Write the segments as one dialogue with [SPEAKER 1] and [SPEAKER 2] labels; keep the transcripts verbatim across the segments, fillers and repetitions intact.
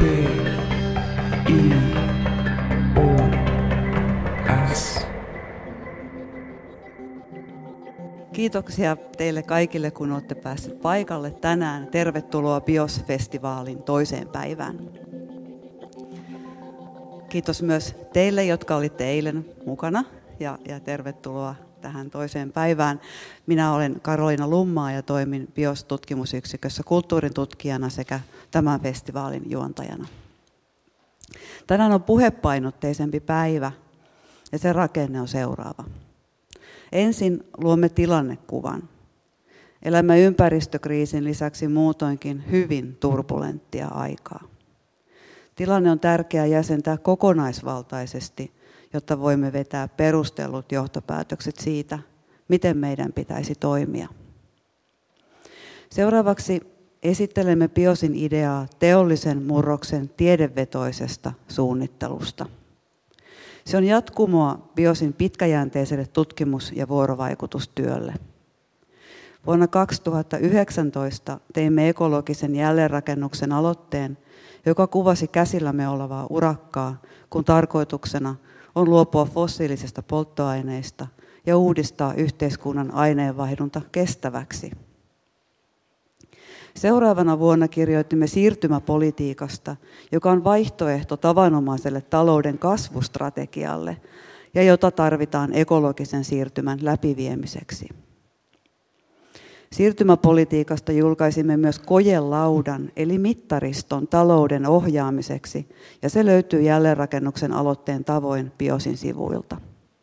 [SPEAKER 1] B I O S.
[SPEAKER 2] Kiitoksia teille kaikille, kun olette päässeet paikalle tänään. Tervetuloa BIOS-festivaalin toiseen päivään. Kiitos myös teille, jotka olitte eilen mukana, ja, ja tervetuloa tähän toiseen päivään. Minä olen Karoliina Lummaa ja toimin BIOS-tutkimusyksikössä kulttuurin tutkijana sekä tämän festivaalin juontajana. Tänään on puhepainotteisempi päivä ja sen rakenne on seuraava. Ensin luomme tilannekuvan. Elämme ympäristökriisin lisäksi muutoinkin hyvin turbulenttia aikaa. Tilanne on tärkeää jäsentää kokonaisvaltaisesti, jotta voimme vetää perustellut johtopäätökset siitä, miten meidän pitäisi toimia. Seuraavaksi esittelemme BIOSin ideaa teollisen murroksen tiedevetoisesta suunnittelusta. Se on jatkumoa BIOSin pitkäjänteiselle tutkimus- ja vuorovaikutustyölle. Vuonna kaksituhattayhdeksäntoista teimme ekologisen jälleenrakennuksen aloitteen, joka kuvasi käsillämme olevaa urakkaa, kun tarkoituksena on luopua fossiilisista polttoaineista ja uudistaa yhteiskunnan aineenvaihdunta kestäväksi. Seuraavana vuonna kirjoitimme siirtymäpolitiikasta, joka on vaihtoehto tavanomaiselle talouden kasvustrategialle ja jota tarvitaan ekologisen siirtymän läpiviemiseksi. Siirtymäpolitiikasta julkaisimme myös kojelaudan eli mittariston talouden ohjaamiseksi, ja se löytyy jälleenrakennuksen aloitteen tavoin BIOSin sivuilta.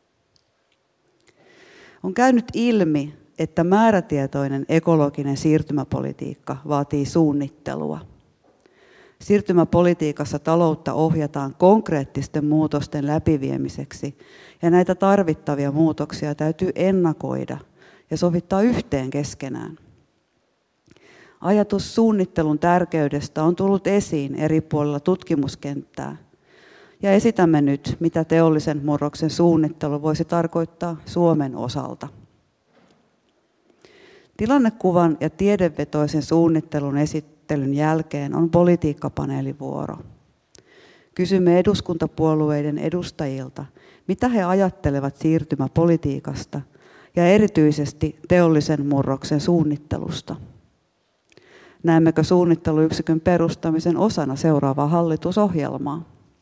[SPEAKER 2] On käynyt ilmi, että määrätietoinen ekologinen siirtymäpolitiikka vaatii suunnittelua. Siirtymäpolitiikassa taloutta ohjataan konkreettisten muutosten läpiviemiseksi, ja näitä tarvittavia muutoksia täytyy ennakoida ja sovittaa yhteen keskenään. Ajatus suunnittelun tärkeydestä on tullut esiin eri puolilla tutkimuskenttää, ja esitämme nyt, mitä teollisen murroksen suunnittelu voisi tarkoittaa Suomen osalta. Tilannekuvan ja tiedevetoisen suunnittelun esittelyn jälkeen on politiikkapaneelin vuoro. Kysymme eduskuntapuolueiden edustajilta, mitä he ajattelevat siirtymäpolitiikasta ja erityisesti teollisen murroksen suunnittelusta. Näemmekö suunnitteluyksikön perustamisen osana seuraavaa hallitusohjelmaa?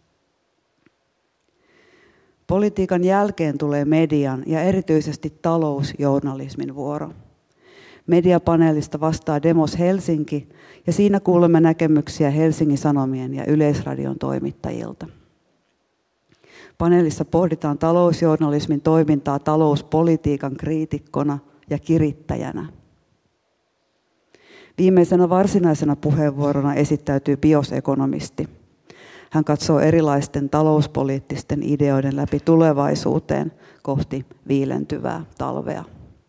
[SPEAKER 2] Politiikan jälkeen tulee median ja erityisesti talousjournalismin vuoro. Mediapaneelista vastaa Demos Helsinki, ja siinä kuulemme näkemyksiä Helsingin Sanomien ja Yleisradion toimittajilta. Paneelissa pohditaan talousjournalismin toimintaa talouspolitiikan kriitikkona ja kirittäjänä. Viimeisenä varsinaisena puheenvuorona esittäytyy BIOS-ekonomisti. Hän katsoo erilaisten talouspoliittisten ideoiden läpi tulevaisuuteen kohti viilentyvää talvea.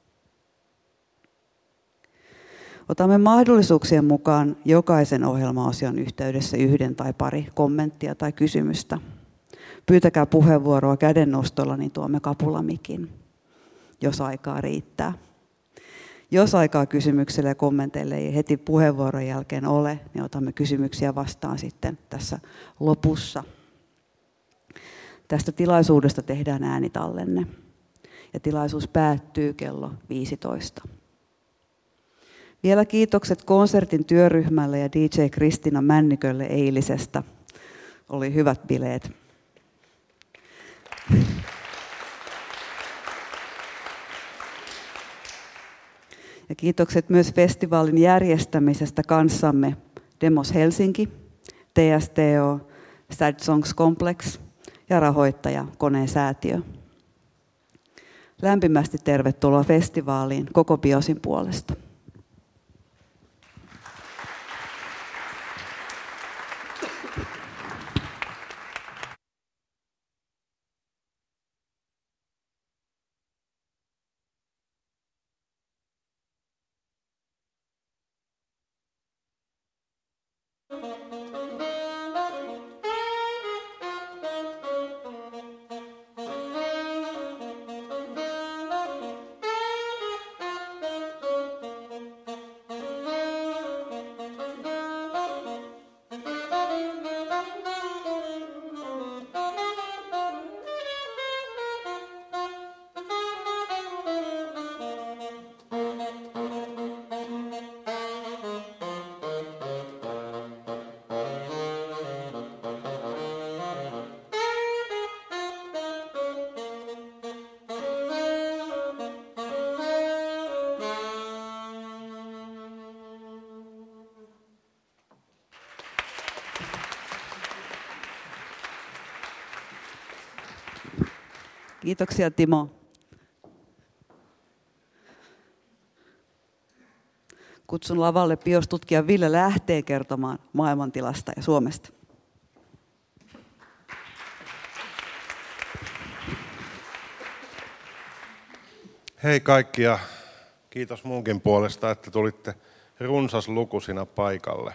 [SPEAKER 2] Otamme mahdollisuuksien mukaan jokaisen ohjelmaosion yhteydessä yhden tai pari kommenttia tai kysymystä. Pyytäkää puheenvuoroa kädennostolla, niin tuomme kapulamikin, jos aikaa riittää. Jos aikaa kysymyksille ja kommenteille ei heti puheenvuoron jälkeen ole, niin otamme kysymyksiä vastaan sitten tässä lopussa. Tästä tilaisuudesta tehdään äänitallenne, ja tilaisuus päättyy kello viisitoista. Vielä kiitokset konsertin työryhmälle ja D J Kristina Männikölle eilisestä. Oli hyvät bileet. Ja kiitokset myös festivaalin järjestämisestä kanssamme Demos Helsinki, T S T O, Sad Songs Complex ja rahoittaja Koneen säätiö. Lämpimästi tervetuloa festivaaliin koko BIOSin puolesta. Kiitoksia Timo. Kutsun lavalle biostutkija Ville Lähteen kertomaan maailmantilasta ja Suomesta.
[SPEAKER 3] Hei kaikki ja kiitos munkin puolesta, että tulitte runsaslukuisina paikalle.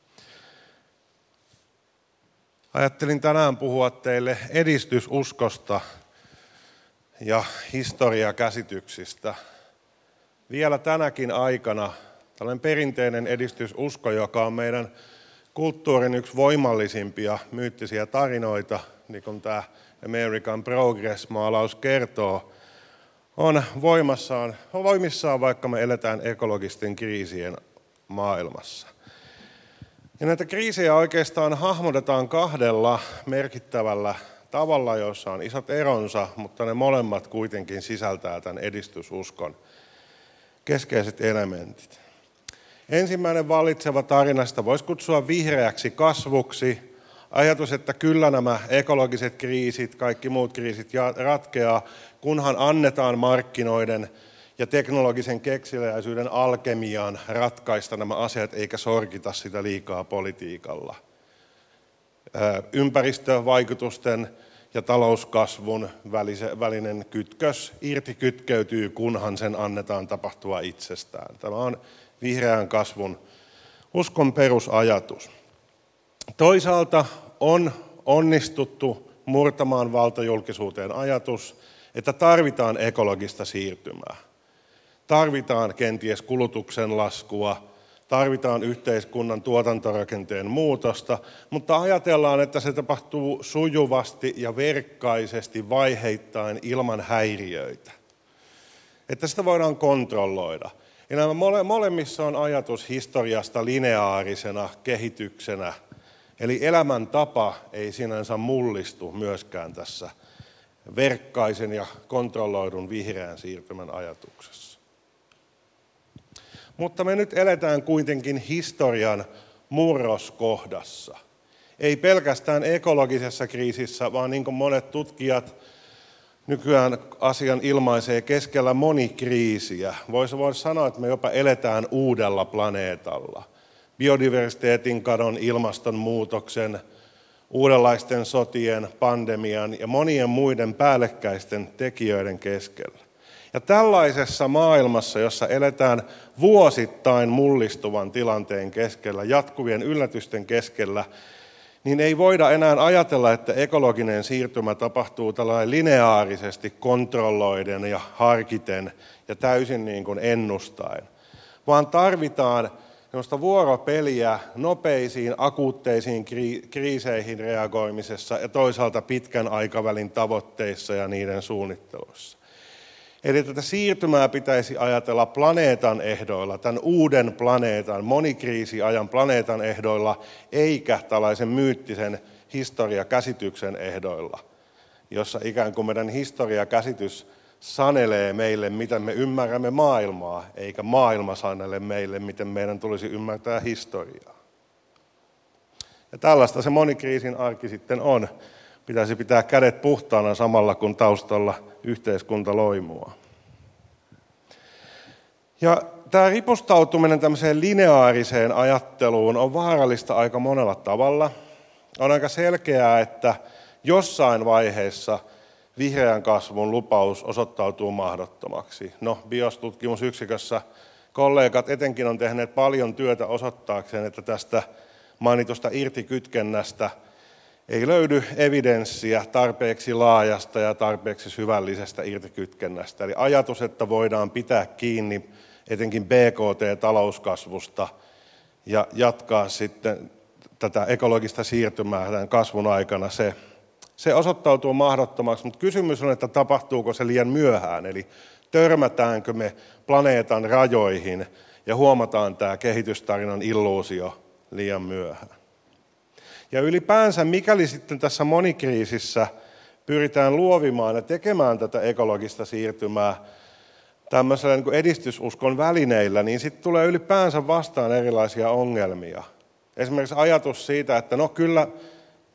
[SPEAKER 3] Ajattelin tänään puhua teille edistysuskosta ja historiakäsityksistä. Vielä tänäkin aikana tällainen perinteinen edistysusko, joka on meidän kulttuurin yksi voimallisimpia myyttisiä tarinoita, niin kuin tämä American Progress-maalaus kertoo, on voimassaan, on voimissaan, vaikka me eletään ekologisten kriisien maailmassa. Ja näitä kriisejä oikeastaan hahmotetaan kahdella merkittävällä tavalla, joissa on isot eronsa, mutta ne molemmat kuitenkin sisältää tämän edistysuskon keskeiset elementit. Ensimmäinen vallitseva tarinasta voisi kutsua vihreäksi kasvuksi. Ajatus, että kyllä nämä ekologiset kriisit, kaikki muut kriisit ratkeaa, kunhan annetaan markkinoiden ja teknologisen kekseliäisyyden alkemiaan ratkaista nämä asiat, eikä sorkita sitä liikaa politiikalla. Ympäristövaikutusten ja talouskasvun välinen kytkös irti kytkeytyy, kunhan sen annetaan tapahtua itsestään. Tämä on vihreän kasvun uskon perusajatus. Toisaalta on onnistuttu murtamaan valtajulkisuuteen ajatus, että tarvitaan ekologista siirtymää. Tarvitaan kenties kulutuksen laskua, tarvitaan yhteiskunnan tuotantorakenteen muutosta, mutta ajatellaan, että se tapahtuu sujuvasti ja verkkaisesti vaiheittain ilman häiriöitä. Että sitä voidaan kontrolloida. Ja nämä mole, molemmissa on ajatus historiasta lineaarisena kehityksenä, eli elämäntapa ei sinänsä mullistu myöskään tässä verkkaisen ja kontrolloidun vihreän siirtymän ajatuksessa. Mutta me nyt eletään kuitenkin historian murroskohdassa. Ei pelkästään ekologisessa kriisissä, vaan niin kuin monet tutkijat nykyään asian ilmaisee keskellä monikriisiä. Voisi voisi sanoa, että me jopa eletään uudella planeetalla. Biodiversiteetin kadon, ilmastonmuutoksen, uudenlaisten sotien, pandemian ja monien muiden päällekkäisten tekijöiden keskellä. Ja tällaisessa maailmassa, jossa eletään vuosittain mullistuvan tilanteen keskellä, jatkuvien yllätysten keskellä, niin ei voida enää ajatella, että ekologinen siirtymä tapahtuu tällainen lineaarisesti kontrolloiden ja harkiten ja täysin niin kuin ennustaen, vaan tarvitaan sellaista vuoropeliä nopeisiin, akuutteisiin kriiseihin reagoimisessa ja toisaalta pitkän aikavälin tavoitteissa ja niiden suunnittelussa. Eli tätä siirtymää pitäisi ajatella planeetan ehdoilla, tämän uuden planeetan, monikriisiajan planeetan ehdoilla, eikä tällaisen myyttisen historiakäsityksen ehdoilla, jossa ikään kuin meidän historiakäsitys sanelee meille, miten me ymmärrämme maailmaa, eikä maailma sanele meille, miten meidän tulisi ymmärtää historiaa. Ja tällaista se monikriisin arki sitten on. Pitäisi pitää kädet puhtaana samalla, kun taustalla yhteiskunta loimua. Ja tämä ripustautuminen tämmöiseen lineaariseen ajatteluun on vaarallista aika monella tavalla. On aika selkeää, että jossain vaiheessa vihreän kasvun lupaus osoittautuu mahdottomaksi. No, biostutkimusyksikössä kollegat etenkin on tehneet paljon työtä osoittaakseen, että tästä mainitusta irtikytkennästä ei löydy evidenssiä tarpeeksi laajasta ja tarpeeksi syvällisestä irtikytkennästä. Eli ajatus, että voidaan pitää kiinni etenkin B K T-talouskasvusta ja jatkaa sitten tätä ekologista siirtymää tämän kasvun aikana, se, se osoittautuu mahdottomaksi. Mutta kysymys on, että tapahtuuko se liian myöhään, eli törmätäänkö me planeetan rajoihin ja huomataan tämä kehitystarinan illuusio liian myöhään. Ja ylipäänsä, mikäli sitten tässä monikriisissä pyritään luovimaan ja tekemään tätä ekologista siirtymää tämmöisellä niin kuin edistysuskon välineillä, niin sitten tulee ylipäänsä vastaan erilaisia ongelmia. Esimerkiksi ajatus siitä, että no kyllä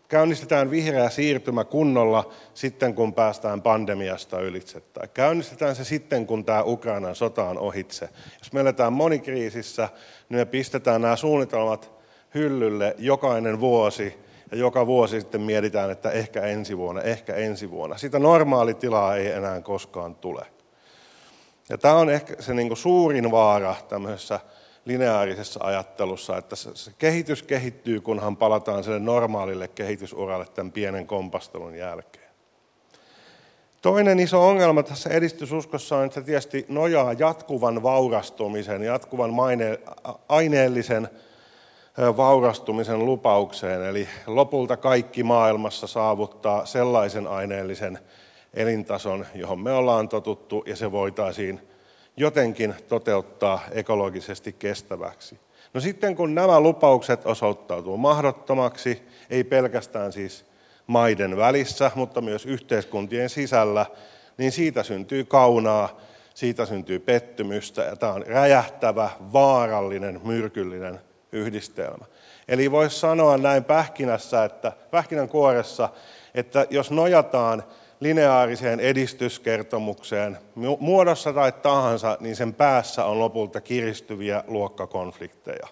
[SPEAKER 3] Käynnistetään vihreä siirtymä kunnolla sitten, kun päästään pandemiasta ylitse. Tai käynnistetään se sitten, kun tämä Ukrainan sota on ohitse. Jos me eletään monikriisissä, niin me pistetään nämä suunnitelmat hyllylle jokainen vuosi. Ja joka vuosi sitten mietitään, että ehkä ensi vuonna, ehkä ensi vuonna. Sitä normaalitilaa ei enää koskaan tule. Ja tämä on ehkä se niin kuin suurin vaara tämmöisessä lineaarisessa ajattelussa, että se, se kehitys kehittyy, kunhan palataan sille normaalille kehitysuralle tämän pienen kompastelun jälkeen. Toinen iso ongelma tässä edistysuskossa on, että se tietysti nojaa jatkuvan vaurastumisen, jatkuvan maine, aineellisen vaurastumisen lupaukseen. Eli lopulta kaikki maailmassa saavuttaa sellaisen aineellisen elintason, johon me ollaan totuttu, ja se voitaisiin jotenkin toteuttaa ekologisesti kestäväksi. No sitten kun nämä lupaukset osoittautuu mahdottomaksi, ei pelkästään siis maiden välissä, mutta myös yhteiskuntien sisällä, niin siitä syntyy kaunaa, siitä syntyy pettymystä, ja tämä on räjähtävä, vaarallinen, myrkyllinen yhdistelmä. Eli voisi sanoa näin pähkinässä, että, pähkinänkuoressa, että jos nojataan lineaariseen edistyskertomukseen muodossa tai tahansa, niin sen päässä on lopulta kiristyviä luokkakonflikteja.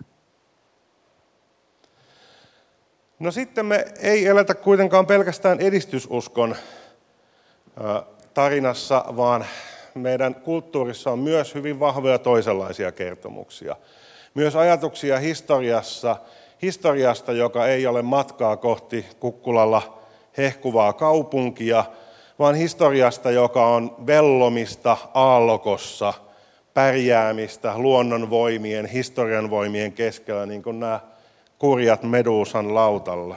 [SPEAKER 3] No sitten me ei eletä kuitenkaan pelkästään edistysuskon tarinassa, vaan meidän kulttuurissa on myös hyvin vahvoja toisenlaisia kertomuksia. Myös ajatuksia historiassa, historiasta, joka ei ole matkaa kohti Kukkulalla hehkuvaa kaupunkia, vaan historiasta, joka on vellomista aallokossa, pärjäämistä luonnonvoimien, historian voimien keskellä, niin kuin nämä kurjat Medusan lautalla.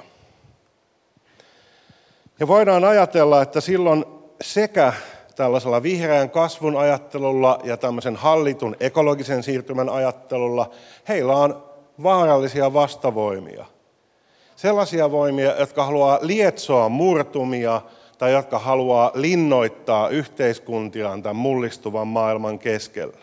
[SPEAKER 3] Ja voidaan ajatella, että silloin sekä tällaisella vihreän kasvun ajattelulla ja tämmöisen hallitun ekologisen siirtymän ajattelulla heillä on vaarallisia vastavoimia. Sellaisia voimia, jotka haluaa lietsoa murtumia tai jotka haluaa linnoittaa yhteiskuntiaan tämän mullistuvan maailman keskellä.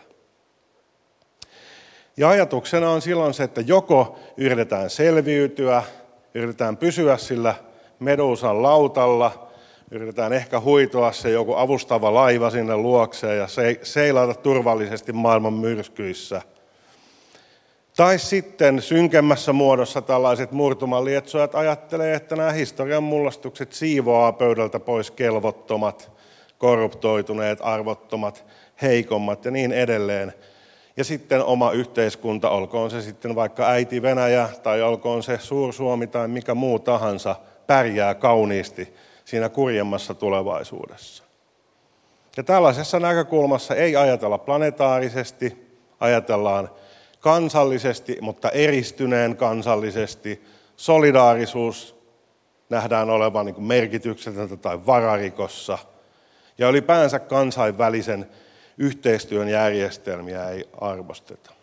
[SPEAKER 3] Ja ajatuksena on silloin se, että joko yritetään selviytyä, yritetään pysyä sillä Medusan lautalla, yritetään ehkä huitoa se joku avustava laiva sinne luokseen ja seilata turvallisesti maailman myrskyissä. Tai sitten synkemmässä muodossa tällaiset murtumanlietsojat ajattelee, että nämä historian mullistukset siivoaa pöydältä pois kelvottomat, korruptoituneet, arvottomat, heikommat ja niin edelleen. Ja sitten oma yhteiskunta, olkoon se sitten vaikka äiti Venäjä tai olkoon se Suur-Suomi tai mikä muu tahansa, pärjää kauniisti siinä kurjemmassa tulevaisuudessa. Ja tällaisessa näkökulmassa ei ajatella planetaarisesti, ajatellaan kansallisesti, mutta eristyneen kansallisesti. Solidaarisuus nähdään olevan niin kuin merkityksetöntä tai vararikossa. Ja ylipäänsä kansainvälisen yhteistyön järjestelmiä ei arvosteta.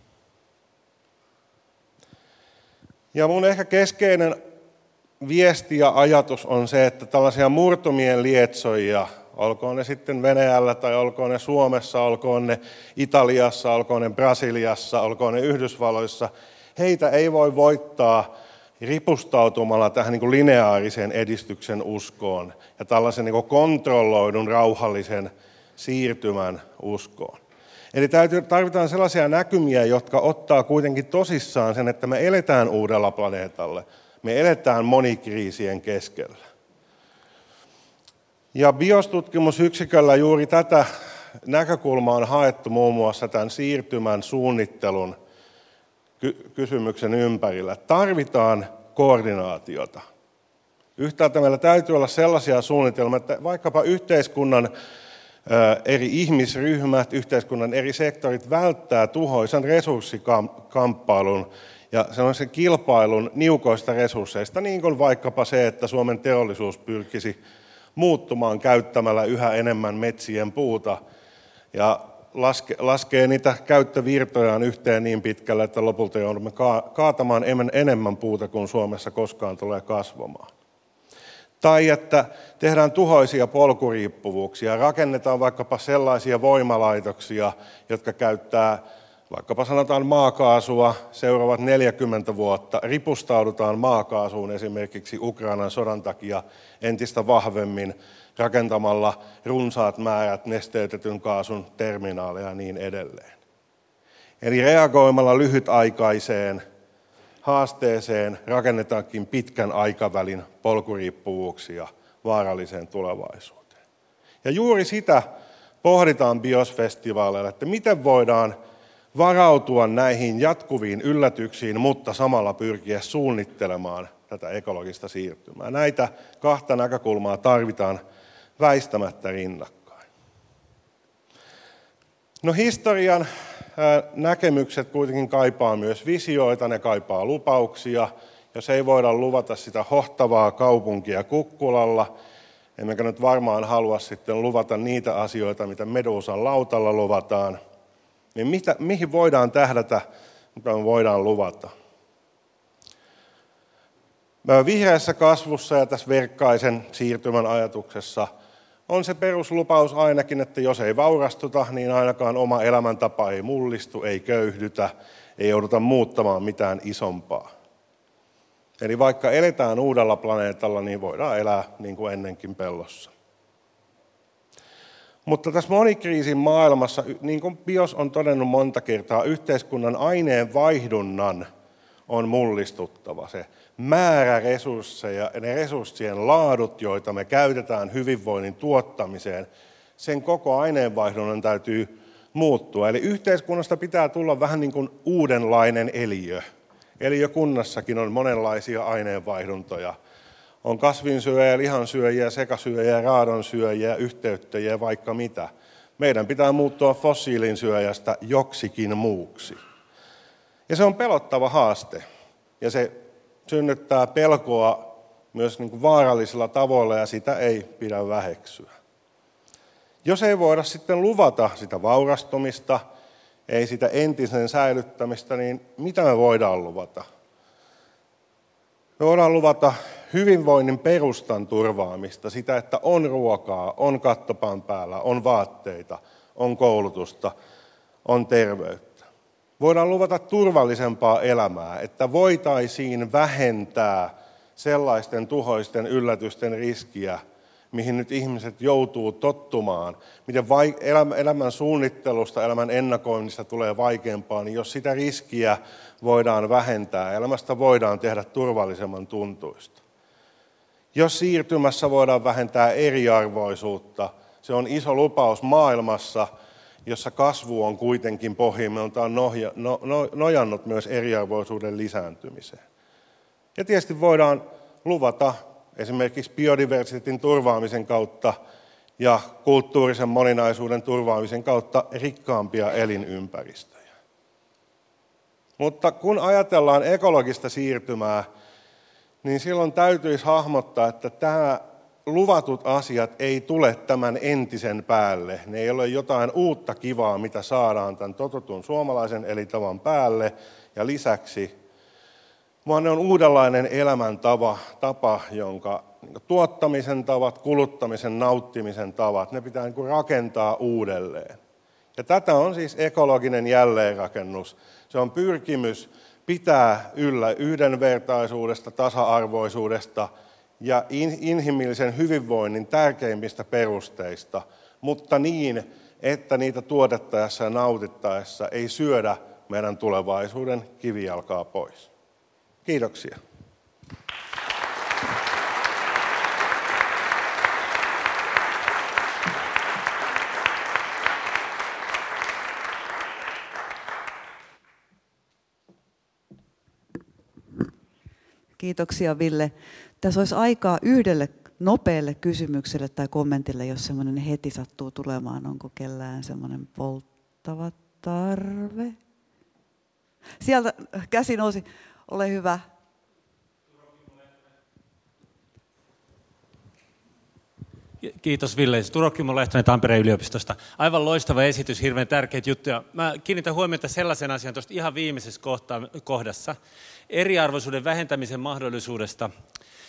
[SPEAKER 3] Ja mun ehkä keskeinen viesti ja ajatus on se, että tällaisia murtumien lietsojia, olkoon ne sitten Venäjällä tai olkoon ne Suomessa, olkoon ne Italiassa, olkoon ne Brasiliassa, olkoon ne Yhdysvalloissa, heitä ei voi voittaa ripustautumalla tähän niin kuin lineaarisen edistyksen uskoon ja tällaisen niin kuin kontrolloidun rauhallisen siirtymän uskoon. Eli tarvitaan sellaisia näkymiä, jotka ottaa kuitenkin tosissaan sen, että me eletään uudella planeetalla. Me eletään monikriisien keskellä. Ja BIOS-tutkimusyksiköllä juuri tätä näkökulmaa on haettu muun muassa tämän siirtymän suunnittelun ky- kysymyksen ympärillä. Tarvitaan koordinaatiota. Yhtäältä meillä täytyy olla sellaisia suunnitelmia, että vaikkapa yhteiskunnan eri ihmisryhmät, yhteiskunnan eri sektorit välttää tuhoisan resurssikamppailun ja sellaisen kilpailun niukoista resursseista, niin kuin vaikkapa se, että Suomen teollisuus pyrkisi muuttumaan käyttämällä yhä enemmän metsien puuta ja laske, laskee niitä käyttövirtojaan yhteen niin pitkälle, että lopulta joudumme kaatamaan enemmän puuta kuin Suomessa koskaan tulee kasvamaan. Tai että tehdään tuhoisia polkuriippuvuuksia, rakennetaan vaikkapa sellaisia voimalaitoksia, jotka käyttää vaikkapa sanotaan maakaasua, seuraavat neljäkymmentä vuotta, ripustaudutaan maakaasuun esimerkiksi Ukrainan sodan takia entistä vahvemmin rakentamalla runsaat määrät nesteytetyn kaasun terminaaleja ja niin edelleen. Eli reagoimalla lyhytaikaiseen haasteeseen rakennetaankin pitkän aikavälin polkuriippuvuuksia vaaralliseen tulevaisuuteen. Ja juuri sitä pohditaan BIOS-festivaaleilla, että miten voidaan varautua näihin jatkuviin yllätyksiin, mutta samalla pyrkiä suunnittelemaan tätä ekologista siirtymää. Näitä kahta näkökulmaa tarvitaan väistämättä rinnakkain. No historian näkemykset kuitenkin kaipaa myös visioita, ne kaipaa lupauksia. Jos ei voida luvata sitä hohtavaa kaupunkia kukkulalla, emmekä nyt varmaan halua sitten luvata niitä asioita, mitä Medusan lautalla luvataan, niin mitä, mihin voidaan tähdätä, mitä me voidaan luvata? Vihreässä kasvussa ja tässä verkkaisen siirtymän ajatuksessa on se peruslupaus ainakin, että jos ei vaurastuta, niin ainakaan oma elämäntapa ei mullistu, ei köyhdytä, ei jouduta muuttamaan mitään isompaa. Eli vaikka eletään uudella planeetalla, niin voidaan elää niin kuin ennenkin pellossa. Mutta tässä monikriisin maailmassa, niin kuin BIOS on todennut monta kertaa, yhteiskunnan aineenvaihdunnan on mullistuttava. Se määrä resursseja ja ne resurssien laadut, joita me käytetään hyvinvoinnin tuottamiseen, sen koko aineenvaihdunnan täytyy muuttua. Eli yhteiskunnasta pitää tulla vähän niin kuin uudenlainen eliö. Eliökunnassakin on monenlaisia aineenvaihduntoja. On kasvinsyöjiä, lihansyöjiä, sekasyöjiä, raadonsyöjiä, yhteyttäjiä, vaikka mitä. Meidän pitää muuttua fossiilinsyöjästä joksikin muuksi. Ja se on pelottava haaste. Ja se synnyttää pelkoa myös niin kuin vaarallisilla tavoilla, ja sitä ei pidä väheksyä. Jos ei voida sitten luvata sitä vaurastumista, ei sitä entisen säilyttämistä, niin mitä me voidaan luvata? Me voidaan luvata hyvinvoinnin perustan turvaamista, sitä, että on ruokaa, on kattopan päällä, on vaatteita, on koulutusta, on terveyttä. Voidaan luvata turvallisempaa elämää, että voitaisiin vähentää sellaisten tuhoisten yllätysten riskiä, mihin nyt ihmiset joutuu tottumaan. Miten elämän suunnittelusta, elämän ennakoinnista tulee vaikeampaa, niin jos sitä riskiä voidaan vähentää, elämästä voidaan tehdä turvallisemman tuntuista. Jos siirtymässä voidaan vähentää eriarvoisuutta, se on iso lupaus maailmassa, jossa kasvu on kuitenkin pohjimmiltaan nojannut myös eriarvoisuuden lisääntymiseen. Ja tietysti voidaan luvata esimerkiksi biodiversiteetin turvaamisen kautta ja kulttuurisen moninaisuuden turvaamisen kautta rikkaampia elinympäristöjä. Mutta kun ajatellaan ekologista siirtymää, niin silloin täytyisi hahmottaa, että tämä luvatut asiat ei tule tämän entisen päälle. Ne ei ole jotain uutta kivaa, mitä saadaan tämän totutun suomalaisen elintavan päälle ja lisäksi, vaan ne on uudenlainen elämäntapa, tapa, jonka tuottamisen tavat, kuluttamisen, nauttimisen tavat, ne pitää niin kuin rakentaa uudelleen. Ja tätä on siis ekologinen jälleenrakennus. Se on pyrkimys pitää yllä yhdenvertaisuudesta, tasa-arvoisuudesta ja inhimillisen hyvinvoinnin tärkeimmistä perusteista, mutta niin, että niitä tuotettaessa ja nautittaessa ei syödä meidän tulevaisuuden kivijalkaa pois. Kiitoksia.
[SPEAKER 2] Kiitoksia, Ville. Tässä olisi aikaa yhdelle nopealle kysymykselle tai kommentille, jos semmoinen heti sattuu tulemaan. Onko kellään semmoinen polttava tarve? Sieltä käsi nousi. Ole hyvä.
[SPEAKER 4] Kiitos Ville. Turo Kimmo Lehtonen Tampereen yliopistosta. Aivan loistava esitys, hirveän tärkeitä juttuja. Mä kiinnitän huomiota sellaisen asian tuosta ihan viimeisessä kohdassa. Eriarvoisuuden vähentämisen mahdollisuudesta.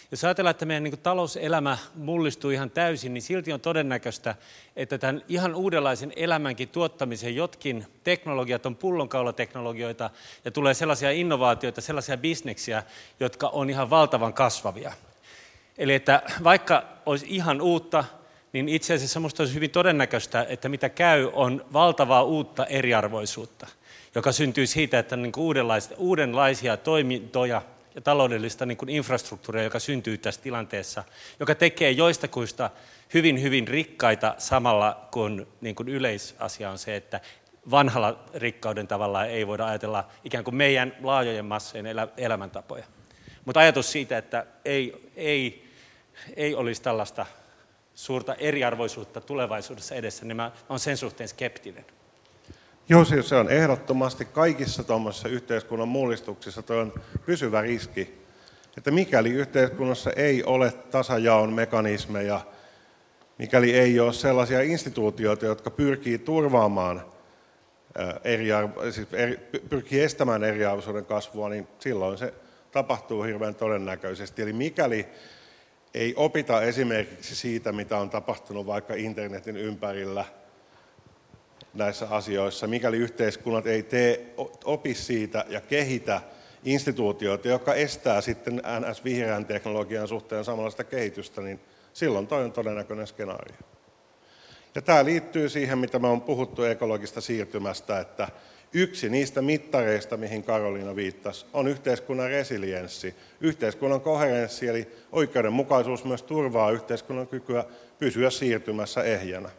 [SPEAKER 4] Jos ajatellaan, että meidän niin kuin talouselämä mullistuu ihan täysin, niin silti on todennäköistä, että tämän ihan uudenlaisen elämänkin tuottamisen jotkin teknologiat on pullonkaulateknologioita ja tulee sellaisia innovaatioita, sellaisia bisneksiä, jotka on ihan valtavan kasvavia. Eli että vaikka olisi ihan uutta, niin itse asiassa minusta olisi hyvin todennäköistä, että mitä käy on valtavaa uutta eriarvoisuutta, joka syntyy siitä, että on niin kuin uudenlaisia toimintoja ja taloudellista niin kuin infrastruktuuria, joka syntyy tässä tilanteessa, joka tekee joistakuista hyvin, hyvin rikkaita samalla, kun, niin kuin yleisasia on se, että vanhalla rikkauden tavalla ei voida ajatella ikään kuin meidän laajojen massojen elä, elämäntapoja. Mutta ajatus siitä, että ei, ei, ei olisi tällaista suurta eriarvoisuutta tulevaisuudessa edessä, niin mä olen sen suhteen skeptinen.
[SPEAKER 3] Joo, se on ehdottomasti kaikissa tuommoisissa yhteiskunnan mullistuksissa toi on pysyvä riski, että mikäli yhteiskunnassa ei ole tasajaon mekanismeja, mikäli ei ole sellaisia instituutioita, jotka pyrkii turvaamaan, eriarvo, siis eri, pyrkii estämään eriarvoisuuden kasvua, niin silloin se tapahtuu hirveän todennäköisesti. Eli mikäli ei opita esimerkiksi siitä, mitä on tapahtunut vaikka internetin ympärillä näissä asioissa, mikäli yhteiskunnat ei tee, opi siitä ja kehitä instituutioita, jotka estää sitten N S-vihreän teknologian suhteen samanlaista kehitystä, niin silloin toi on todennäköinen skenaario. Ja tämä liittyy siihen, mitä me on puhuttu ekologista siirtymästä, että yksi niistä mittareista, mihin Karoliina viittasi, on yhteiskunnan resilienssi. Yhteiskunnan koherenssi, eli oikeudenmukaisuus myös turvaa yhteiskunnan kykyä pysyä siirtymässä ehjänä.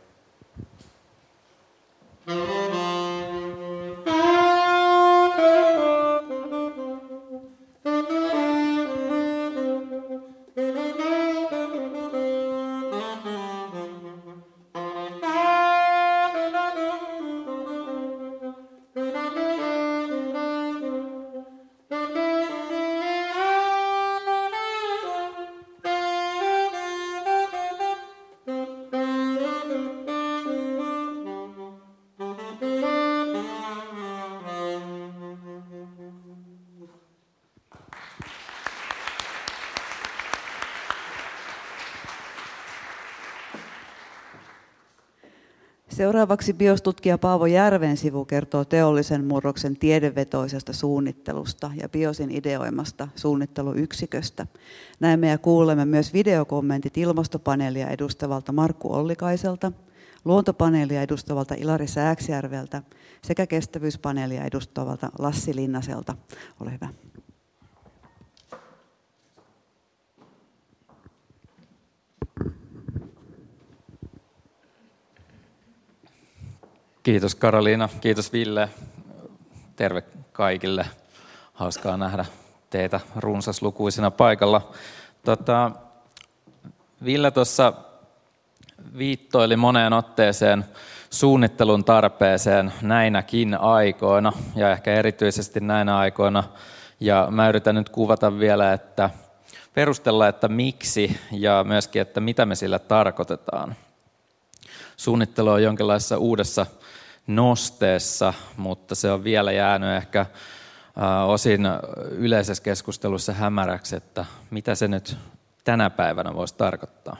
[SPEAKER 2] Seuraavaksi biostutkija Paavo Järvensivu kertoo teollisen murroksen tiedevetoisesta suunnittelusta ja BIOSin ideoimasta suunnitteluyksiköstä. Näemme ja kuulemme myös videokommentit ilmastopaneelia edustavalta Markku Ollikaiselta, luontopaneelia edustavalta Ilari Sääksjärveltä sekä kestävyyspaneelia edustavalta Lassi Linnaselta. Ole hyvä.
[SPEAKER 5] Kiitos Karoliina, kiitos Ville, terve kaikille. Hauskaa nähdä teitä runsaslukuisina paikalla. Tota, Ville tuossa viittoili moneen otteeseen suunnittelun tarpeeseen näinäkin aikoina ja ehkä erityisesti näinä aikoina. Ja mä yritän nyt kuvata vielä, että perustella, että miksi ja myöskin, että mitä me sillä tarkoitetaan. Suunnittelu on jonkinlaisessa uudessa nosteessa, mutta se on vielä jäänyt ehkä osin yleisessä keskustelussa hämäräksi, että mitä se nyt tänä päivänä voisi tarkoittaa.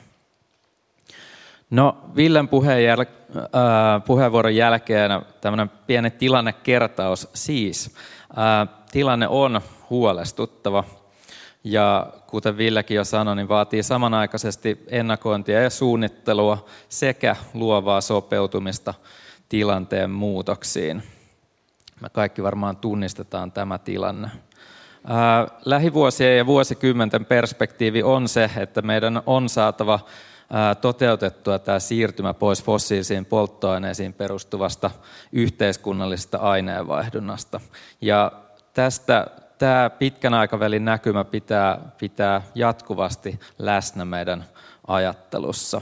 [SPEAKER 5] No, Villen puheen jäl- äh, puheenvuoron jälkeen tämmöinen pieni tilannekertaus siis. Äh, tilanne on huolestuttava ja kuten Villekin jo sanoi, niin vaatii samanaikaisesti ennakointia ja suunnittelua sekä luovaa sopeutumista tilanteen muutoksiin. Me kaikki varmaan tunnistetaan tämä tilanne. Ää, lähivuosien ja vuosikymmenten perspektiivi on se, että meidän on saatava ää, toteutettua tämä siirtymä pois fossiilisiin polttoaineisiin perustuvasta yhteiskunnallisesta aineenvaihdunnasta. Ja tästä tämä pitkän aikavälin näkymä pitää, pitää jatkuvasti läsnä meidän ajattelussa.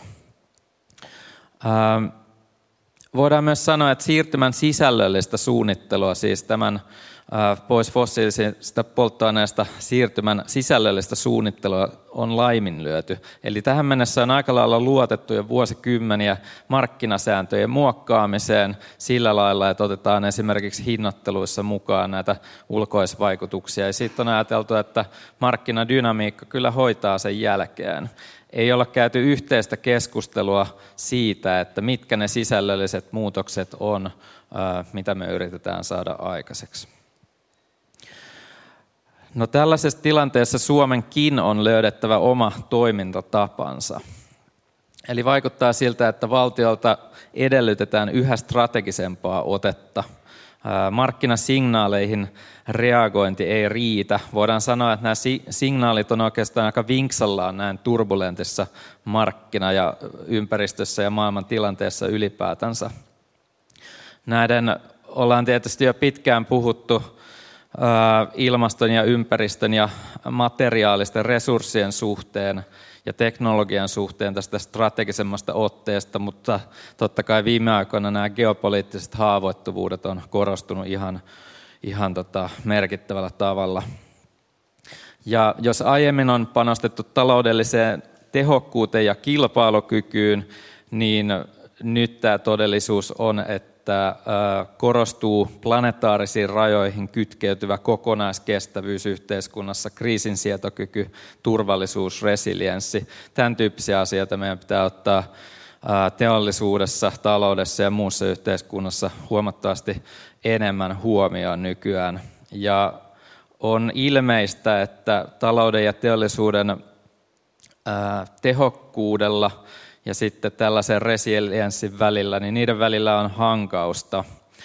[SPEAKER 5] Ää, Voidaan myös sanoa, että siirtymän sisällöllistä suunnittelua, siis tämän pois fossiilisista polttoaineista siirtymän sisällöllistä suunnittelua on laiminlyöty. Eli tähän mennessä on aika lailla luotettu jo vuosikymmeniä markkinasääntöjen muokkaamiseen sillä lailla, että otetaan esimerkiksi hinnoitteluissa mukaan näitä ulkoisvaikutuksia. Ja sitten on ajateltu, että markkinadynamiikka kyllä hoitaa sen jälkeen. Ei olla käyty yhteistä keskustelua siitä, että mitkä ne sisällölliset muutokset on, mitä me yritetään saada aikaiseksi. No tällaisessa tilanteessa Suomenkin on löydettävä oma toimintatapansa. Eli vaikuttaa siltä, että valtiolta edellytetään yhä strategisempaa otetta. Markkinasignaaleihin reagointi ei riitä. Voidaan sanoa, että nämä signaalit on oikeastaan aika vinksallaan näin turbulentissa markkina- ja ympäristössä ja maailman tilanteessa ylipäätänsä. Näiden ollaan tietysti jo pitkään puhuttu ilmaston ja ympäristön ja materiaalisten resurssien suhteen ja teknologian suhteen tästä strategisemmasta otteesta, mutta totta kai viime aikoina nämä geopoliittiset haavoittuvuudet on korostunut ihan, ihan tota merkittävällä tavalla. Ja jos aiemmin on panostettu taloudelliseen tehokkuuteen ja kilpailukykyyn, niin nyt tämä todellisuus on, että että korostuu planetaarisiin rajoihin kytkeytyvä kokonaiskestävyys yhteiskunnassa, kriisinsietokyky, turvallisuus, resilienssi. Tämän tyyppisiä asioita meidän pitää ottaa teollisuudessa, taloudessa ja muussa yhteiskunnassa huomattavasti enemmän huomioon nykyään. Ja on ilmeistä, että talouden ja teollisuuden tehokkuudella ja sitten tällaisen resilienssin välillä, niin niiden välillä on hankausta.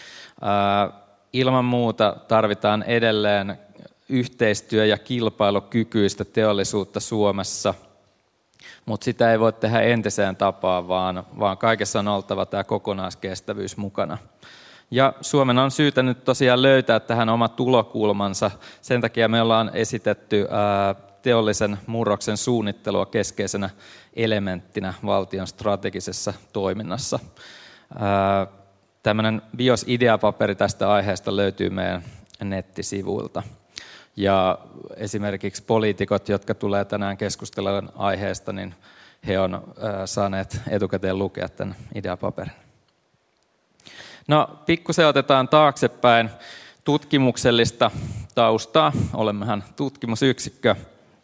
[SPEAKER 5] Ilman muuta tarvitaan edelleen yhteistyö- ja kilpailukykyistä teollisuutta Suomessa, mutta sitä ei voi tehdä entiseen tapaan, vaan, vaan kaikessa on oltava tämä kokonaiskestävyys mukana. Ja Suomen on syytä nyt tosiaan löytää tähän oma tulokulmansa. Sen takia me ollaan esitetty ää, teollisen murroksen suunnittelua keskeisenä elementtinä valtion strategisessa toiminnassa. Tällainen BIOS-ideapaperi tästä aiheesta löytyy meidän nettisivuilta. Ja esimerkiksi poliitikot, jotka tulee tänään keskustelemaan aiheesta, niin he on saaneet etukäteen lukea tämän ideapaperin. No, pikkusen otetaan taaksepäin tutkimuksellista taustaa. Olemmehan tutkimusyksikkö.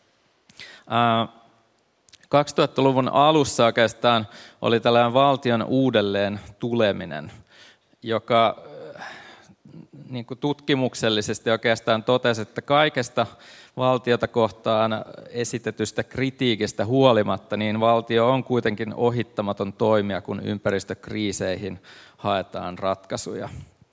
[SPEAKER 5] kaksituhattaluvun alussa oikeastaan oli tällainen valtion uudelleen tuleminen, joka niin kuin tutkimuksellisesti oikeastaan totesi, että kaikesta valtiota kohtaan esitetystä kritiikistä huolimatta, niin valtio on kuitenkin ohittamaton toimija, kun ympäristökriiseihin haetaan ratkaisuja.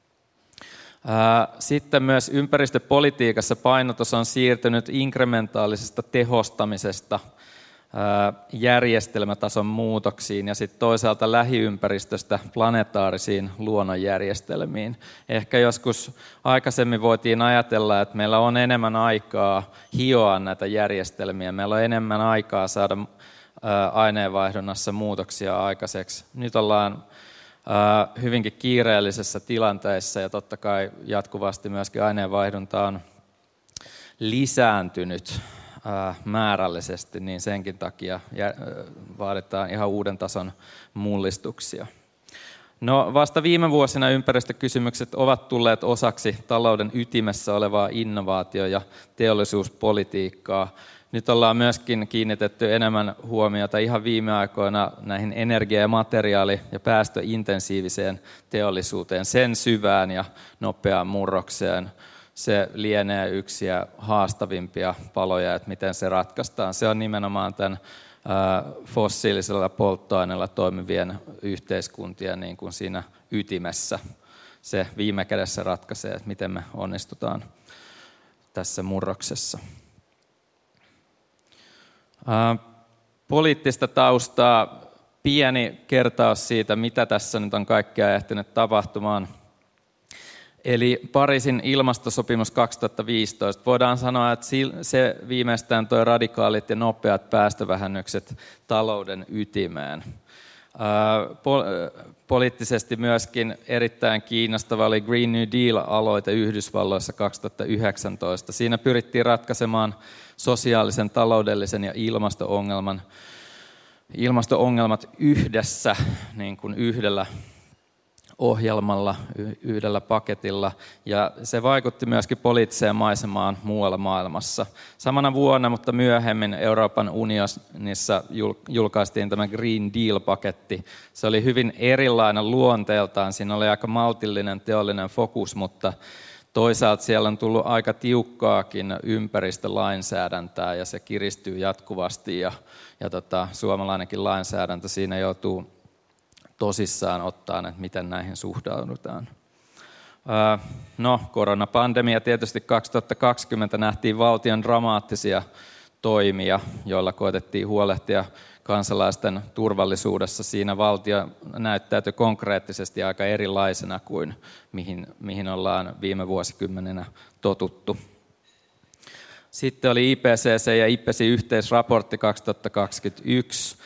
[SPEAKER 5] Sitten myös ympäristöpolitiikassa painotus on siirtynyt inkrementaalisesta tehostamisesta järjestelmätason muutoksiin ja sitten toisaalta lähiympäristöstä planetaarisiin luonnonjärjestelmiin. Ehkä joskus aikaisemmin voitiin ajatella, että meillä on enemmän aikaa hioa näitä järjestelmiä, meillä on enemmän aikaa saada aineenvaihdunnassa muutoksia aikaiseksi. Nyt ollaan hyvinkin kiireellisessä tilanteessa ja totta kai jatkuvasti myöskin aineenvaihdunta on lisääntynyt määrällisesti, niin senkin takia vaaditaan ihan uuden tason mullistuksia. No, vasta viime vuosina ympäristökysymykset ovat tulleet osaksi talouden ytimessä olevaa innovaatio- ja teollisuuspolitiikkaa. Nyt ollaan myöskin kiinnitetty enemmän huomiota ihan viime aikoina näihin energia- ja materiaali- ja päästöintensiiviseen teollisuuteen, sen syvään ja nopeaan murrokseen. Se lienee yksi haastavimpia paloja, että miten se ratkaistaan. Se on nimenomaan tämän fossiilisella polttoaineella toimivien yhteiskuntien niin kuin siinä ytimessä. Se viime kädessä ratkaisee, että miten me onnistutaan tässä murroksessa. Poliittista taustaa, pieni kertaus siitä, mitä tässä nyt on kaikkea ehtinyt tapahtumaan. Eli Pariisin ilmastosopimus kaksituhattaviisitoista. Voidaan sanoa, että se viimeistään toi radikaalit ja nopeat päästövähennykset talouden ytimeen. Poliittisesti myöskin erittäin kiinnostava oli Green New Deal-aloite Yhdysvalloissa kaksituhattayhdeksäntoista. Siinä pyrittiin ratkaisemaan sosiaalisen, taloudellisen ja ilmasto-ongelman, ilmasto-ongelmat yhdessä, niin kuin yhdellä ohjelmalla, yhdellä paketilla, ja se vaikutti myöskin poliittiseen maisemaan muualla maailmassa. Samana vuonna, mutta myöhemmin Euroopan unionissa julkaistiin tämä Green Deal-paketti. Se oli hyvin erilainen luonteeltaan, siinä oli aika maltillinen teollinen fokus, mutta toisaalta siellä on tullut aika tiukkaakin ympäristölainsäädäntöä, ja se kiristyy jatkuvasti, ja, ja tota, suomalainenkin lainsäädäntö siinä joutuu tosissaan ottaa, että miten näihin suhtaudutaan. No, koronapandemia tietysti kaksituhattakaksikymmentä nähtiin valtion dramaattisia toimia, joilla koetettiin huolehtia kansalaisten turvallisuudessa. Siinä valtio näyttäytyi konkreettisesti aika erilaisena kuin mihin, mihin ollaan viime vuosikymmenenä totuttu. Sitten oli I P C C ja I P E S I-yhteisraportti kaksituhattakaksikymmentäyksi.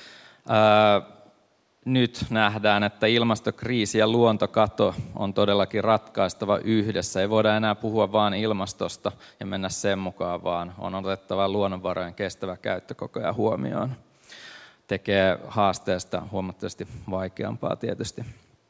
[SPEAKER 5] Nyt nähdään, että ilmastokriisi ja luontokato on todellakin ratkaistava yhdessä. Ei voida enää puhua vain ilmastosta ja mennä sen mukaan, vaan on otettava luonnonvarojen kestävä käyttö koko ajan huomioon. Tekee haasteesta huomattavasti vaikeampaa tietysti.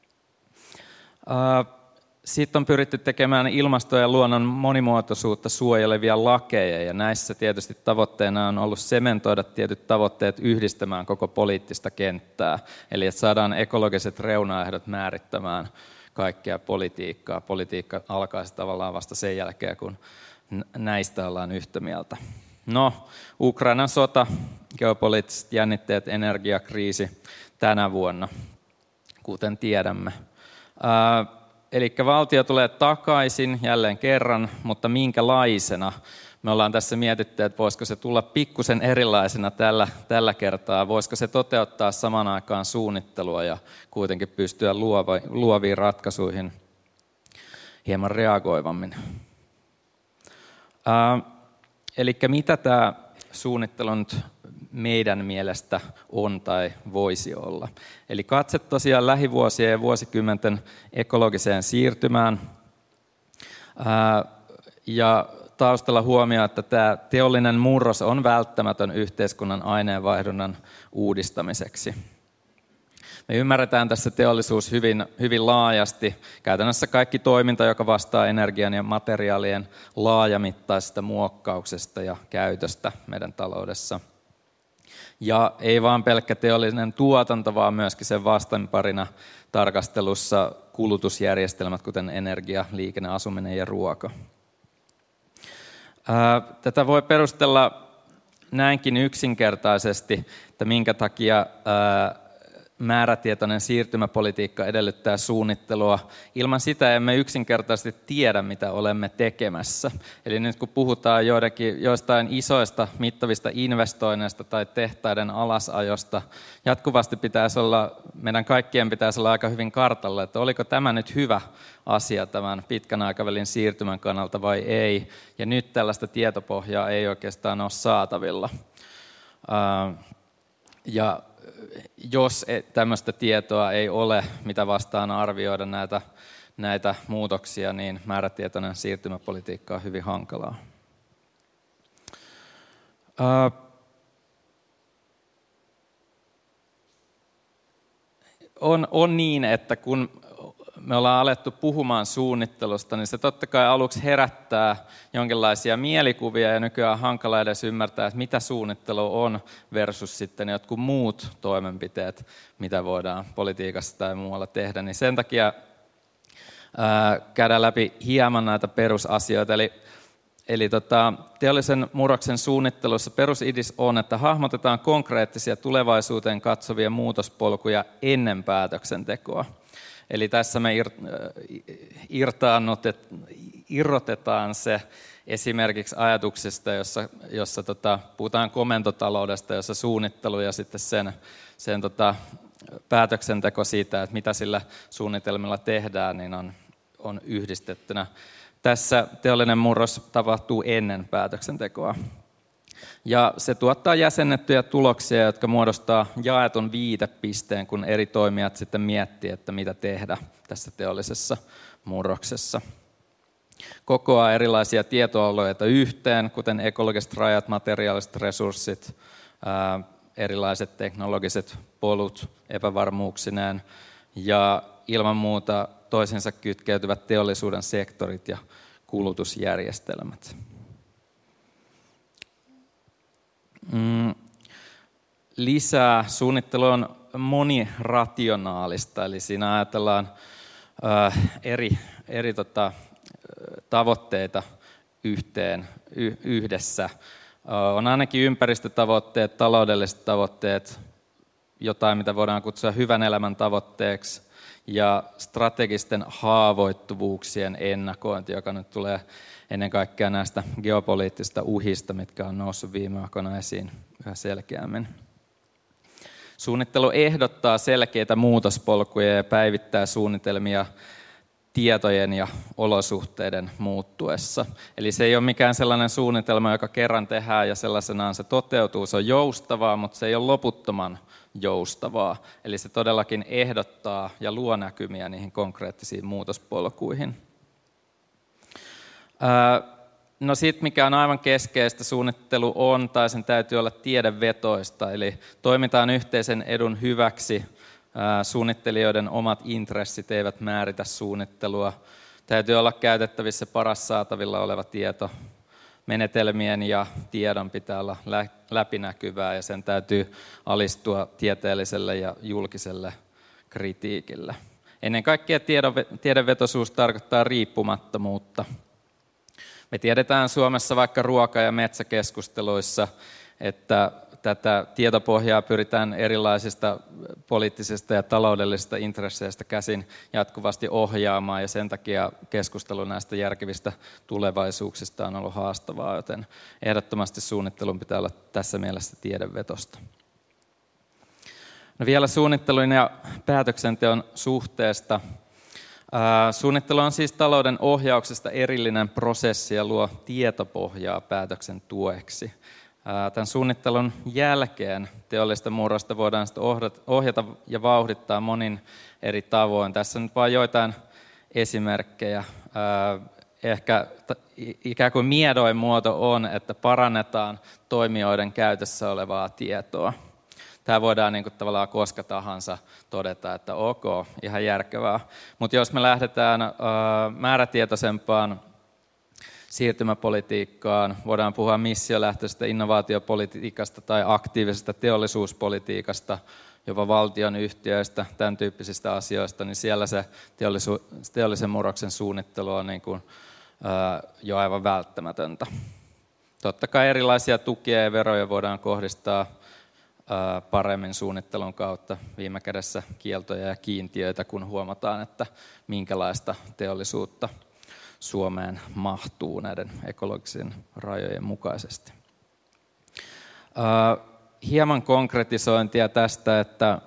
[SPEAKER 5] Sitten on pyritty tekemään ilmasto- ja luonnon monimuotoisuutta suojelevia lakeja, ja näissä tietysti tavoitteena on ollut sementoida tietyt tavoitteet yhdistämään koko poliittista kenttää, eli että saadaan ekologiset reunaehdot määrittämään kaikkea politiikkaa. Politiikka alkaisi tavallaan vasta sen jälkeen, kun näistä ollaan yhtä mieltä. No, Ukrainan sota, geopoliittiset jännitteet, energiakriisi tänä vuonna, kuten tiedämme. Eli valtio tulee takaisin jälleen kerran, mutta minkälaisena? Me ollaan tässä mietitty, että voisiko se tulla pikkusen erilaisena tällä, tällä kertaa. Voisiko se toteuttaa saman aikaan suunnittelua ja kuitenkin pystyä luova, luoviin ratkaisuihin hieman reagoivammin. Äh, eli mitä tämä suunnittelu nyt meidän mielestä on tai voisi olla. Eli katse tosiaan lähivuosien ja vuosikymmenten ekologiseen siirtymään. Ää, ja taustalla huomioon, että tämä teollinen murros on välttämätön yhteiskunnan aineenvaihdunnan uudistamiseksi. Me ymmärretään tässä teollisuus hyvin, hyvin laajasti. Käytännössä kaikki toiminta, joka vastaa energian ja materiaalien laajamittaisesta muokkauksesta ja käytöstä meidän taloudessa. Ja ei vaan pelkkä teollinen tuotanto, vaan myöskin sen vastaanparina tarkastelussa kulutusjärjestelmät, kuten energia, liikenne, asuminen ja ruoka. Tätä voi perustella näinkin yksinkertaisesti, että minkä takia määrätietoinen siirtymäpolitiikka edellyttää suunnittelua. Ilman sitä emme yksinkertaisesti tiedä, mitä olemme tekemässä. Eli nyt kun puhutaan joidenkin, joistain isoista mittavista investoinneista tai tehtaiden alasajosta, jatkuvasti pitäisi olla, meidän kaikkien pitäisi olla aika hyvin kartalla, että oliko tämä nyt hyvä asia tämän pitkän aikavälin siirtymän kannalta vai ei. Ja nyt tällaista tietopohjaa ei oikeastaan ole saatavilla. Ja jos tämmöistä tietoa ei ole, mitä vastaan arvioida näitä, näitä muutoksia, niin määrätietoinen siirtymäpolitiikka on hyvin hankalaa. Ää, on, on niin, että kun me ollaan alettu puhumaan suunnittelusta, niin se totta kai aluksi herättää jonkinlaisia mielikuvia ja nykyään on hankala edes ymmärtää, että mitä suunnittelu on versus sitten jotkut muut toimenpiteet, mitä voidaan politiikassa tai muualla tehdä. Niin sen takia ää, käydään läpi hieman näitä perusasioita. Eli, eli tota, teollisen murroksen suunnittelussa perusidis on, että hahmotetaan konkreettisia tulevaisuuteen katsovia muutospolkuja ennen päätöksentekoa. Eli tässä me irrotetaan se esimerkiksi ajatuksesta, jossa, jossa tota, puhutaan komentotaloudesta, jossa suunnittelu ja sitten sen, sen tota, päätöksenteko siitä, että mitä sillä suunnitelmilla tehdään, niin on, on yhdistettynä. Tässä teollinen murros tapahtuu ennen päätöksentekoa. Ja se tuottaa jäsennettyjä tuloksia, jotka muodostaa jaetun viitepisteen, kun eri toimijat sitten miettii, että mitä tehdä tässä teollisessa murroksessa. Kokoaa erilaisia tietoalueita yhteen, kuten ekologiset rajat, materiaaliset resurssit, ää, erilaiset teknologiset polut epävarmuuksineen ja ilman muuta toisensa kytkeytyvät teollisuuden sektorit ja kulutusjärjestelmät. Mm. Lisää suunnittelu on monirationaalista, eli siinä ajatellaan ää, eri, eri tota, tavoitteita yhteen, y, yhdessä. On ainakin ympäristötavoitteet, taloudelliset tavoitteet, jotain mitä voidaan kutsua hyvän elämän tavoitteeksi, ja strategisten haavoittuvuuksien ennakointi, joka nyt tulee ennen kaikkea näistä geopoliittisista uhista, mitkä on noussut viime aikoina esiin yhä selkeämmin. Suunnittelu ehdottaa selkeitä muutospolkuja ja päivittää suunnitelmia tietojen ja olosuhteiden muuttuessa. Eli se ei ole mikään sellainen suunnitelma, joka kerran tehdään ja sellaisenaan se toteutuu. Se on joustavaa, mutta se ei ole loputtoman joustavaa. Eli se todellakin ehdottaa ja luo näkymiä niihin konkreettisiin muutospolkuihin. No sitten mikä on aivan keskeistä suunnittelu on, tai sen täytyy olla tiedevetoista, eli toimitaan yhteisen edun hyväksi. Suunnittelijoiden omat intressit eivät määritä suunnittelua. Täytyy olla käytettävissä paras saatavilla oleva tieto. Menetelmien ja tiedon pitää olla läpinäkyvää ja sen täytyy alistua tieteelliselle ja julkiselle kritiikille. Ennen kaikkea tiedevetoisuus tarkoittaa riippumattomuutta. Me tiedetään Suomessa vaikka ruoka- ja metsäkeskusteluissa, että tätä tietopohjaa pyritään erilaisista poliittisista ja taloudellisista intresseistä käsin jatkuvasti ohjaamaan, ja sen takia keskustelu näistä järkevistä tulevaisuuksista on ollut haastavaa, joten ehdottomasti suunnittelun pitää olla tässä mielessä tiedevetosta. No vielä suunnittelun ja päätöksenteon suhteesta. Suunnittelu on siis talouden ohjauksesta erillinen prosessi ja luo tietopohjaa päätöksen tueksi. Tämän suunnittelun jälkeen teollista murrosta voidaan sitten ohjata ja vauhdittaa monin eri tavoin. Tässä nyt vain joitain esimerkkejä. Ehkä ikään kuin miedoin muoto on, että parannetaan toimijoiden käytössä olevaa tietoa. Tämä voidaan niin kuin tavallaan koska tahansa todeta, että ok, ihan järkevää. Mutta jos me lähdetään määrätietoisempaan siirtymäpolitiikkaan, voidaan puhua missiolähtöisestä innovaatiopolitiikasta tai aktiivisesta teollisuuspolitiikasta, jopa valtionyhtiöistä, tämän tyyppisistä asioista, niin siellä se teollisu- teollisen murroksen suunnittelu on niin kuin, ää, jo aivan välttämätöntä. Totta kai erilaisia tukia ja veroja voidaan kohdistaa ää, paremmin suunnittelun kautta, viime kädessä kieltoja ja kiintiöitä, kun huomataan, että minkälaista teollisuutta Suomeen mahtuu näiden ekologisen rajojen mukaisesti. Hieman konkretisointia tästä, että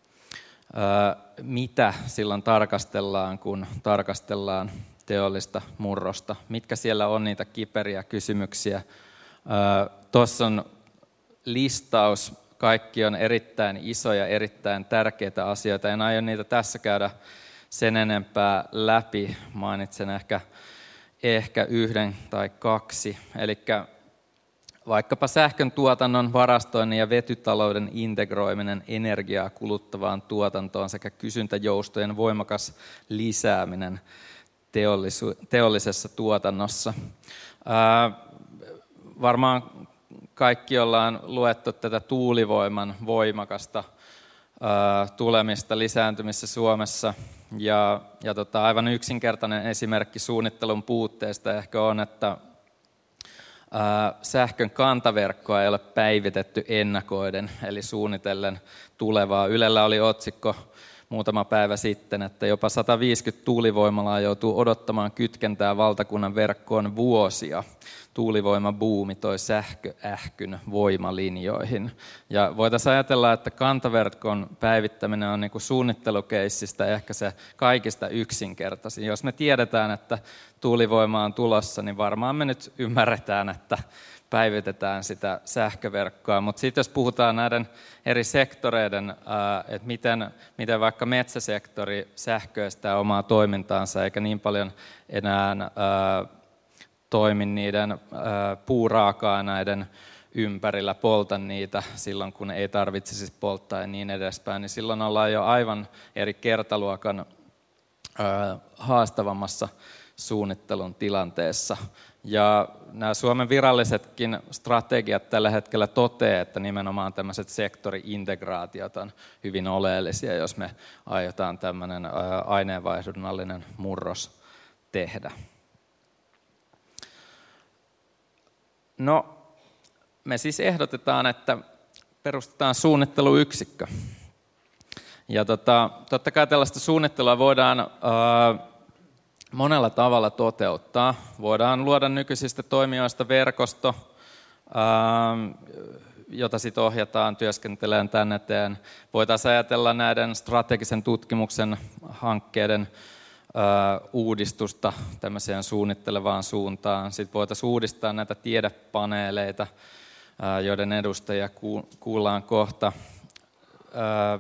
[SPEAKER 5] mitä silloin tarkastellaan, kun tarkastellaan teollista murrosta. Mitkä siellä on niitä kiperiä kysymyksiä. Tuossa on listaus. Kaikki on erittäin isoja, erittäin tärkeitä asioita. En aio niitä tässä käydä sen enempää läpi. Mainitsen ehkä, ehkä yhden tai kaksi. Eli vaikkapa sähkön tuotannon, varastoinnin ja vetytalouden integroiminen energiaa kuluttavaan tuotantoon sekä kysyntäjoustojen voimakas lisääminen teollisu- teollisessa tuotannossa. Ää, varmaan kaikki ollaan luettu tätä tuulivoiman voimakasta ää, tulemista, lisääntymistä Suomessa. Ja, ja tota, aivan yksinkertainen esimerkki suunnittelun puutteesta ehkä on, että ää, sähkön kantaverkkoa ei ole päivitetty ennakoiden, eli suunnitellen tulevaa. Ylellä oli otsikko muutama päivä sitten, että jopa sata viisikymmentä tuulivoimalaa joutuu odottamaan kytkentää valtakunnan verkkoon vuosia. Tuulivoimabuumi toi sähköähkyn voimalinjoihin. Ja voitaisiin ajatella, että kantaverkon päivittäminen on niin kuin suunnittelukeissistä ehkä se kaikista yksinkertaisin. Jos me tiedetään, että tuulivoima on tulossa, niin varmaan me nyt ymmärretään, että päivitetään sitä sähköverkkoa. Mutta sitten jos puhutaan näiden eri sektoreiden, että miten, miten vaikka metsäsektori sähköistää omaa toimintaansa, eikä niin paljon enää toimi niiden puuraaka-aineiden ympärillä, polta niitä silloin, kun ei tarvitsisi polttaa ja niin edespäin, niin silloin ollaan jo aivan eri kertaluokan haastavammassa suunnittelun tilanteessa. Ja nämä Suomen virallisetkin strategiat tällä hetkellä toteaa, että nimenomaan tämmöiset sektori-integraatiot on hyvin oleellisia, jos me aiotaan tämmöinen aineenvaihdunnallinen murros tehdä. No, me siis ehdotetaan, että perustetaan suunnitteluyksikkö. Ja tota, totta kai tällaista suunnittelua voidaan ää, monella tavalla toteuttaa. Voidaan luoda nykyisistä toimijoista verkosto, ää, jota sitten ohjataan työskentelemään tänne eteen. Voitaisiin ajatella näiden strategisen tutkimuksen hankkeiden ää, uudistusta tämmöiseen suunnittelevaan suuntaan. Sitten voitaisiin uudistaa näitä tiedepaneeleita, ää, joiden edustajia ku, kuullaan kohta. Ää,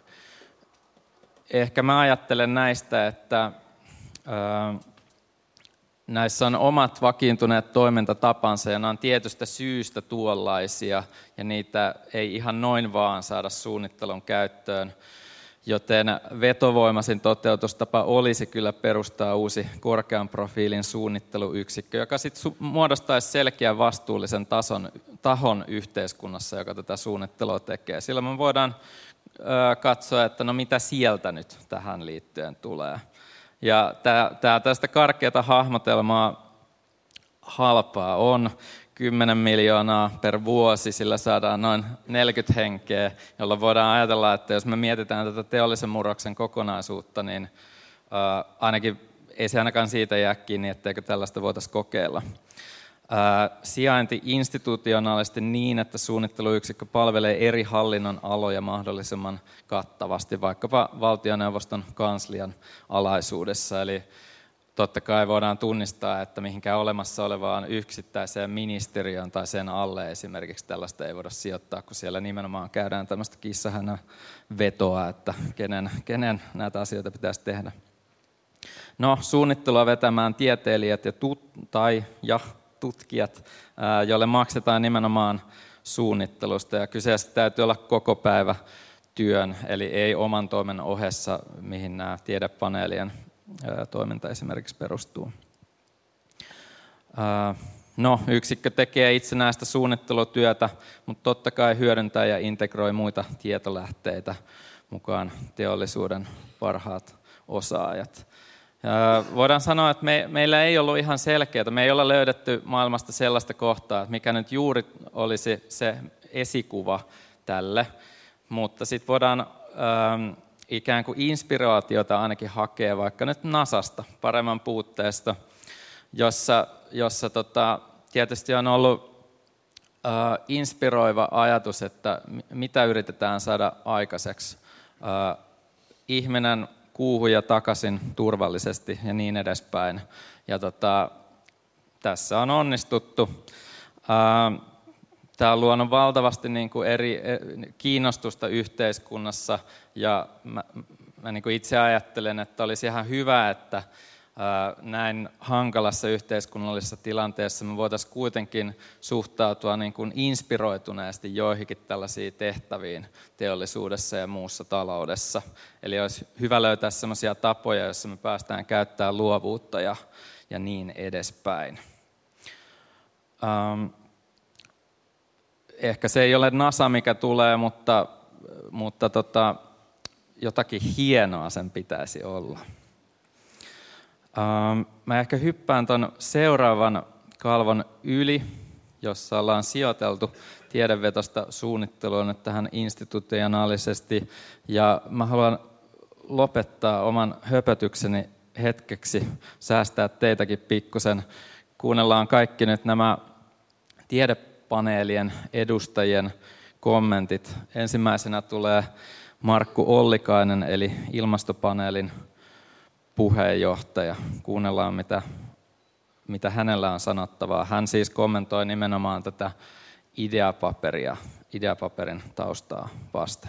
[SPEAKER 5] Ehkä mä ajattelen näistä, että ää, näissä on omat vakiintuneet toimintatapansa ja nämä on tietystä syystä tuollaisia ja niitä ei ihan noin vaan saada suunnittelun käyttöön. Joten vetovoimaisin toteutustapa olisi kyllä perustaa uusi korkean profiilin suunnitteluyksikkö, joka sitten muodostaisi selkeän vastuullisen tason, tahon yhteiskunnassa, joka tätä suunnittelua tekee. Silloin me voidaan katsoa, että no mitä sieltä nyt tähän liittyen tulee. Ja tämä tästä karkeata hahmotelmaa halpaa on kymmenen miljoonaa per vuosi, sillä saadaan noin neljäkymmentä henkeä, jolla voidaan ajatella, että jos me mietitään tätä teollisen murroksen kokonaisuutta, niin ainakin ei se ainakaan siitä jää kiinni, etteikö tällaista voitaisiin kokeilla. Sijainti institutionaalisesti niin, että suunnitteluyksikkö palvelee eri hallinnon aloja mahdollisimman kattavasti, vaikkapa valtioneuvoston kanslian alaisuudessa. Eli totta kai voidaan tunnistaa, että mihinkään olemassa olevaan yksittäiseen ministeriön tai sen alle esimerkiksi tällaista ei voida sijoittaa, kun siellä nimenomaan käydään tämmöistä kissahännän vetoa, että kenen, kenen näitä asioita pitäisi tehdä. No, suunnittelua vetämään tieteilijät ja tut, tai ja tutkijat, joille maksetaan nimenomaan suunnittelusta. Ja kyseessä täytyy olla koko päivä työn, eli ei oman toimen ohessa, mihin nämä tiedepaneelien toiminta esimerkiksi perustuu. No, yksikkö tekee itsenäistä suunnittelutyötä, mutta totta kai hyödyntää ja integroi muita tietolähteitä mukaan teollisuuden parhaat osaajat. Voidaan sanoa, että me, meillä ei ollut ihan selkeää, me ei olla löydetty maailmasta sellaista kohtaa, että mikä nyt juuri olisi se esikuva tälle, mutta sitten voidaan ähm, ikään kuin inspiraatiota ainakin hakea vaikka nyt NASAsta, paremman puutteesta, jossa, jossa tota, tietysti on ollut äh, inspiroiva ajatus, että mitä yritetään saada aikaiseksi. Äh, ihminen kuuhun ja takaisin turvallisesti ja niin edespäin. Ja tota, tässä on onnistuttu. Tämä on luonut valtavasti niin kuin eri kiinnostusta yhteiskunnassa ja mä, mä niin kuin itse ajattelen, että olisi ihan hyvä, että näin hankalassa yhteiskunnallisessa tilanteessa me voitaisiin kuitenkin suhtautua niin kuin inspiroituneesti joihinkin tällaisiin tehtäviin teollisuudessa ja muussa taloudessa. Eli olisi hyvä löytää sellaisia tapoja, joissa me päästään käyttämään luovuutta ja, ja niin edespäin. Ähm, ehkä se ei ole NASA, mikä tulee, mutta, mutta tota, jotakin hienoa sen pitäisi olla. Mä ehkä hyppään tuon seuraavan kalvon yli, jossa ollaan sijoiteltu tiedevetosta suunnittelua nyt tähän institutionaalisesti. Ja mä haluan lopettaa oman höpötykseni hetkeksi, säästää teitäkin pikkusen. Kuunnellaan kaikki nyt nämä tiedepaneelien edustajien kommentit. Ensimmäisenä tulee Markku Ollikainen, eli ilmastopaneelin puheenjohtaja. Kuunnellaan, mitä mitä hänellä on sanottavaa. Hän siis kommentoi nimenomaan tätä ideapaperia, ideapaperin taustaa vasten.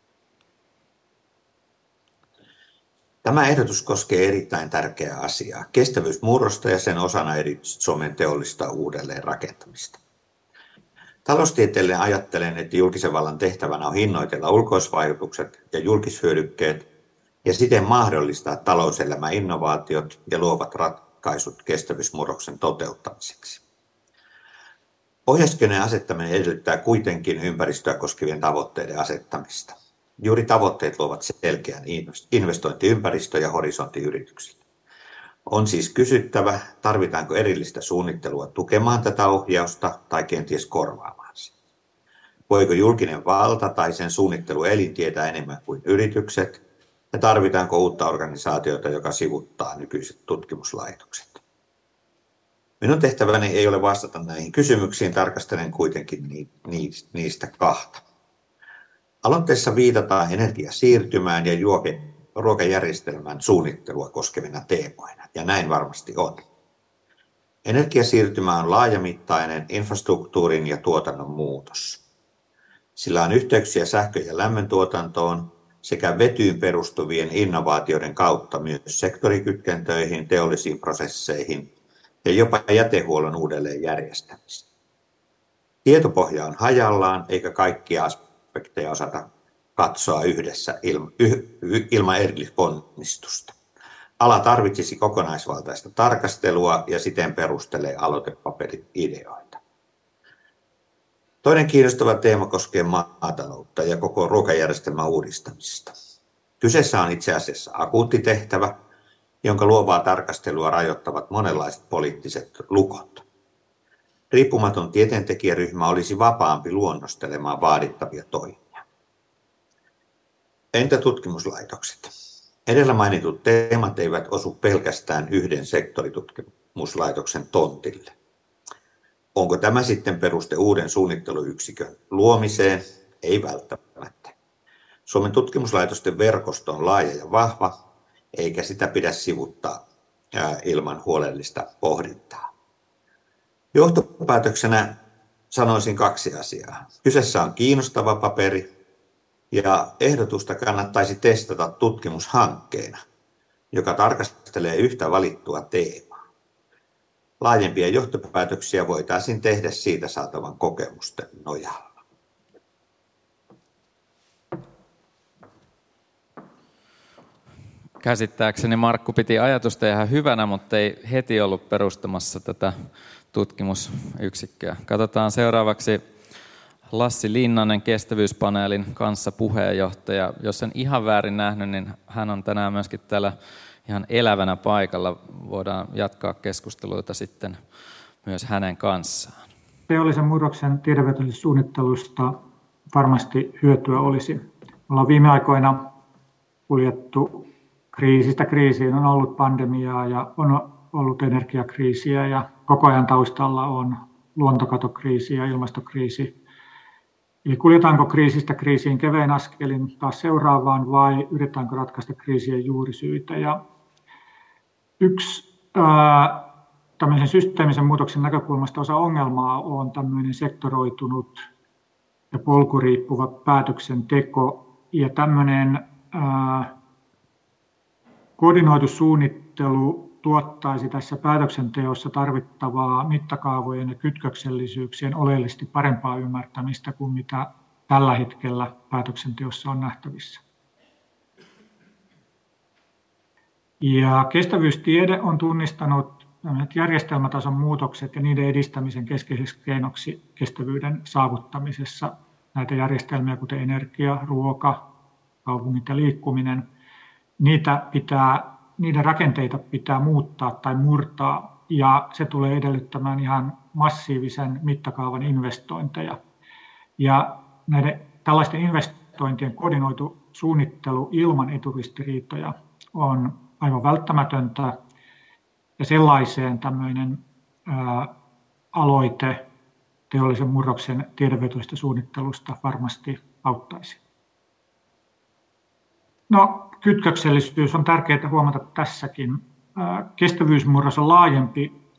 [SPEAKER 6] Tämä ehdotus koskee erittäin tärkeää asiaa, kestävyysmurrosta ja sen osana erityisesti Suomen teollista uudelleenrakentamista. Taloustieteelle ajattelen, että julkisen vallan tehtävänä on hinnoitella ulkoisvaikutukset ja julkishyödykkeet ja siten mahdollistaa talouselämän innovaatiot ja luovat ratkaisut kestävyysmurroksen toteuttamiseksi. Ohjauskeinojen asettaminen edellyttää kuitenkin ympäristöä koskevien tavoitteiden asettamista. Juuri tavoitteet luovat selkeän investointiympäristö- ja horisonttiyrityksille. On siis kysyttävä, tarvitaanko erillistä suunnittelua tukemaan tätä ohjausta tai kenties korvaamaan sen. Voiko julkinen valta tai sen suunnitteluelin tietää enemmän kuin yritykset, ja tarvitaanko uutta organisaatiota, joka sivuttaa nykyiset tutkimuslaitokset? Minun tehtäväni ei ole vastata näihin kysymyksiin, tarkastelen kuitenkin niistä kahta. Aloitteessa viitataan energiasiirtymään ja ruokajärjestelmän suunnittelua koskevina teemoina, ja näin varmasti on. Energiasiirtymä on laajamittainen infrastruktuurin ja tuotannon muutos. Sillä on yhteyksiä sähkö- ja lämmöntuotantoon sekä vetyyn perustuvien innovaatioiden kautta myös sektorikytkentöihin, teollisiin prosesseihin ja jopa jätehuollon uudelleenjärjestämiseen. Tietopohja on hajallaan eikä kaikkia aspekteja osata katsoa yhdessä ilman, ilman erillisponnistusta. Ala tarvitsisi kokonaisvaltaista tarkastelua ja siten perustelee aloitepaperin ideoita. Toinen kiinnostava teema koskee maataloutta ja koko ruokajärjestelmän uudistamista. Kyseessä on itse asiassa akuutti tehtävä, jonka luovaa tarkastelua rajoittavat monenlaiset poliittiset lukot. Riippumaton tieteentekijäryhmä olisi vapaampi luonnostelemaan vaadittavia toimia. Entä tutkimuslaitokset? Edellä mainitut teemat eivät osu pelkästään yhden sektoritutkimuslaitoksen tontille. Onko tämä sitten peruste uuden suunnitteluyksikön luomiseen? Ei välttämättä. Suomen tutkimuslaitosten verkosto on laaja ja vahva, eikä sitä pidä sivuttaa ilman huolellista pohdintaa. Johtopäätöksenä sanoisin kaksi asiaa. Kyseessä on kiinnostava paperi ja ehdotusta kannattaisi testata tutkimushankkeena, joka tarkastelee yhtä valittua teemaa. Laajempia johtopäätöksiä voitaisiin tehdä siitä saatavan kokemusten nojalla.
[SPEAKER 5] Käsittääkseni Markku piti ajatusta ihan hyvänä, mutta ei heti ollut perustamassa tätä tutkimusyksikköä. Katsotaan seuraavaksi Lassi Linnanen, kestävyyspaneelin kanssa puheenjohtaja. Jos en ihan väärin nähnyt, niin hän on tänään myöskin täällä ihan elävänä paikalla. Voidaan jatkaa keskusteluita sitten myös hänen kanssaan.
[SPEAKER 7] Teollisen murroksen tiedevetoisesta suunnittelusta varmasti hyötyä olisi. Me ollaan viime aikoina kuljettu kriisistä kriisiin, on ollut pandemiaa ja on ollut energiakriisiä ja koko ajan taustalla on luontokatokriisi ja ilmastokriisi. Eli kuljetaanko kriisistä kriisiin kevein askelin taas seuraavaan vai yritetäänkö ratkaista kriisien juurisyitä? Ja yksi ää, tämmöisen systeemisen muutoksen näkökulmasta osa ongelmaa on tämmöinen sektoroitunut ja polkuriippuva päätöksenteko ja tämmöinen ää, koordinoitu suunnittelu tuottaisi tässä päätöksenteossa tarvittavaa mittakaavojen ja kytköksellisyyksien oleellisesti parempaa ymmärtämistä kuin mitä tällä hetkellä päätöksenteossa on nähtävissä. Ja kestävyystiede on tunnistanut järjestelmätason muutokset ja niiden edistämisen keskeiseksi keinoksi kestävyyden saavuttamisessa. Näitä järjestelmiä, kuten energia, ruoka, kaupungit ja liikkuminen, niitä pitää, niiden rakenteita pitää muuttaa tai murtaa, ja se tulee edellyttämään ihan massiivisen mittakaavan investointeja. Ja näiden tällaisten investointien koordinoitu suunnittelu ilman eturistiriitoja on aivan välttämätöntä, ja sellaiseen tämmöinen ää, aloite teollisen murroksen tiedevetoisesta suunnittelusta varmasti auttaisi. No, kytköksellisyys on tärkeää huomata tässäkin. Kestävyysmurros on laajempi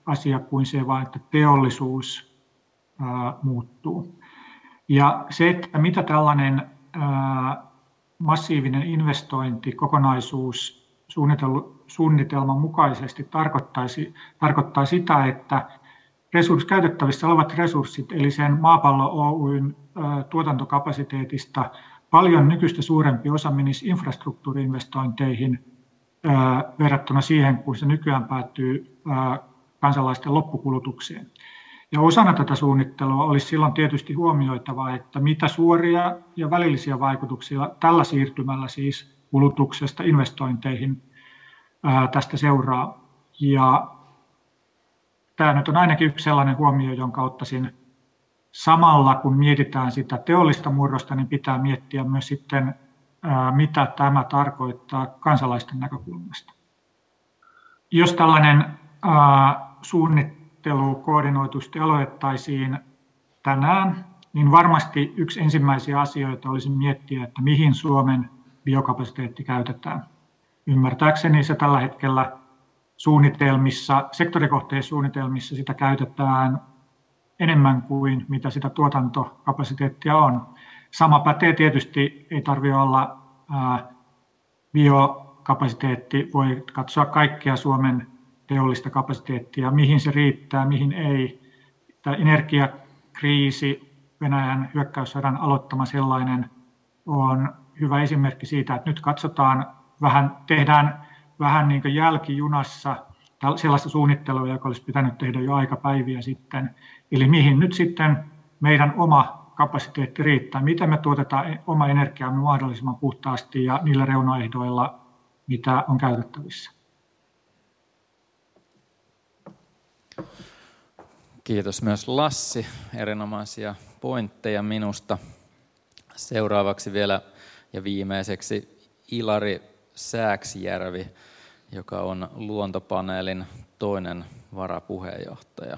[SPEAKER 7] asia kuin se vaan, että teollisuus ää, muuttuu. Ja se, että mitä tällainen ää, massiivinen investointikokonaisuus suunnitelman mukaisesti tarkoittaisi, tarkoittaa sitä, että resurs, käytettävissä olevat resurssit, eli sen Maapallo Oyn ää, tuotantokapasiteetista paljon nykyistä suurempi osa menisi infrastruktuuriinvestointeihin ää, verrattuna siihen, kun se nykyään päättyy ää, kansalaisten loppukulutukseen. Ja osana tätä suunnittelua olisi silloin tietysti huomioitava, että mitä suoria ja välillisiä vaikutuksia tällä siirtymällä siis kulutuksesta investointeihin ää, tästä seuraa. Ja tämä nyt on ainakin yksi sellainen huomio, jonka ottaisin samalla, kun mietitään sitä teollista murrosta, niin pitää miettiä myös sitten, ää, mitä tämä tarkoittaa kansalaisten näkökulmasta. Jos tällainen ää, suunnittelu koordinoitusti aloitettaisiin tänään, niin varmasti yksi ensimmäisiä asioita olisi miettiä, että mihin Suomen biokapasiteetti käytetään. Ymmärtääkseni se tällä hetkellä suunnitelmissa, sektorikohteissa suunnitelmissa sitä käytetään enemmän kuin mitä sitä tuotantokapasiteettia on. Sama pätee tietysti, ei tarvitse olla ää, biokapasiteetti, voi katsoa kaikkea Suomen teollista kapasiteettia, mihin se riittää, mihin ei. Tämä energiakriisi, Venäjän hyökkäyssodan aloittama sellainen, on hyvä esimerkki siitä, että nyt katsotaan, vähän, tehdään vähän niin kuin jälkijunassa sellaista suunnittelua, joka olisi pitänyt tehdä jo aikapäiviä sitten. Eli mihin nyt sitten meidän oma kapasiteetti riittää, miten me tuotetaan oma energiamme mahdollisimman puhtaasti ja niillä reunaehdoilla, mitä on käytettävissä.
[SPEAKER 5] Kiitos myös Lassi, erinomaisia pointteja minusta. Seuraavaksi vielä ja viimeiseksi Ilari Sääksjärvi, joka on Luontopaneelin toinen varapuheenjohtaja.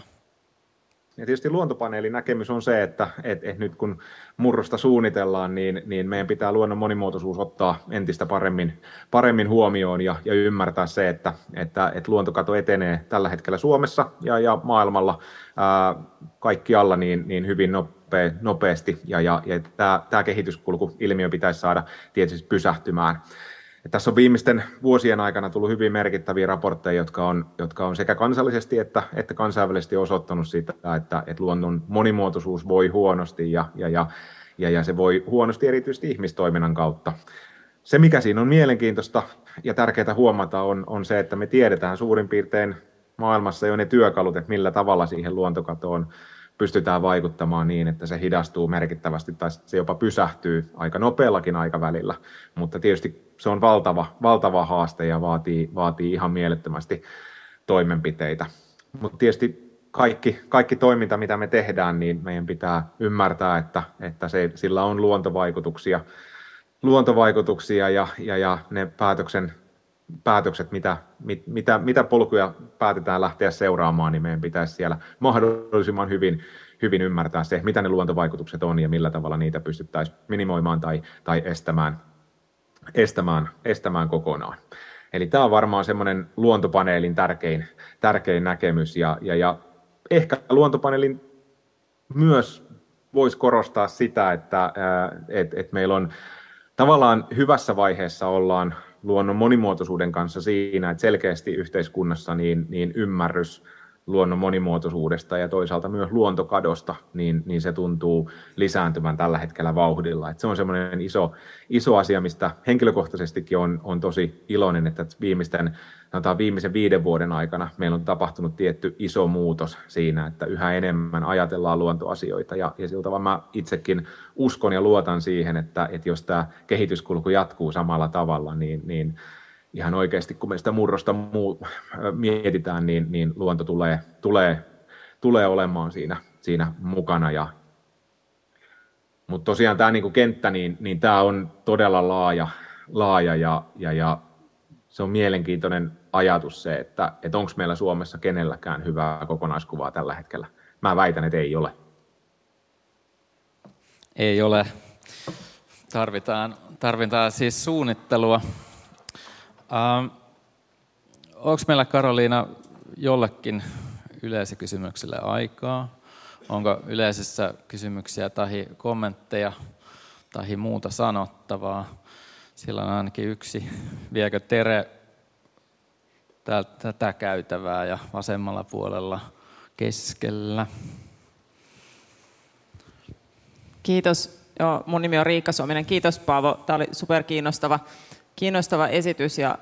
[SPEAKER 8] Ja tietysti Luontopaneelin näkemys on se, että et, et nyt kun murrosta suunnitellaan, niin, niin meidän pitää luonnon monimuotoisuus ottaa entistä paremmin, paremmin huomioon ja, ja ymmärtää se, että, että, että luontokato etenee tällä hetkellä Suomessa ja, ja maailmalla ää, kaikkialla niin, niin hyvin nopea, nopeasti. Ja, ja, ja tämä, tämä kehityskulku ilmiö pitäisi saada tietysti pysähtymään. Ja tässä on viimeisten vuosien aikana tullut hyvin merkittäviä raportteja, jotka on, jotka on sekä kansallisesti että, että kansainvälisesti osoittanut sitä, että, että luonnon monimuotoisuus voi huonosti ja, ja, ja, ja, ja se voi huonosti erityisesti ihmistoiminnan kautta. Se, mikä siinä on mielenkiintoista ja tärkeää huomata, on, on se, että me tiedetään suurin piirtein maailmassa jo ne työkalut, että millä tavalla siihen luontokatoon pystytään vaikuttamaan niin, että se hidastuu merkittävästi tai se jopa pysähtyy aika nopeallakin aikavälillä, mutta tietysti se on valtava, valtava haaste ja vaatii, vaatii ihan mielettömästi toimenpiteitä. Mutta tietysti kaikki, kaikki toiminta, mitä me tehdään, niin meidän pitää ymmärtää, että, että se, sillä on luontovaikutuksia, luontovaikutuksia ja, ja, ja ne päätöksen, päätökset, mitä, mit, mitä, mitä polkuja päätetään lähteä seuraamaan, niin meidän pitäisi siellä mahdollisimman hyvin, hyvin ymmärtää se, mitä ne luontovaikutukset on ja millä tavalla niitä pystyttäisiin minimoimaan tai, tai estämään, estämään, estämään kokonaan. Eli tämä on varmaan semmoinen Luontopaneelin tärkein, tärkein näkemys ja, ja, ja ehkä Luontopaneelin myös voisi korostaa sitä, että et, et meillä on tavallaan hyvässä vaiheessa ollaan luonnon monimuotoisuuden kanssa siinä, että selkeästi yhteiskunnassa niin, niin ymmärrys luonnon monimuotoisuudesta ja toisaalta myös luontokadosta, niin, niin se tuntuu lisääntyvän tällä hetkellä vauhdilla. Et se on semmoinen iso, iso asia, mistä henkilökohtaisestikin on, on tosi iloinen, että viimeisten, sanotaan viimeisen viiden vuoden aikana meillä on tapahtunut tietty iso muutos siinä, että yhä enemmän ajatellaan luontoasioita ja, ja siltä tavalla mä itsekin uskon ja luotan siihen, että, että jos tämä kehityskulku jatkuu samalla tavalla, niin, niin ihan oikeasti, kun me sitä murrosta muu, mietitään, niin, niin luonto tulee, tulee, tulee olemaan siinä, siinä mukana. Ja, mutta tosiaan tämä niin kenttä, niin, niin tämä on todella laaja, laaja ja, ja, ja se on mielenkiintoinen ajatus se, että, että onko meillä Suomessa kenelläkään hyvää kokonaiskuvaa tällä hetkellä. Mä väitän, että ei ole.
[SPEAKER 5] Ei ole. Tarvitaan, tarvitaan siis suunnittelua. Ähm, onko meillä, Karoliina, jollekin yleisökysymyksille aikaa. Onko yleisössä kysymyksiä tai kommentteja tai muuta sanottavaa? Sillä on ainakin yksi. Viekö Tere tätä käytävää ja vasemmalla puolella keskellä?
[SPEAKER 9] Kiitos. Joo, mun nimi on Riikka Suominen. Kiitos Paavo. Tämä oli superkiinnostava kiinnostava esitys ja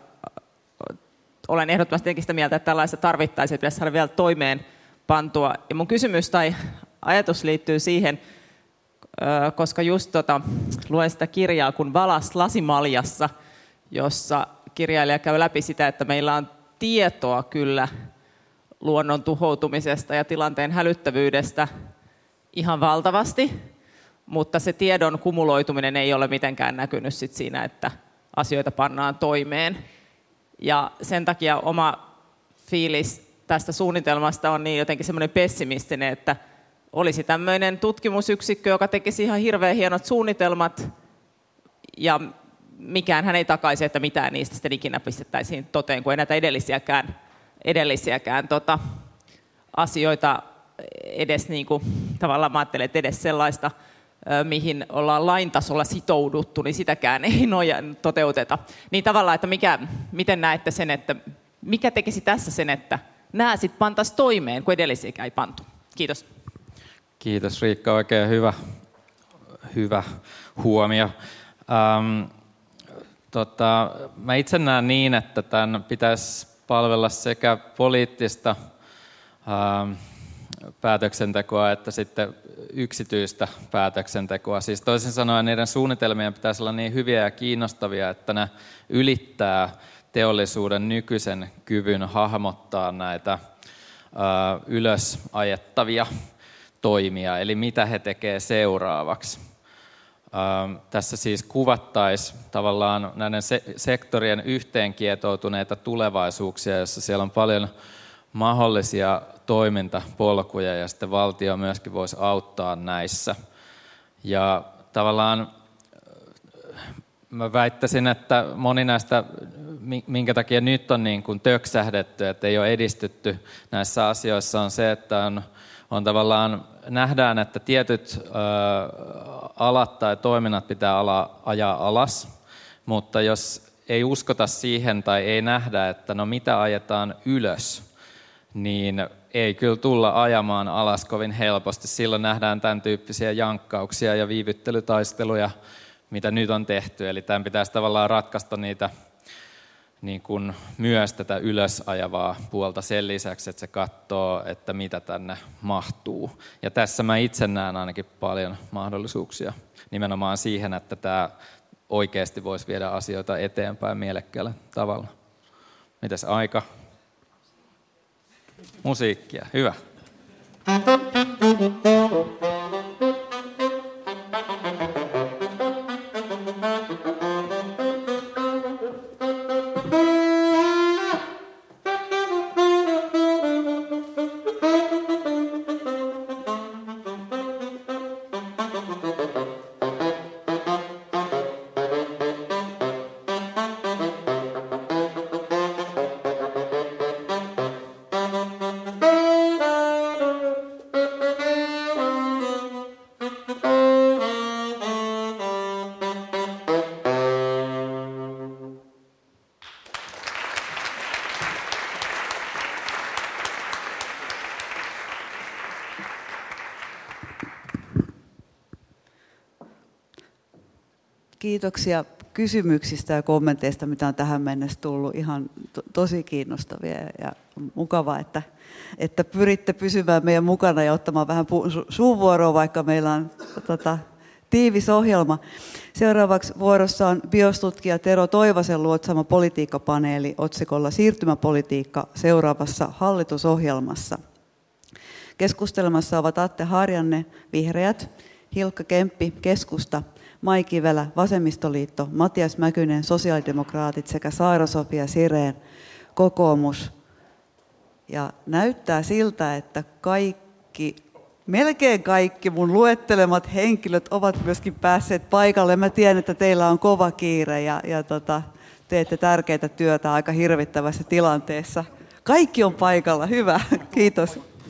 [SPEAKER 9] olen ehdottomasti sitä mieltä, että tällaista tarvittaisiin, pitäisi saada vielä toimeen pantua. Ja mun kysymys tai ajatus liittyy siihen, koska just tota, luen sitä kirjaa kuin Valas lasimaljassa, jossa kirjailija käy läpi sitä, että meillä on tietoa kyllä luonnon tuhoutumisesta ja tilanteen hälyttävyydestä ihan valtavasti, mutta se tiedon kumuloituminen ei ole mitenkään näkynyt sit siinä, että asioita pannaan toimeen. Ja sen takia oma fiilis tästä suunnitelmasta on niin jotenkin semmoinen pessimistinen, että olisi tämmöinen tutkimusyksikkö, joka tekisi ihan hirveän hienot suunnitelmat, ja mikään hän ei takaisi, että mitään niistä sitten ikinä pistettäisiin toteen, kun ei näitä edellisiäkään, edellisiäkään tota, asioita edes niin kuin, tavallaan mä ajattelen, että edes sellaista, mihin ollaan lain tasolla sitouduttu, niin sitäkään ei noja, toteuteta. Niin tavallaan, että mikä, miten näette sen, että mikä tekisi tässä sen, että nämä sitten pantaisiin toimeen, kun edellisiäkään ei pantu. Kiitos.
[SPEAKER 5] Kiitos Riikka, oikein hyvä, hyvä huomio. Ähm, tota, mä itse näen niin, että tämän pitäisi palvella sekä poliittista ähm, päätöksentekoa että sitten yksityistä päätöksentekoa. Siis toisin sanoen niiden suunnitelmien pitäisi olla niin hyviä ja kiinnostavia, että ne ylittää teollisuuden nykyisen kyvyn hahmottaa näitä ää, ylös ajettavia toimia, eli mitä he tekevät seuraavaksi. Ää, tässä siis kuvattaisiin tavallaan näiden se- sektorien yhteenkietoutuneita tulevaisuuksia, joissa siellä on paljon mahdollisia toimintapolkuja ja sitten valtio myöskin voisi auttaa näissä. Ja tavallaan mä väittäisin, että moni näistä, minkä takia nyt on niin kuin töksähdetty, että ei ole edistytty näissä asioissa, on se, että on, on tavallaan nähdään, että tietyt ö, alat tai toiminnat pitää ala, ajaa alas, mutta jos ei uskota siihen tai ei nähdä, että no mitä ajetaan ylös, niin ei kyllä tulla ajamaan alas kovin helposti. Silloin nähdään tämän tyyppisiä jankkauksia ja viivyttelytaisteluja, mitä nyt on tehty. Eli tämän pitäisi tavallaan ratkaista niitä niin kuin myös tätä ylösajavaa puolta sen lisäksi, että se katsoo, että mitä tänne mahtuu. Ja tässä mä itse näen ainakin paljon mahdollisuuksia nimenomaan siihen, että tämä oikeasti voisi viedä asioita eteenpäin mielekkäällä tavalla. Mitäs aika? Musiikkia, hyvä.
[SPEAKER 2] Kiitoksia kysymyksistä ja kommenteista, mitä on tähän mennessä tullut. Ihan to- tosi kiinnostavia ja mukavaa, että, että pyritte pysymään meidän mukana ja ottamaan vähän pu- su- suunvuoroa, vaikka meillä on tota, tiivis ohjelma. Seuraavaksi vuorossa on biostutkija Tero Toivasen luotsama politiikkapaneeli otsikolla Siirtymäpolitiikka seuraavassa hallitusohjelmassa. Keskustelemassa ovat Atte Harjanne, Vihreät, Hilkka Kemppi, Keskusta, Mai Kivelä, Vasemmistoliitto, Matias Mäkynen, Sosiaalidemokraatit sekä Saara-Sofia Sirén, Kokoomus. Ja näyttää siltä, että kaikki, melkein kaikki mun luettelemat henkilöt ovat myöskin päässeet paikalle. Mä tiedän, että teillä on kova kiire ja, ja tota, teette tärkeää työtä aika hirvittävässä tilanteessa. Kaikki on paikalla, hyvä, kiitos.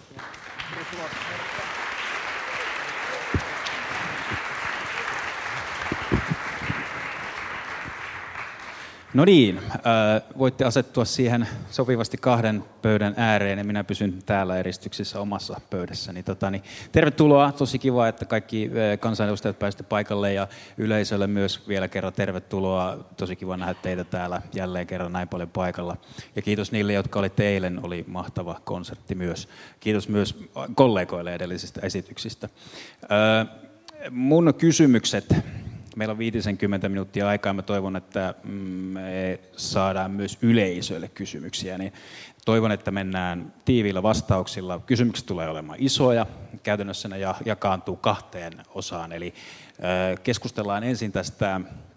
[SPEAKER 10] No niin, äh, voitte asettua siihen sopivasti kahden pöydän ääreen ja minä pysyn täällä eristyksissä omassa pöydässäni. Tota, niin, tervetuloa, tosi kiva, että kaikki kansanedustajat pääsitte paikalle ja yleisölle myös vielä kerran tervetuloa. Tosi kiva nähdä teitä täällä jälleen kerran näin paljon paikalla. Ja kiitos niille, jotka olitte eilen, oli mahtava konsertti myös. Kiitos myös kollegoille edellisistä esityksistä. Äh, mun kysymykset. Meillä on viisikymmentä minuuttia aikaa. Mä toivon, että me saadaan myös yleisölle kysymyksiä. Niin toivon, että mennään tiiviillä vastauksilla. Kysymykset tulee olemaan isoja. Käytännössä ne jakaantuu kahteen osaan. Eli keskustellaan ensin tästä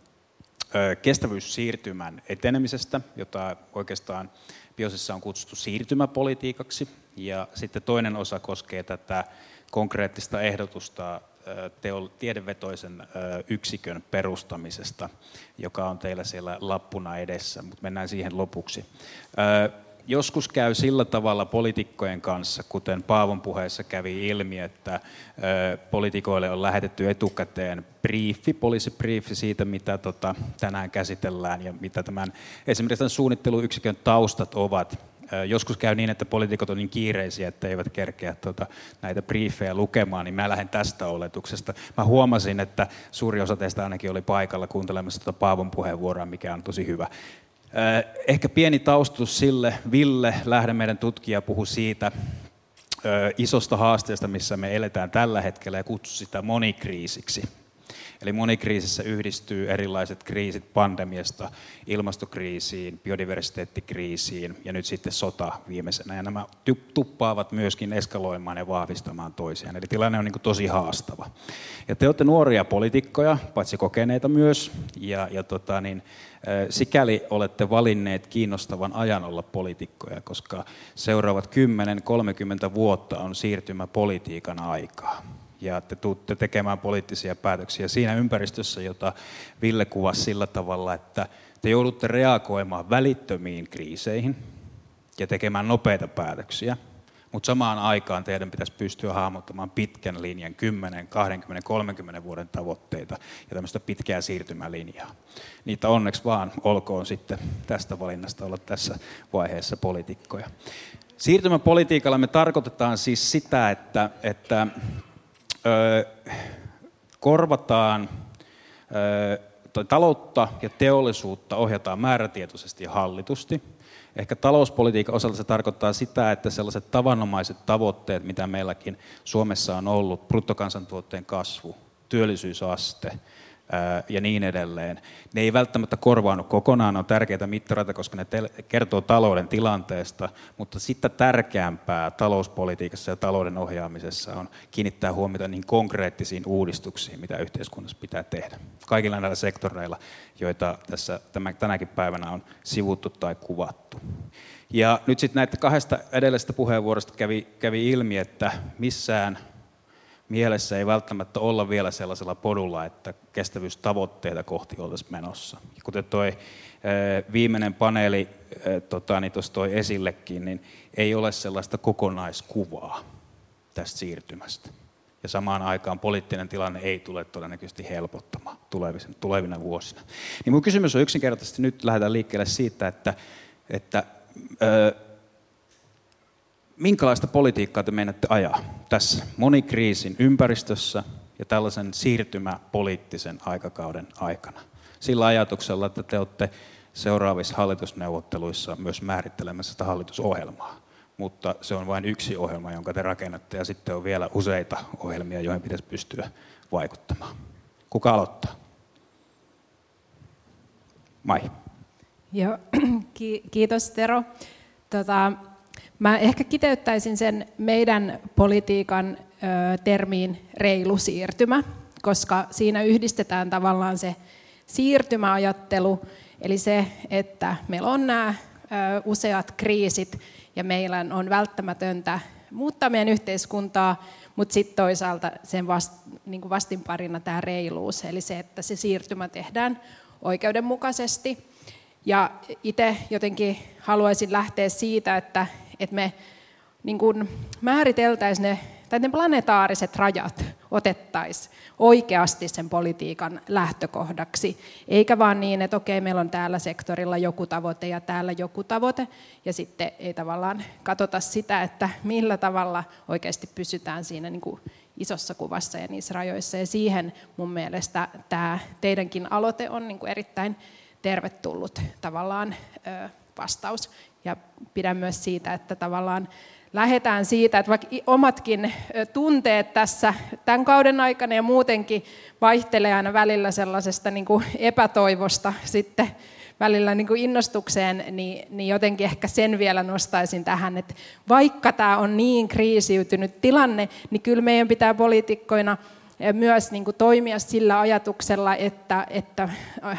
[SPEAKER 10] kestävyyssiirtymän etenemisestä, jota oikeastaan Biosissa on kutsuttu siirtymäpolitiikaksi. Ja sitten toinen osa koskee tätä konkreettista ehdotusta tiedevetoisen yksikön perustamisesta, joka on teillä siellä lappuna edessä, mutta mennään siihen lopuksi. Joskus käy sillä tavalla poliitikkojen kanssa, kuten Paavon puheessa kävi ilmi, että poliitikoille on lähetetty etukäteen briefi, poliisibriefi siitä, mitä tota, tänään käsitellään ja mitä tämän, esimerkiksi tämän suunnitteluyksikön taustat ovat. Joskus käy niin, että poliitikot on niin kiireisiä, että eivät kerkeä tuota, näitä briefejä lukemaan, niin mä lähden tästä oletuksesta. Mä huomasin, että suuri osa teistä ainakin oli paikalla kuuntelemassa tuota Paavon puheenvuoroa, mikä on tosi hyvä. Ehkä pieni taustus sille. Ville, Lähde, meidän tutkija, puhui siitä isosta haasteesta, missä me eletään tällä hetkellä ja kutsui sitä monikriisiksi. Eli monikriisissä yhdistyy erilaiset kriisit pandemiasta, ilmastokriisiin, biodiversiteettikriisiin ja nyt sitten sota viimeisenä. Ja nämä tuppaavat myöskin eskaloimaan ja vahvistamaan toisiaan. Eli tilanne on niin kuin tosi haastava. Ja te olette nuoria poliitikkoja, paitsi kokeneita myös. Ja, ja tota niin, sikäli olette valinneet kiinnostavan ajan olla poliitikkoja, koska seuraavat kymmenen kolmekymmentä vuotta on siirtymäpolitiikan aikaa. Ja te tuutte tekemään poliittisia päätöksiä siinä ympäristössä, jota Ville kuvasi sillä tavalla, että te joudutte reagoimaan välittömiin kriiseihin ja tekemään nopeita päätöksiä, mutta samaan aikaan teidän pitäisi pystyä hahmottamaan pitkän linjan kymmenen, kaksikymmentä, kolmekymmentä vuoden tavoitteita ja tämmöistä pitkää siirtymälinjaa. Niitä onneksi vaan olkoon sitten tästä valinnasta olla tässä vaiheessa poliitikkoja. Siirtymäpolitiikalla me tarkoitetaan siis sitä, että, että korvataan, tai taloutta ja teollisuutta ohjataan määrätietoisesti ja hallitusti. Ehkä talouspolitiikan osalta se tarkoittaa sitä, että sellaiset tavanomaiset tavoitteet, mitä meilläkin Suomessa on ollut, bruttokansantuotteen kasvu, työllisyysaste ja niin edelleen, ne ei välttämättä korvaannu kokonaan, ne on tärkeitä mittareita, koska ne kertoo talouden tilanteesta, mutta sitä tärkeämpää talouspolitiikassa ja talouden ohjaamisessa on kiinnittää huomiota niihin konkreettisiin uudistuksiin, mitä yhteiskunnassa pitää tehdä. Kaikilla näillä sektoreilla, joita tässä tänäkin päivänä on sivuttu tai kuvattu. Ja nyt sitten näitä kahdesta edellisestä puheenvuorosta kävi, kävi ilmi, että missään mielessä ei välttämättä olla vielä sellaisella podulla, että kestävyystavoitteita kohti oltaisiin menossa. Ja kuten tuo viimeinen paneeli tota, niin tuossa toi esillekin, niin ei ole sellaista kokonaiskuvaa tästä siirtymästä. Ja samaan aikaan poliittinen tilanne ei tule todennäköisesti helpottamaan tulevina vuosina. Niin mun kysymys on yksinkertaisesti, nyt lähdetään liikkeelle siitä, että, että ö, minkälaista politiikkaa te meinaatte ajaa tässä monikriisin ympäristössä ja tällaisen siirtymäpoliittisen aikakauden aikana? Sillä ajatuksella, että te olette seuraavissa hallitusneuvotteluissa myös määrittelemässä sitä hallitusohjelmaa. Mutta se on vain yksi ohjelma, jonka te rakennatte, ja sitten on vielä useita ohjelmia, joihin pitäisi pystyä vaikuttamaan. Kuka aloittaa? Mai.
[SPEAKER 11] Joo, kiitos Tero. Tota, mä ehkä kiteyttäisin sen meidän politiikan ö, termiin reilu siirtymä, koska siinä yhdistetään tavallaan se siirtymäajattelu, eli se, että meillä on nämä ö, useat kriisit, ja meillä on välttämätöntä muuttaa meidän yhteiskuntaa, mutta sitten toisaalta sen vast, niin kuin vastinparina tämä reiluus, eli se, että se siirtymä tehdään oikeudenmukaisesti. Ja itse jotenkin haluaisin lähteä siitä, että, että me niin kuin määriteltäisiin ne tai ne planetaariset rajat otettaisiin oikeasti sen politiikan lähtökohdaksi, eikä vaan niin, että okei, meillä on täällä sektorilla joku tavoite ja täällä joku tavoite, ja sitten ei tavallaan katsota sitä, että millä tavalla oikeasti pysytään siinä niin kuin isossa kuvassa ja niissä rajoissa, ja siihen mun mielestä tämä teidänkin aloite on niin kuin erittäin tervetullut tavallaan vastaus, ja pidän myös siitä, että tavallaan lähdetään siitä, että vaikka omatkin tunteet tässä tämän kauden aikana ja muutenkin vaihtelee aina välillä sellaisesta niin kuin epätoivosta sitten välillä niin kuin innostukseen, niin, niin jotenkin ehkä sen vielä nostaisin tähän, että vaikka tämä on niin kriisiytynyt tilanne, niin kyllä meidän pitää poliitikkoina myös niin kuin toimia sillä ajatuksella, että, että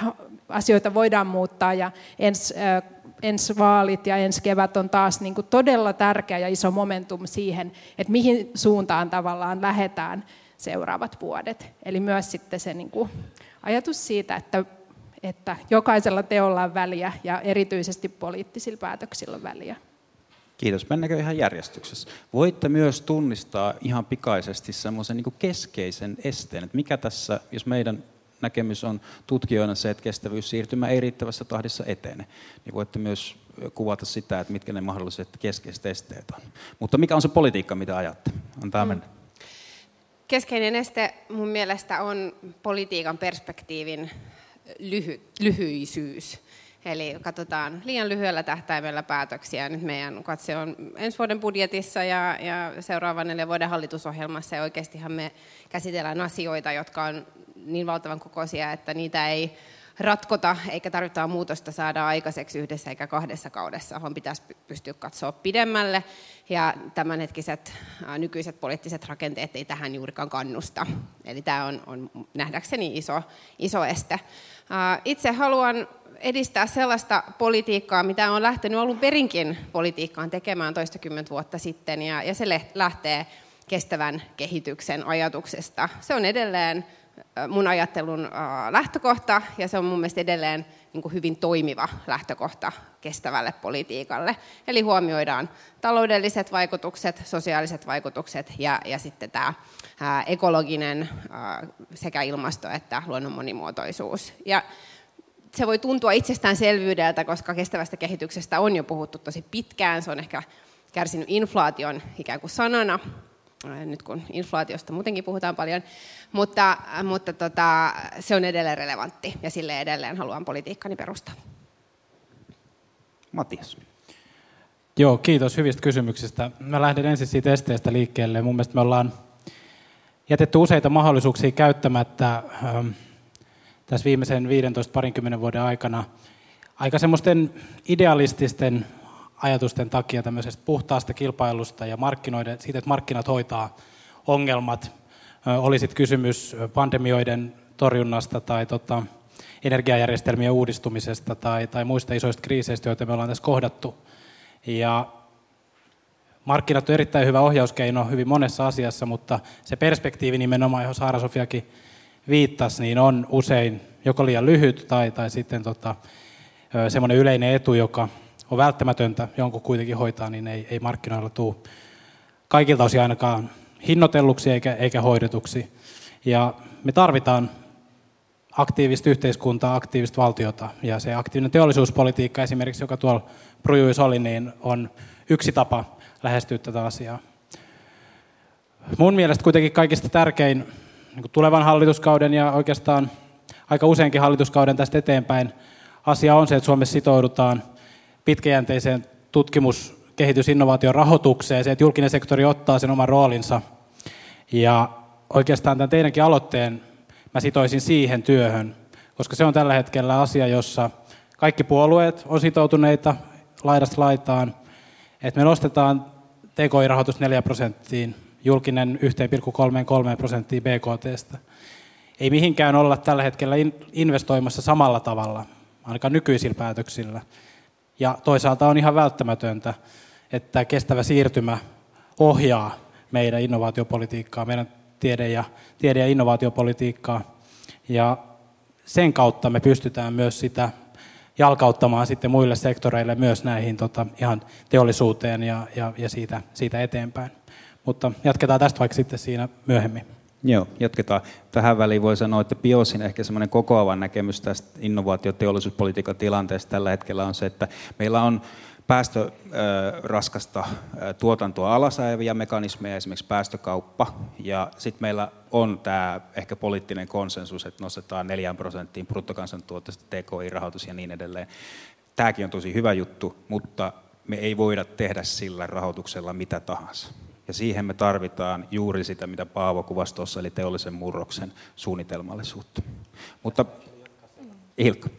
[SPEAKER 11] asioita voidaan muuttaa ja ensi ensi vaalit ja ensi kevät on taas niin kuin todella tärkeä ja iso momentum siihen, että mihin suuntaan tavallaan lähdetään seuraavat vuodet. Eli myös sitten se niin kuin ajatus siitä, että, että jokaisella teolla on väliä ja erityisesti poliittisilla päätöksillä on väliä.
[SPEAKER 10] Kiitos. Mennäänkö ihan järjestyksessä? Voitte myös tunnistaa ihan pikaisesti semmoisen niin kuin keskeisen esteen, että mikä tässä, jos meidän näkemys on tutkijoina se, että kestävyyssiirtymä ei riittävässä tahdissa etene, niin voitte myös kuvata sitä, että mitkä ne mahdolliset keskeiset esteet on. Mutta mikä on se politiikka, mitä ajatte? Antaa mennä.
[SPEAKER 12] Keskeinen este mun mielestä on politiikan perspektiivin lyhy, lyhyisyys. Eli katsotaan liian lyhyellä tähtäimellä päätöksiä. Nyt meidän katse on ensi vuoden budjetissa ja, ja seuraavan neljän vuoden hallitusohjelmassa. Ja oikeastihan me käsitellään asioita, jotka on niin valtavan kokoisia, että niitä ei ratkota eikä tarvitaan muutosta saada aikaiseksi yhdessä eikä kahdessa kaudessa, johon pitäisi pystyä katsoa pidemmälle. Ja tämänhetkiset nykyiset poliittiset rakenteet ei tähän juurikaan kannusta. Eli tämä on, on nähdäkseni iso, iso este. Itse haluan edistää sellaista politiikkaa, mitä on lähtenyt alun perinkin politiikkaan tekemään toistakymmentä vuotta sitten, ja, ja se lähtee kestävän kehityksen ajatuksesta. Se on edelleen mun ajattelun lähtökohta, ja se on mun mielestä edelleen niin kuin hyvin toimiva lähtökohta kestävälle politiikalle. Eli huomioidaan taloudelliset vaikutukset, sosiaaliset vaikutukset ja, ja sitten tämä ää, ekologinen ää, sekä ilmasto- että luonnon monimuotoisuus. Ja se voi tuntua itsestäänselvyydeltä, koska kestävästä kehityksestä on jo puhuttu tosi pitkään. Se on ehkä kärsinyt inflaation ikään kuin sanana, nyt kun inflaatiosta muutenkin puhutaan paljon, mutta, mutta tota, se on edelleen relevantti ja sille edelleen haluan politiikkani perustaa.
[SPEAKER 10] Matias.
[SPEAKER 13] Joo, kiitos hyvistä kysymyksistä. Mä lähden ensin siitä esteestä liikkeelle. Mun mielestä me ollaan jätetty useita mahdollisuuksia käyttämättä ähm, tässä viimeisen viisitoista parinkymmenen vuoden aikana aika semmoisten idealististen ajatusten takia tämmöisestä puhtaasta kilpailusta ja markkinoiden, siitä, että markkinat hoitaa ongelmat. Oli sitten kysymys pandemioiden torjunnasta tai tota, energiajärjestelmien uudistumisesta tai, tai muista isoista kriiseistä, joita me ollaan tässä kohdattu. Ja markkinat on erittäin hyvä ohjauskeino hyvin monessa asiassa, mutta se perspektiivi nimenomaan, johon Saara-Sofiakin viittasi, niin on usein joko liian lyhyt tai, tai sitten tota, semmoinen yleinen etu, joka on välttämätöntä jonkun kuitenkin hoitaa, niin ei, ei markkinoilla tule kaikilta osin ainakaan hinnoitelluksi eikä, eikä hoidetuksi. Ja me tarvitaan aktiivista yhteiskuntaa, aktiivista valtiota, ja se aktiivinen teollisuuspolitiikka esimerkiksi, joka tuolla Prujuissa oli, niin on yksi tapa lähestyä tätä asiaa. Mun mielestä kuitenkin kaikista tärkein niin tulevan hallituskauden ja oikeastaan aika useinkin hallituskauden tästä eteenpäin asia on se, että Suomessa sitoudutaan pitkäjänteiseen tutkimus-, kehitys-, innovaation rahoitukseen, se, että julkinen sektori ottaa sen oman roolinsa. Ja oikeastaan tämän teidänkin aloitteen mä sitoisin siihen työhön, koska se on tällä hetkellä asia, jossa kaikki puolueet on sitoutuneita laidasta laitaan, että me nostetaan T K I-rahoitus neljä prosenttiin, julkinen yksi pilkku kolmekymmentäkolme prosenttia B K T:stä. Ei mihinkään olla tällä hetkellä investoimassa samalla tavalla, ainakaan nykyisillä päätöksillä. Ja toisaalta on ihan välttämätöntä, että kestävä siirtymä ohjaa meidän innovaatiopolitiikkaa, meidän tiede- ja, tiede- ja innovaatiopolitiikkaa. Ja sen kautta me pystytään myös sitä jalkauttamaan sitten muille sektoreille, myös näihin tota, ihan teollisuuteen ja, ja, ja siitä, siitä eteenpäin. Mutta jatketaan tästä vaikka sitten siinä myöhemmin.
[SPEAKER 10] Joo, jatketaan. Tähän väliin voi sanoa, että Biosin ehkä semmoinen kokoava näkemys tästä innovaatioteollisuuspolitiikan tilanteesta tällä hetkellä on se, että meillä on päästöraskasta tuotantoa alasajavia mekanismeja, esimerkiksi päästökauppa, ja sitten meillä on tämä ehkä poliittinen konsensus, että nostetaan neljään prosenttiin bruttokansantuotteesta T K I-rahoitus ja niin edelleen. Tämäkin on tosi hyvä juttu, mutta me ei voida tehdä sillä rahoituksella mitä tahansa. Ja siihen me tarvitaan juuri sitä, mitä Paavo kuvasi tuossa, eli teollisen murroksen suunnitelmallisuutta. Mutta Ilkka.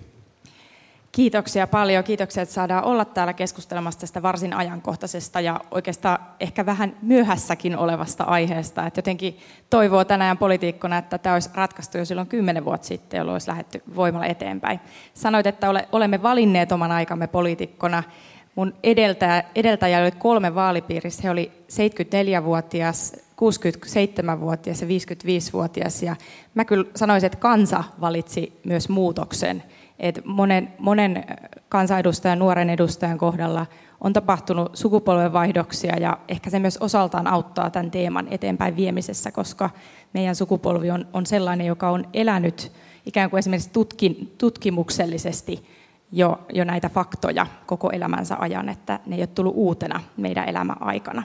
[SPEAKER 14] Kiitoksia paljon. Kiitoksia, että saadaan olla täällä keskustelemassa tästä varsin ajankohtaisesta ja oikeastaan ehkä vähän myöhässäkin olevasta aiheesta. Että jotenkin toivoo tänään poliitikkona, että tämä olisi ratkaistu jo silloin kymmenen vuotta sitten, jolloin olisi lähdetty voimalla eteenpäin. Sanoit, että olemme valinneet oman aikamme poliitikkona. Mun edeltäjä, edeltäjä oli kolme vaalipiirissä. He oli seitsemänkymmentäneljävuotias, kuusikymmentäseitsemänvuotias ja viisikymmentäviisivuotias. Ja mä kyllä sanoisin, että kansa valitsi myös muutoksen. Et monen, monen kansanedustajan, nuoren edustajan kohdalla on tapahtunut sukupolvenvaihdoksia ja ehkä se myös osaltaan auttaa tämän teeman eteenpäin viemisessä, koska meidän sukupolvi on, on sellainen, joka on elänyt ikään kuin esimerkiksi tutkin, tutkimuksellisesti jo, jo näitä faktoja koko elämänsä ajan, että ne ei ole tullut uutena meidän elämän aikana.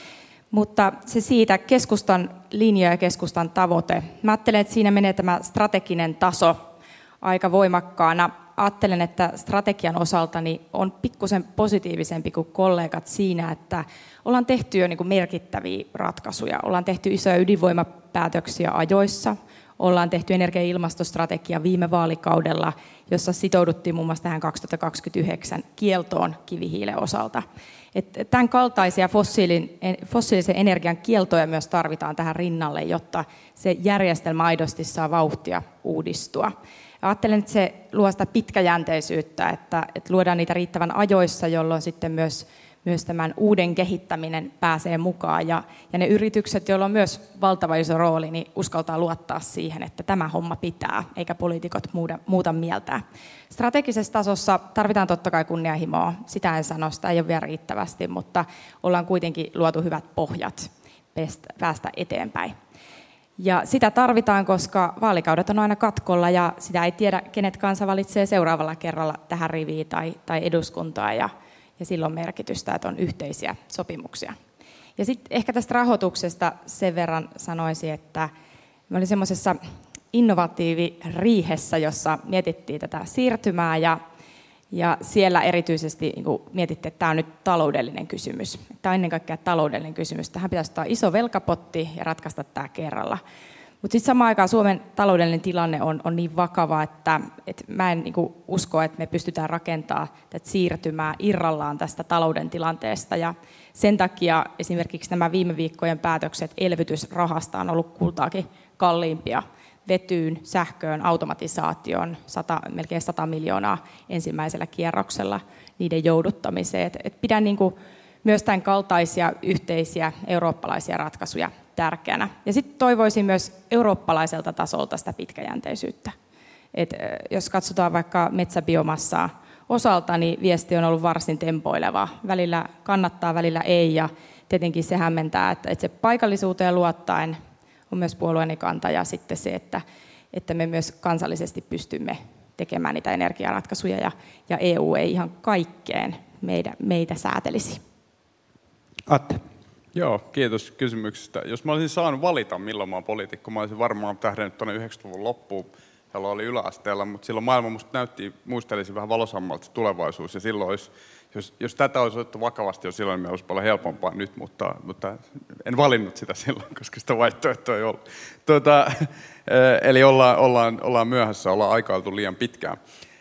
[SPEAKER 14] Mutta se siitä keskustan linja ja keskustan tavoite. Mä ajattelen, että siinä menee tämä strateginen taso aika voimakkaana. Ajattelen, että strategian osaltani on pikkusen positiivisempi kuin kollegat siinä, että ollaan tehty jo niin kuin merkittäviä ratkaisuja. Ollaan tehty isoja ydinvoimapäätöksiä ajoissa. Ollaan tehty energia- ja ilmastostrategia viime vaalikaudella, jossa sitouduttiin muun muassa tähän kaksituhattakaksikymmentäyhdeksän kieltoon kivihiilen osalta. Että tämän kaltaisia fossiilisen energian kieltoja myös tarvitaan tähän rinnalle, jotta se järjestelmä aidosti saa vauhtia uudistua. Ajattelen, että se luo sitä pitkäjänteisyyttä, että, että luodaan niitä riittävän ajoissa, jolloin sitten myös, myös tämän uuden kehittäminen pääsee mukaan. Ja, ja ne yritykset, joilla on myös valtava iso rooli, niin uskaltaa luottaa siihen, että tämä homma pitää, eikä poliitikot muuta, muuta mieltään. Strategisessa tasossa tarvitaan totta kai kunnianhimoa. Sitä en sano, sitä ei ole vielä riittävästi, mutta ollaan kuitenkin luotu hyvät pohjat päästä eteenpäin. Ja sitä tarvitaan, koska vaalikaudet on aina katkolla ja sitä ei tiedä, kenet kansa valitsee seuraavalla kerralla tähän riviin tai, tai eduskuntaan. Ja, ja silloin merkitystä, että on yhteisiä sopimuksia. Ja sitten ehkä tästä rahoituksesta sen verran sanoisin, että me olin semmoisessa innovatiiviriihessä, jossa mietittiin tätä siirtymää ja, ja siellä erityisesti niin kuin mietittiin, että tämä on nyt taloudellinen kysymys. Tämä on ennen kaikkea taloudellinen kysymys. Tähän pitäisi ottaa iso velkapotti ja ratkaista tämä kerralla. Mutta sitten samaan aikaan Suomen taloudellinen tilanne on, on niin vakava, että, että mä en niin kuin usko, että me pystytään rakentamaan tätä siirtymää irrallaan tästä talouden tilanteesta. Ja sen takia esimerkiksi nämä viime viikkojen päätökset elvytysrahasta on ollut kultaakin kalliimpia. Vetyyn, sähköön, automatisaation, sata, melkein sata miljoonaa ensimmäisellä kierroksella niiden jouduttamiseen. Et, et pidän niin kuin myös tämän kaltaisia yhteisiä eurooppalaisia ratkaisuja tärkeänä. Ja sitten toivoisin myös eurooppalaiselta tasolta sitä pitkäjänteisyyttä. Et jos katsotaan vaikka metsäbiomassaa osalta, niin viesti on ollut varsin tempoileva. Välillä kannattaa, välillä ei, ja tietenkin se hämmentää, että, että se paikallisuuteen luottaen on myös puolueeni kanta, ja sitten se, että, että me myös kansallisesti pystymme tekemään niitä energiaratkaisuja, ja, ja E U ei ihan kaikkeen meitä, meitä säätelisi.
[SPEAKER 10] Atte.
[SPEAKER 15] Joo, kiitos kysymyksestä. Jos mä olisin saanut valita, milloin mä oon poliitikko, mä olisin varmaan tähdännyt tuonne yhdeksänkymmentäluvun loppuun, jolloin oli yläasteella, mutta silloin maailma musta näytti, muistelisin vähän valosammalta tulevaisuus, ja silloin olisi, jos, jos tätä olisi otettu vakavasti jo silloin, niin olisi paljon helpompaa nyt, mutta, mutta en valinnut sitä silloin, koska sitä vaihtoehtoa ei ollut. Tuota, eli ollaan, ollaan, ollaan myöhässä, ollaan aikailtu liian pitkään.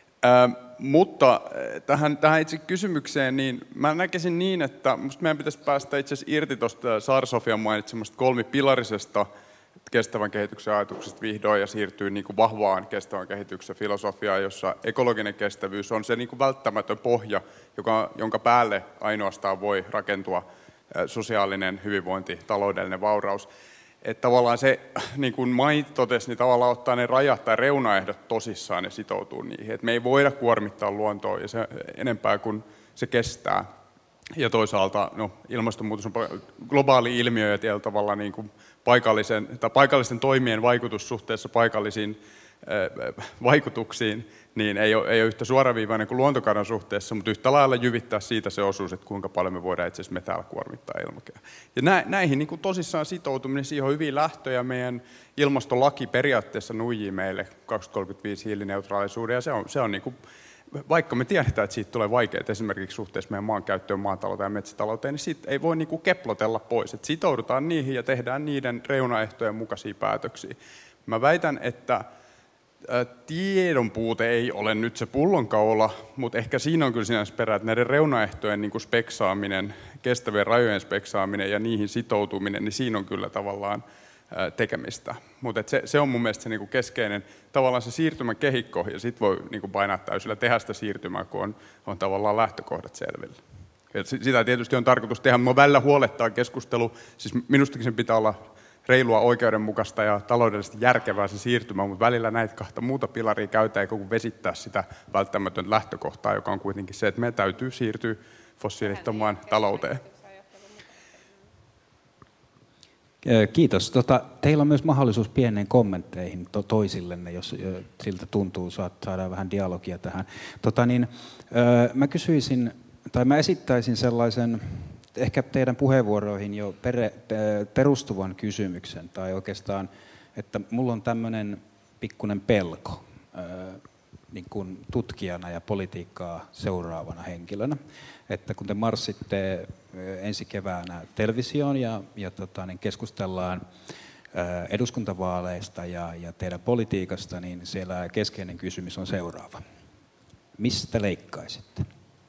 [SPEAKER 15] Mutta tähän, tähän itse kysymykseen, niin mä näkisin niin, että musta meidän pitäisi päästä itse asiassa irti tuosta Saara-Sofian mainitsemasta kolmipilarisesta kestävän kehityksen ajatuksesta vihdoin ja siirtyy niin kuin vahvaan kestävän kehityksen filosofiaan, jossa ekologinen kestävyys on se niin kuin välttämätön pohja, joka, jonka päälle ainoastaan voi rakentua sosiaalinen hyvinvointi, taloudellinen vauraus. Että tavallaan se, niin kuin Mai totesi, niin tavallaan ottaa ne rajat tai reunaehdot tosissaan ja sitoutuu niihin. Että me ei voida kuormittaa luontoa ja se enempää kuin se kestää. ja toisaalta no, ilmastonmuutos on globaali ilmiö ja tietyllä tavalla niin kuin paikallisen, tai paikallisten toimien vaikutus suhteessa paikallisiin äh, vaikutuksiin niin ei ole, ei ole yhtä suoraviivainen kuin luontokadon suhteessa, mutta yhtä lailla jyvittää siitä se osuus, että kuinka paljon me voidaan itse asiassa me täällä kuormittaa ilmakehää. Ja nä, näihin niin kuin tosissaan sitoutuminen, siihen on hyviä lähtöjä. Meidän ilmastolaki periaatteessa nuijii meille kaksituhattakolmekymmentäviisi hiilineutraalisuuden, ja se on, se on niin kuin, vaikka me tiedetään, että siitä tulee vaikeaa esimerkiksi suhteessa meidän maankäyttöön, maatalouteen ja metsätalouteen, niin siitä ei voi niin kuin keplotella pois. Että sitoudutaan niihin ja tehdään niiden reunaehtojen mukaisia päätöksiä. Mä väitän, että tiedon puute ei ole nyt se pullonkaula, mutta ehkä siinä on kyllä sinänsä perä, että näiden reunaehtojen niin kuin speksaaminen, kestävien rajojen speksaaminen ja niihin sitoutuminen, niin siinä on kyllä tavallaan tekemistä. Mutta se, se on mun mielestä se niin kuin keskeinen, tavallaan se siirtymäkehikko, ja sitten voi niin kuin painaa täysillä tehdä sitä siirtymää, kun on, on tavallaan lähtökohdat selvillä. Et sitä tietysti on tarkoitus tehdä, mutta välillä huolettaa keskustelu, siis minustakin sen pitää olla reilua, oikeudenmukaista ja taloudellisesti järkevää se siirtymä, mutta välillä näitä kahta muuta pilaria käytetään eikä kuin vesittää sitä välttämätöntä lähtökohtaa, joka on kuitenkin se, että meidän täytyy siirtyä fossiilittomaan talouteen.
[SPEAKER 10] Kiitos. Tota, teillä on myös mahdollisuus pieneen kommentteihin to- toisillenne, jos siltä tuntuu, saadaan vähän dialogia tähän. Tota, niin, öö, mä kysyisin, tai mä esittäisin sellaisen ehkä teidän puheenvuoroihin jo pere, perustuvan kysymyksen, tai oikeastaan, että mulla on tämmöinen pikkunen pelko niin kuin tutkijana ja politiikkaa seuraavana henkilönä, että kun te marssitte ensi keväänä televisioon ja, ja tota, niin keskustellaan eduskuntavaaleista ja, ja teidän politiikasta, niin siellä keskeinen kysymys on seuraava. Mistä leikkaisitte?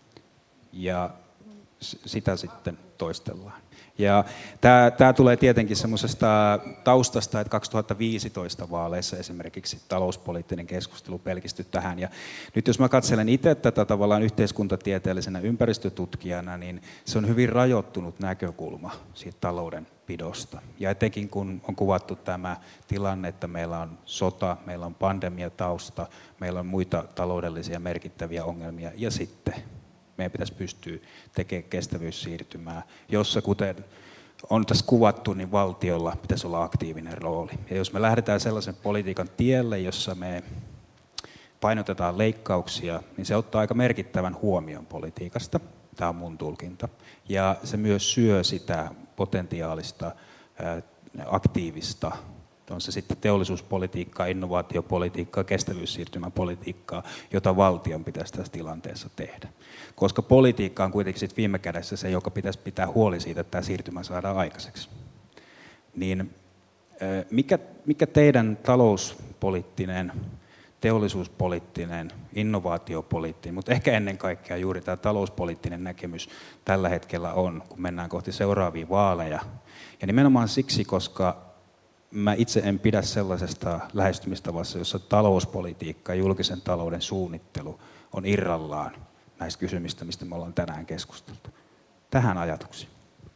[SPEAKER 10] Ja sitä sitten toistellaan. Ja tämä, tämä tulee tietenkin semmoisesta taustasta, että kaksituhattaviisitoista vaaleissa esimerkiksi talouspoliittinen keskustelu pelkistyi tähän. Ja nyt jos mä katselen itse tätä tavallaan yhteiskuntatieteellisenä ympäristötutkijana, niin se on hyvin rajoittunut näkökulma siitä taloudenpidosta. Ja etenkin kun on kuvattu tämä tilanne, että meillä on sota, meillä on pandemiatausta, meillä on muita taloudellisia merkittäviä ongelmia ja sitten meidän pitäisi pystyä tekemään kestävyyssiirtymää, jossa kuten on tässä kuvattu, niin valtiolla pitäisi olla aktiivinen rooli. Ja jos me lähdetään sellaisen politiikan tielle, jossa me painotetaan leikkauksia, niin se ottaa aika merkittävän huomion politiikasta. Tämä on mun tulkinta. Ja se myös syö sitä potentiaalista aktiivista, on se sitten teollisuuspolitiikkaa, innovaatiopolitiikkaa, kestävyyssiirtymäpolitiikkaa, jota valtion pitäisi tässä tilanteessa tehdä. Koska politiikka on kuitenkin sitten viime kädessä se, joka pitäisi pitää huoli siitä, että tämä siirtymä saadaan aikaiseksi. Niin mikä, mikä teidän talouspoliittinen, teollisuuspoliittinen, innovaatiopoliittinen, mutta ehkä ennen kaikkea juuri tämä talouspoliittinen näkemys tällä hetkellä on, kun mennään kohti seuraavia vaaleja. Ja nimenomaan siksi, koska mä itse en pidä sellaisesta lähestymistavassa, jossa talouspolitiikka ja julkisen talouden suunnittelu on irrallaan näistä kysymistä, mistä me ollaan tänään keskusteltu. Tähän ajatuksiin.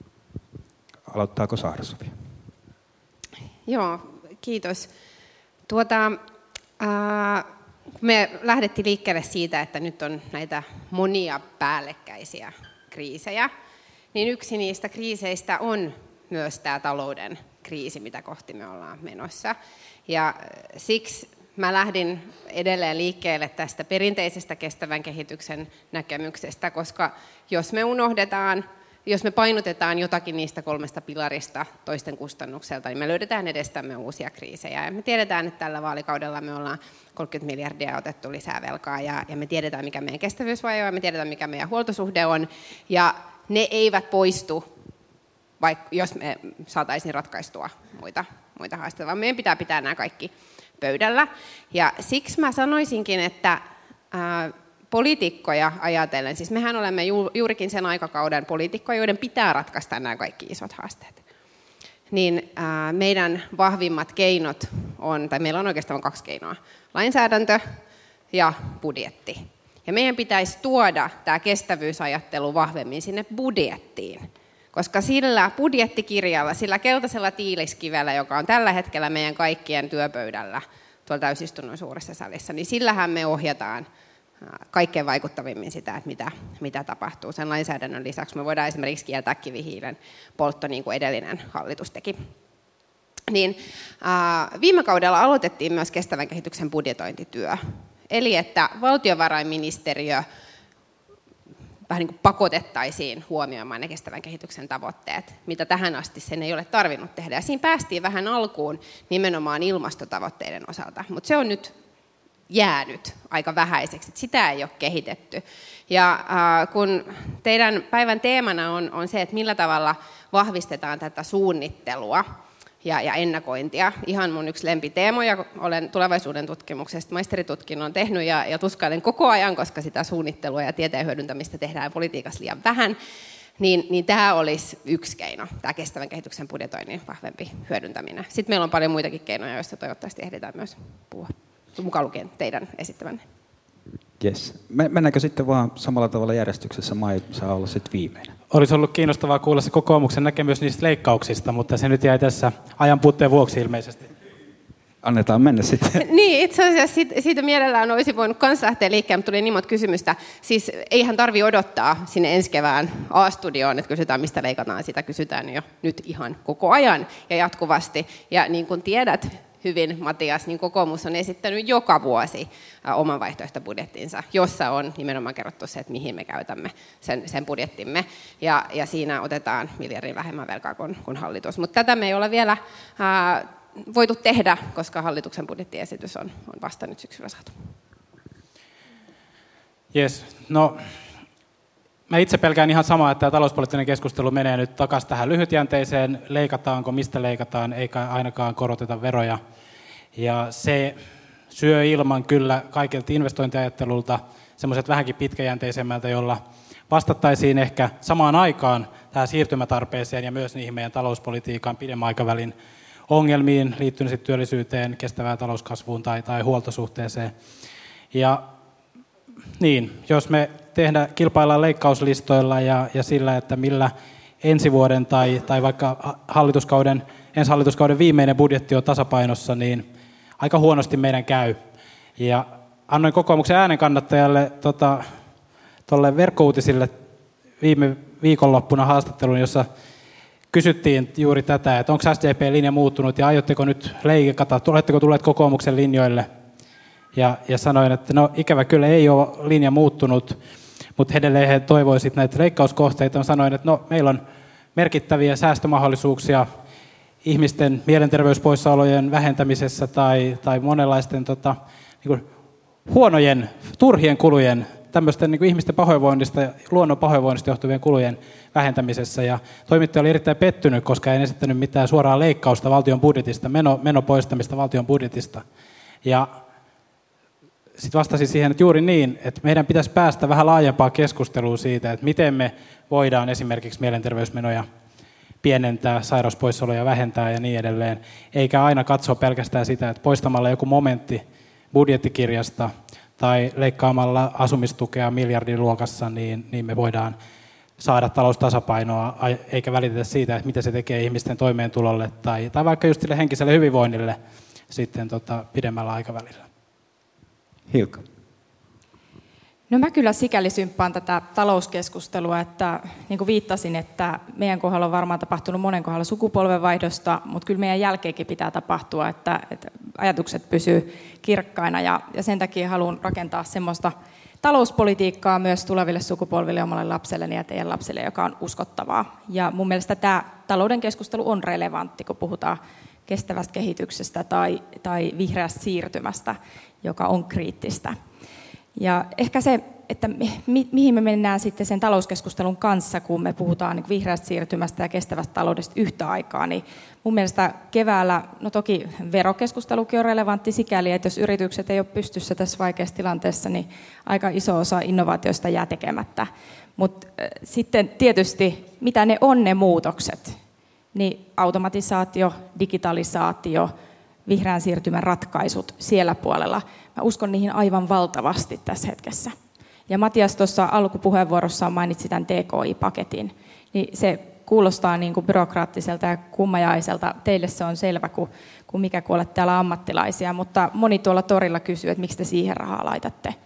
[SPEAKER 10] Aloittaako Saara-Sofia?
[SPEAKER 12] Joo, kiitos. Tuota, ää, me lähdettiin liikkeelle siitä, että nyt on näitä monia päällekkäisiä kriisejä, niin yksi niistä kriiseistä on myös tämä talouden kriisi, mitä kohti me ollaan menossa. Ja siksi mä lähdin edelleen liikkeelle tästä perinteisestä kestävän kehityksen näkemyksestä, koska jos me unohdetaan, jos me painotetaan jotakin niistä kolmesta pilarista toisten kustannukselta, niin me löydetään edestämme uusia kriisejä. Ja me tiedetään, että tällä vaalikaudella me ollaan kolmekymmentä miljardia otettu lisää velkaa, ja, ja me tiedetään, mikä meidän kestävyysvaje on, ja me tiedetään, mikä meidän huoltosuhde on, ja ne eivät poistu, vaikka jos me saataisiin ratkaistua muita, muita haasteita, vaan meidän pitää pitää nämä kaikki pöydällä. Ja siksi mä sanoisinkin, että ää, poliitikkoja ajatellen, siis mehän olemme ju, juurikin sen aikakauden poliitikkoja, joiden pitää ratkaista nämä kaikki isot haasteet. Niin ää, meidän vahvimmat keinot on, tai meillä on oikeastaan kaksi keinoa, lainsäädäntö ja budjetti. Ja meidän pitäisi tuoda tämä kestävyysajattelu vahvemmin sinne budjettiin. Koska sillä budjettikirjalla, sillä keltaisella tiiliskivellä, joka on tällä hetkellä meidän kaikkien työpöydällä tuolla täysistunnon suuressa salissa, niin sillähän me ohjataan kaikkein vaikuttavimmin sitä, että mitä, mitä tapahtuu. Sen lainsäädännön lisäksi me voidaan esimerkiksi kieltää kivihiilen poltto, niin kuin edellinen hallitus teki. Niin, äh, viime kaudella aloitettiin myös kestävän kehityksen budjetointityö. Eli että valtiovarainministeriö vähän niin kuin pakotettaisiin huomioimaan ne kestävän kehityksen tavoitteet, mitä tähän asti sen ei ole tarvinnut tehdä. Ja siinä päästiin vähän alkuun nimenomaan ilmastotavoitteiden osalta, mutta se on nyt jäänyt aika vähäiseksi, sitä ei ole kehitetty. Ja äh, kun teidän päivän teemana on, on se, että millä tavalla vahvistetaan tätä suunnittelua ja, ja ennakointia, ihan mun yksi lempiteemoja, olen tulevaisuuden tutkimuksesta maisteritutkinnon tehnyt ja, ja tuskailen koko ajan, koska sitä suunnittelua ja tieteen hyödyntämistä tehdään politiikassa liian vähän, niin, niin tämä olisi yksi keino, tämä kestävän kehityksen budjetoinnin vahvempi hyödyntäminen. Sitten meillä on paljon muitakin keinoja, joista toivottavasti ehditään myös puhua, mukaan lukien teidän esittämänne.
[SPEAKER 10] Yes. Mennäänkö sitten vaan samalla tavalla järjestyksessä? Mai saa olla sitten viimeinen.
[SPEAKER 13] Olisi ollut kiinnostavaa kuulla se kokoomuksen näkemys niistä leikkauksista, mutta se nyt jäi tässä ajan puutteen vuoksi ilmeisesti.
[SPEAKER 10] Annetaan mennä sitten.
[SPEAKER 12] Niin, itse asiassa siitä, siitä mielellään olisi voinut myös lähteä liikkeelle, mutta tuli niin monta kysymystä. Siis eihän tarvitse odottaa sinne ensi kevään A-studioon, että kysytään, mistä leikataan, sitä kysytään jo nyt ihan koko ajan ja jatkuvasti. Ja niin kuin tiedät hyvin, Matias, niin kokoomus on esittänyt joka vuosi oman vaihtoehtobudjettinsa, jossa on nimenomaan kerrottu se, että mihin me käytämme sen, sen budjettimme. Ja, ja siinä otetaan miljardin vähemmän velkaa kuin, kuin hallitus. Mutta tätä me ei ole vielä ää, voitu tehdä, koska hallituksen budjettiesitys on, on vasta nyt syksyllä saatu.
[SPEAKER 13] Jes, no mä itse pelkään ihan samaa, että tämä talouspoliittinen keskustelu menee nyt takaisin tähän lyhytjänteiseen, leikataanko, mistä leikataan, eikä ainakaan koroteta veroja. Ja se syö ilman kyllä kaikilta investointiajattelulta semmoiset vähänkin pitkäjänteisemmältä, jolla vastattaisiin ehkä samaan aikaan tähän siirtymätarpeeseen ja myös niihin meidän talouspolitiikan pidemmän aikavälin ongelmiin liittyen sitten työllisyyteen, kestävään talouskasvuun tai, tai huoltosuhteeseen. Ja niin, jos me tehdään, kilpaillaan leikkauslistoilla ja, ja sillä, että millä ensi vuoden tai, tai vaikka hallituskauden, ensi hallituskauden viimeinen budjetti on tasapainossa, niin aika huonosti meidän käy. Ja annoin kokoomuksen äänen kannattajalle tuolle tota, verkkouutisille viime viikonloppuna haastattelun, jossa kysyttiin juuri tätä, että onko S D P-linja muuttunut ja aiotteko nyt leikata, oletteko tulleet kokoomuksen linjoille? Ja, ja sanoin, että no ikävä kyllä ei ole linja muuttunut, mutta edelleen he toivoisivat näitä leikkauskohteita. Mä sanoin, että no meillä on merkittäviä säästömahdollisuuksia ihmisten mielenterveyspoissaolojen vähentämisessä tai, tai monenlaisten tota, niin kuin huonojen, turhien kulujen, tämmöisten niin kuin ihmisten pahoinvoinnista ja luonnon pahoinvoinnista johtuvien kulujen vähentämisessä. Ja toimittaja oli erittäin pettynyt, koska ei esittänyt mitään suoraa leikkausta valtion budjetista, meno, meno poistamista valtion budjetista. Ja sitten vastasin siihen, että juuri niin, että meidän pitäisi päästä vähän laajempaa keskustelua siitä, että miten me voidaan esimerkiksi mielenterveysmenoja pienentää, sairauspoissaoloja vähentää ja niin edelleen, eikä aina katsoa pelkästään sitä, että poistamalla joku momentti budjettikirjasta tai leikkaamalla asumistukea miljardin luokassa, niin, niin me voidaan saada taloustasapainoa, eikä välitetä siitä, että mitä se tekee ihmisten toimeentulolle tai, tai vaikka just sille henkiselle hyvinvoinnille sitten tota, pidemmällä aikavälillä.
[SPEAKER 10] Hilkka.
[SPEAKER 14] No mä kyllä sikäli symppaan tätä talouskeskustelua, että niin kuin viittasin, että meidän kohdalla on varmaan tapahtunut monen kohdalla sukupolvenvaihdosta, mutta kyllä meidän jälkeenkin pitää tapahtua, että, että ajatukset pysyy kirkkaina ja, ja sen takia haluan rakentaa semmoista talouspolitiikkaa myös tuleville sukupolville, omalle lapselleni ja teidän lapsille, joka on uskottavaa. Ja mun mielestä tämä talouden keskustelu on relevantti, kun puhutaan kestävästä kehityksestä tai, tai vihreästä siirtymästä, joka on kriittistä. Ja ehkä se, että mi, mihin me mennään sitten sen talouskeskustelun kanssa, kun me puhutaan niin vihreästä siirtymästä ja kestävästä taloudesta yhtä aikaa, niin mun mielestä keväällä, no toki verokeskustelukin on relevantti sikäli, että jos yritykset ei ole pystyssä tässä vaikeassa tilanteessa, niin aika iso osa innovaatioista jää tekemättä. Mutta äh, sitten tietysti, mitä ne on ne muutokset, niin automatisaatio, digitalisaatio, vihreän siirtymän ratkaisut siellä puolella. Mä uskon niihin aivan valtavasti tässä hetkessä. Ja Matias tuossa alkupuheenvuorossaan mainitsi tämän T K I-paketin. Niin se kuulostaa niin kuin byrokraattiselta ja kummajaiselta. Teille se on selvä, kun, kun mikä kun olette täällä ammattilaisia. Mutta moni tuolla torilla kysyy, että miksi te siihen rahaa laitatte.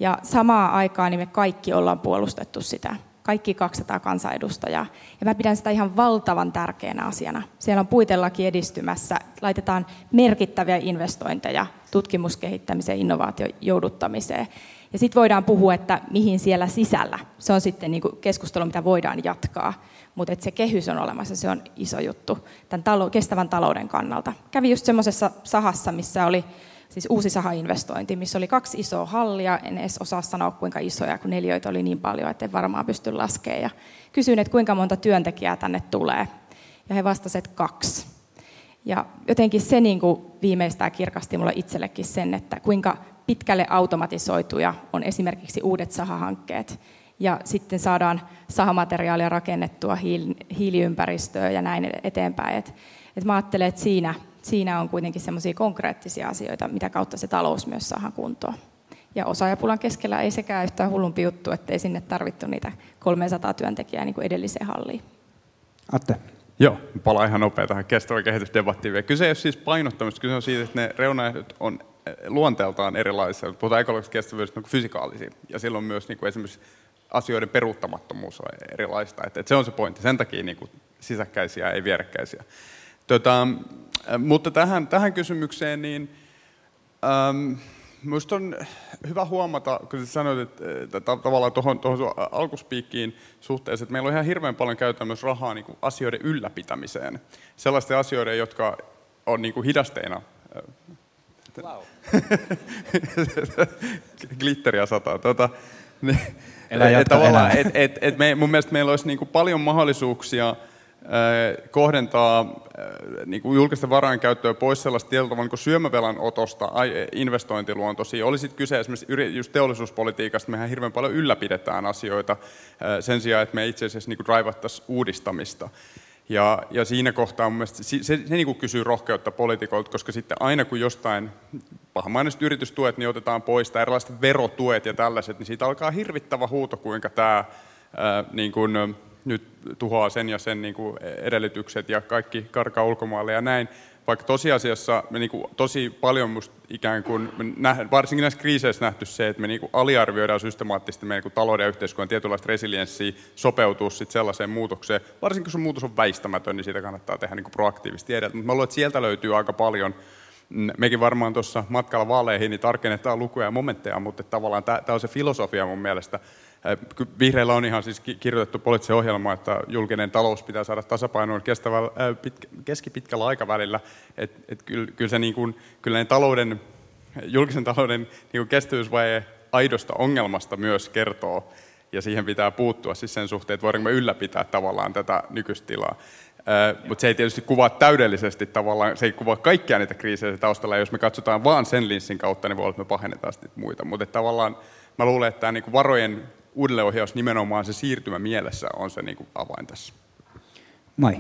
[SPEAKER 14] Ja samaan aikaan niin me kaikki ollaan puolustettu sitä. Kaikki kaksisataa kansanedustajaa. Ja mä pidän sitä ihan valtavan tärkeänä asiana. Siellä on puitelaki edistymässä, laitetaan merkittäviä investointeja tutkimuskehittämiseen, innovaation jouduttamiseen. Ja sitten voidaan puhua, että mihin siellä sisällä. Se on sitten niin kuin keskustelu, mitä voidaan jatkaa. Mutta se kehys on olemassa, se on iso juttu tämän talo- kestävän talouden kannalta. Kävi just semmoisessa sahassa, missä oli siis uusi sahainvestointi, missä oli kaksi isoa hallia. En edes osaa sanoa, kuinka isoja, kun neliöitä oli niin paljon, että en varmaan pysty laskemaan. Ja kysyin, että kuinka monta työntekijää tänne tulee. Ja he vastasivat, että kaksi. Ja jotenkin se niin kuin viimeistään kirkasti mulle itsellekin sen, että kuinka pitkälle automatisoituja on esimerkiksi uudet sahahankkeet. Ja sitten saadaan sahamateriaalia rakennettua hiiliympäristöön ja näin eteenpäin. Et, et mä ajattelen, että siinä, siinä on kuitenkin semmoisia konkreettisia asioita, mitä kautta se talous myös saadaan kuntoon. Ja osaajapulan keskellä ei sekään yhtään hullumpi juttu, ettei sinne tarvittu niitä kolmesataa työntekijää niin kuin edelliseen halliin.
[SPEAKER 15] Atte. Joo, palaan ihan nopea tähän kestävän kehitysdebattiin vielä. Kyse ei ole siis painottamista, kyse on siitä, että ne reunaehdot on luonteeltaan erilaisia. Puhutaan ekologisesta kestävyydestä niin fysikaalisia, ja silloin myös niin kuin esimerkiksi asioiden peruuttamattomuus on erilaista. Että, että se on se pointti. Sen takia niin kuin sisäkkäisiä, ei vierekkäisiä. Tota, mutta tähän, tähän kysymykseen, niin ähm, minusta on hyvä huomata, kun sanoit, että, että tavallaan tuohon, tuohon alkuspiikkiin suhteessa, että meillä on ihan hirveän paljon käytetään myös rahaa niin kuin asioiden ylläpitämiseen. Sellaisten asioiden, jotka on niin kuin hidasteina. Wow. Glitteriä sataa. Tuota, niin,
[SPEAKER 10] elää jatka,
[SPEAKER 15] tavallaan, et, et, et me, mun mielestä meillä olisi niin kuin paljon mahdollisuuksia äh, kohdentaa äh, niin kuin julkisten varojen käyttöä pois sellaista tietyllä tavalla niin syömävelan otosta investointiluontoisia. Oli sitten kyse esimerkiksi just teollisuuspolitiikasta, mehän hirveän paljon ylläpidetään asioita äh, sen sijaan, että me itse asiassa niin kuin drivattaisiin uudistamista. Ja, ja siinä kohtaa mun mielestä se, se, se niin kuin kysyy rohkeutta poliitikolta, koska sitten aina kun jostain pahamaineista yritystuet niin otetaan pois, tai erilaiset verotuet ja tällaiset, niin siitä alkaa hirvittävä huuto, kuinka tämä ää, niin kuin, nyt tuhoaa sen ja sen niin kuin edellytykset ja kaikki karkaa ulkomaille ja näin. Vaikka tosiasiassa me niin kuin tosi paljon musta ikään kuin, varsinkin näissä kriiseissä nähty se, että me niin kuin aliarvioidaan systemaattisesti meidän niin talouden ja yhteiskunnan tietynlaista resilienssiä sopeutua sitten sellaiseen muutokseen. Varsinkin kun se muutos on väistämätön, niin siitä kannattaa tehdä niin kuin proaktiivisesti edeltä. Mutta mä luulen, että sieltä löytyy aika paljon. Mekin varmaan tuossa matkalla vaaleihin niin tarkennetaan lukuja ja momentteja, mutta tavallaan tämä on se filosofia mun mielestä. Vihreillä on ihan siis kirjoitettu poliittisen ohjelma, että julkinen talous pitää saada tasapainoon kestävällä, pitkä, keskipitkällä aikavälillä. Et, et kyllä, kyllä, se niin kuin, kyllä ne talouden, julkisen talouden niin kuin kestävyysvaje aidosta ongelmasta myös kertoo, ja siihen pitää puuttua siis sen suhteen, että voidaanko me ylläpitää tavallaan tätä nykyistä tilaa. Mutta se ei tietysti kuvaa täydellisesti tavallaan, se ei kuvaa kaikkia niitä kriisejä taustalla, ja jos me katsotaan vaan sen linssin kautta, niin voi olla, että me pahennetaan sitten muita. Mutta tavallaan mä luulen, että tämä niin varojen uudelleenohjaus nimenomaan se siirtymä mielessä on se niin kuin avain tässä.
[SPEAKER 16] Mai.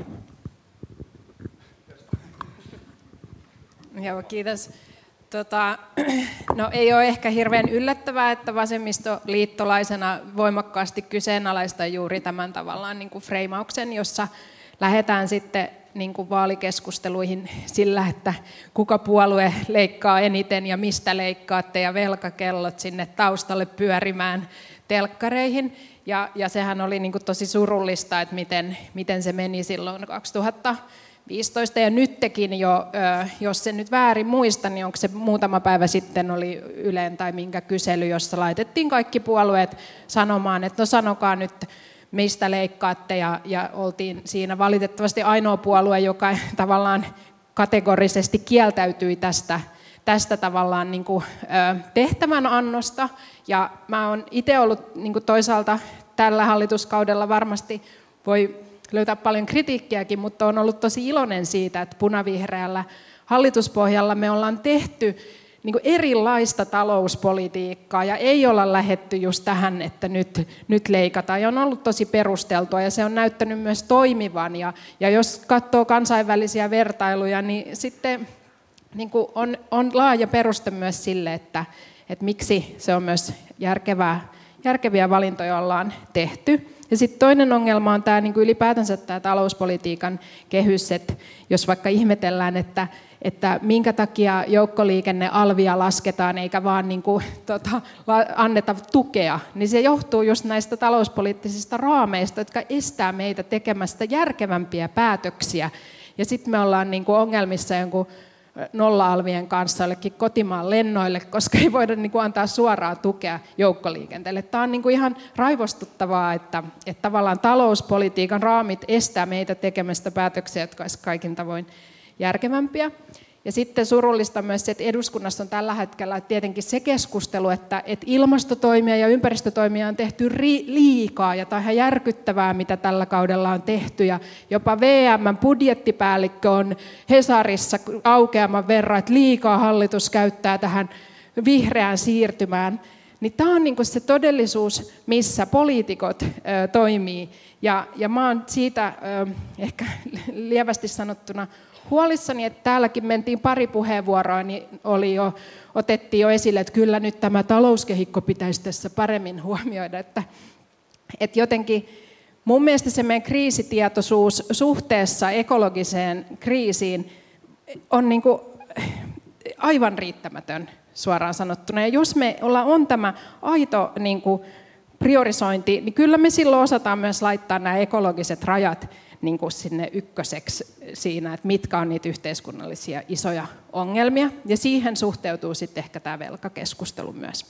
[SPEAKER 11] Joo, kiitos. Tota, no ei ole ehkä hirveän yllättävää, että vasemmistoliittolaisena voimakkaasti kyseenalaista juuri tämän tavallaan niin kuin freimauksen, jossa lähdetään sitten niin kuin vaalikeskusteluihin sillä, että kuka puolue leikkaa eniten ja mistä leikkaatte ja velkakellot sinne taustalle pyörimään telkkareihin. Ja, ja sehän oli niin kuin tosi surullista, että miten, miten se meni silloin kaksituhattaviisitoista. Ja nytkin jo, jos sen nyt väärin muista, niin onko se muutama päivä sitten oli Ylen tai minkä kysely, jossa laitettiin kaikki puolueet sanomaan, että no sanokaa nyt, mistä leikkaatte, ja, ja oltiin siinä valitettavasti ainoa puolue, joka tavallaan kategorisesti kieltäytyi tästä, tästä tavallaan niin kuin, ö, tehtävänannosta. Ja mä oon itse ollut niin kuin toisaalta tällä hallituskaudella varmasti voi löytää paljon kritiikkiäkin, mutta on ollut tosi iloinen siitä, että punavihreällä hallituspohjalla me ollaan tehty niin kuin erilaista talouspolitiikkaa ja ei olla lähdetty just tähän, että nyt, nyt leikataan. Ja on ollut tosi perusteltua ja se on näyttänyt myös toimivan. Ja, ja jos katsoo kansainvälisiä vertailuja, niin sitten niin kuin on, on laaja peruste myös sille, että, että miksi se on myös järkevää, järkeviä valintoja ollaan tehty. Ja sitten toinen ongelma on tämä niin kuin ylipäätänsä tämä talouspolitiikan kehys, että jos vaikka ihmetellään, että, että minkä takia joukkoliikennealvia lasketaan eikä vaan niin kuin, tota, anneta tukea, niin se johtuu just näistä talouspoliittisista raameista, jotka estää meitä tekemästä järkevämpiä päätöksiä. Ja sitten me ollaan niin kuin ongelmissa jonkun nolla-alvien kanssa jollekin kotimaan lennoille, koska ei voida niin kuin antaa suoraa tukea joukkoliikenteelle. Tämä on niin kuin ihan raivostuttavaa, että, että tavallaan talouspolitiikan raamit estää meitä tekemästä päätöksiä, jotka olisivat kaikin tavoin järkevämpiä. Ja sitten surullista myös se, että eduskunnassa on tällä hetkellä tietenkin se keskustelu, että, että ilmastotoimia ja ympäristötoimia on tehty ri- liikaa ja tämä on ihan järkyttävää, mitä tällä kaudella on tehty. Ja jopa V M:n budjettipäällikkö on Hesarissa aukeaman verran, että liikaa hallitus käyttää tähän vihreään siirtymään. Niin tämä on niinku se todellisuus, missä poliitikot ö, toimii. Ja, ja mä oon siitä ö, ehkä lievästi sanottuna huolissani, että täälläkin mentiin pari puheenvuoroa, niin oli jo, otettiin jo esille, että kyllä nyt tämä talouskehikko pitäisi tässä paremmin huomioida. Että, että jotenkin mun mielestä se meidän kriisitietoisuus suhteessa ekologiseen kriisiin on niin kuin aivan riittämätön suoraan sanottuna. Ja jos me ollaan, on tämä aito niin kuin priorisointi, niin kyllä me silloin osataan myös laittaa nämä ekologiset rajat niin kuin sinne ykköseksi siinä, että mitkä on niitä yhteiskunnallisia isoja ongelmia. Ja siihen suhteutuu sitten ehkä tämä velkakeskustelu myös.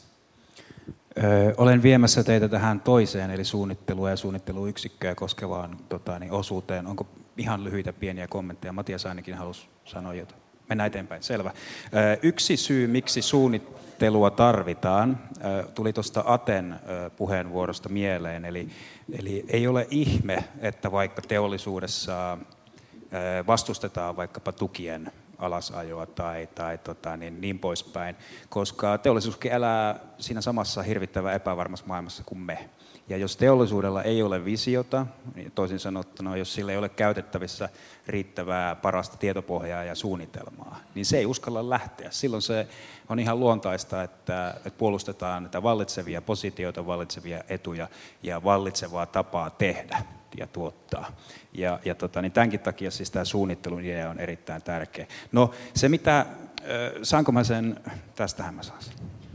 [SPEAKER 10] Öö, olen viemässä teitä tähän toiseen, eli suunnittelua ja suunnitteluyksikköä koskevaan tota, niin osuuteen. Onko ihan lyhyitä pieniä kommentteja? Matias ainakin halusi sanoa jotain. Mennään eteenpäin, selvä. Öö, yksi syy, miksi suunnittelua tarvitaan, öö, tuli tuosta Aten öö, puheenvuorosta mieleen. Eli, eli ei ole ihme, että vaikka teollisuudessa öö, vastustetaan vaikkapa tukien alasajoa tai, tai tota, niin, niin poispäin, koska teollisuuskin elää siinä samassa hirvittävän epävarmassa maailmassa kuin me. Ja jos teollisuudella ei ole visiota, niin toisin sanottuna, jos sillä ei ole käytettävissä riittävää parasta tietopohjaa ja suunnitelmaa, niin se ei uskalla lähteä. Silloin se on ihan luontaista, että, että puolustetaan näitä vallitsevia positioita, vallitsevia etuja ja vallitsevaa tapaa tehdä ja tuottaa. Ja, ja tota, niin tämänkin takia siis tämä suunnittelun idea on erittäin tärkeä. No se mitä, saanko mä sen, tästähän mä saan sen.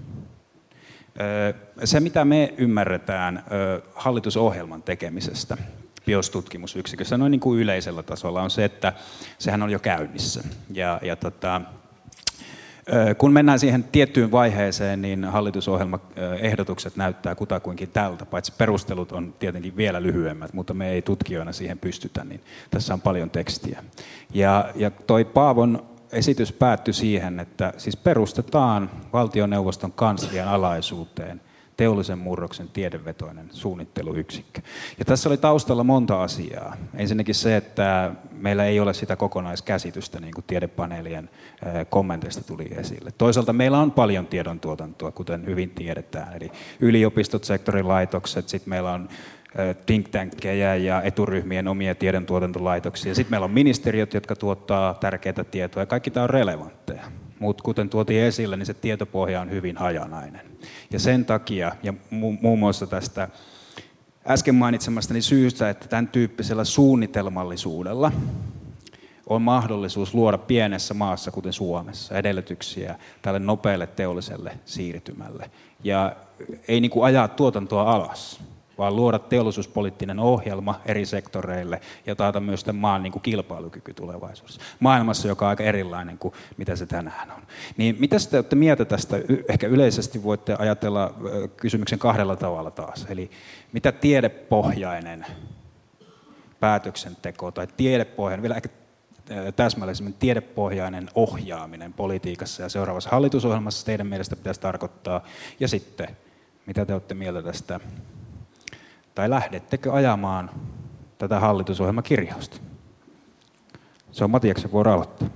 [SPEAKER 10] Se, mitä me ymmärretään hallitusohjelman tekemisestä BIOS-tutkimusyksikössä noin niin kuin yleisellä tasolla, on se, että sehän on jo käynnissä. Ja, ja tota, kun mennään siihen tiettyyn vaiheeseen, niin hallitusohjelmaehdotukset näyttää kutakuinkin tältä, paitsi perustelut on tietenkin vielä lyhyemmät, mutta me ei tutkijoina siihen pystytä, niin tässä on paljon tekstiä. Ja, ja toi Paavon esitys päättyi siihen, että siis perustetaan valtioneuvoston kanslian alaisuuteen teollisen murroksen tiedevetoinen suunnitteluyksikkö. Ja tässä oli taustalla monta asiaa. Ensinnäkin se, että meillä ei ole sitä kokonaiskäsitystä, niin kuin tiedepaneelien kommenteista tuli esille. Toisaalta meillä on paljon tiedontuotantoa, kuten hyvin tiedetään, eli yliopistot, sektorilaitokset, sitten meillä on think tankkejä ja eturyhmien omia tiedontuotantolaitoksia. Sitten meillä on ministeriöt, jotka tuottaa tärkeää tietoa, ja kaikki tämä on relevantteja. Mutta kuten tuotiin esille, niin se tietopohja on hyvin hajanainen. Ja sen takia, ja mu- muun muassa tästä äsken mainitsemastani syystä, että tämän tyyppisellä suunnitelmallisuudella on mahdollisuus luoda pienessä maassa, kuten Suomessa, edellytyksiä tälle nopealle teolliselle siirtymälle. Ja ei niin kuin ajaa tuotantoa alas, vaan luoda teollisuuspoliittinen ohjelma eri sektoreille ja taata myös tämän maan niin kuin kilpailukyky tulevaisuudessa. Maailmassa, joka on aika erilainen kuin mitä se tänään on. Niin mitä te olette mieltä tästä? Ehkä yleisesti voitte ajatella kysymyksen kahdella tavalla taas. Eli mitä tiedepohjainen päätöksenteko tai tiedepohjainen, vielä ehkä täsmällisemmin tiedepohjainen ohjaaminen politiikassa ja seuraavassa hallitusohjelmassa teidän mielestä pitäisi tarkoittaa. Ja sitten, mitä te olette mieltä tästä? Tai lähdettekö ajamaan tätä hallitusohjelmakirjausta? Se on Matiaksen vuoro aloittaa.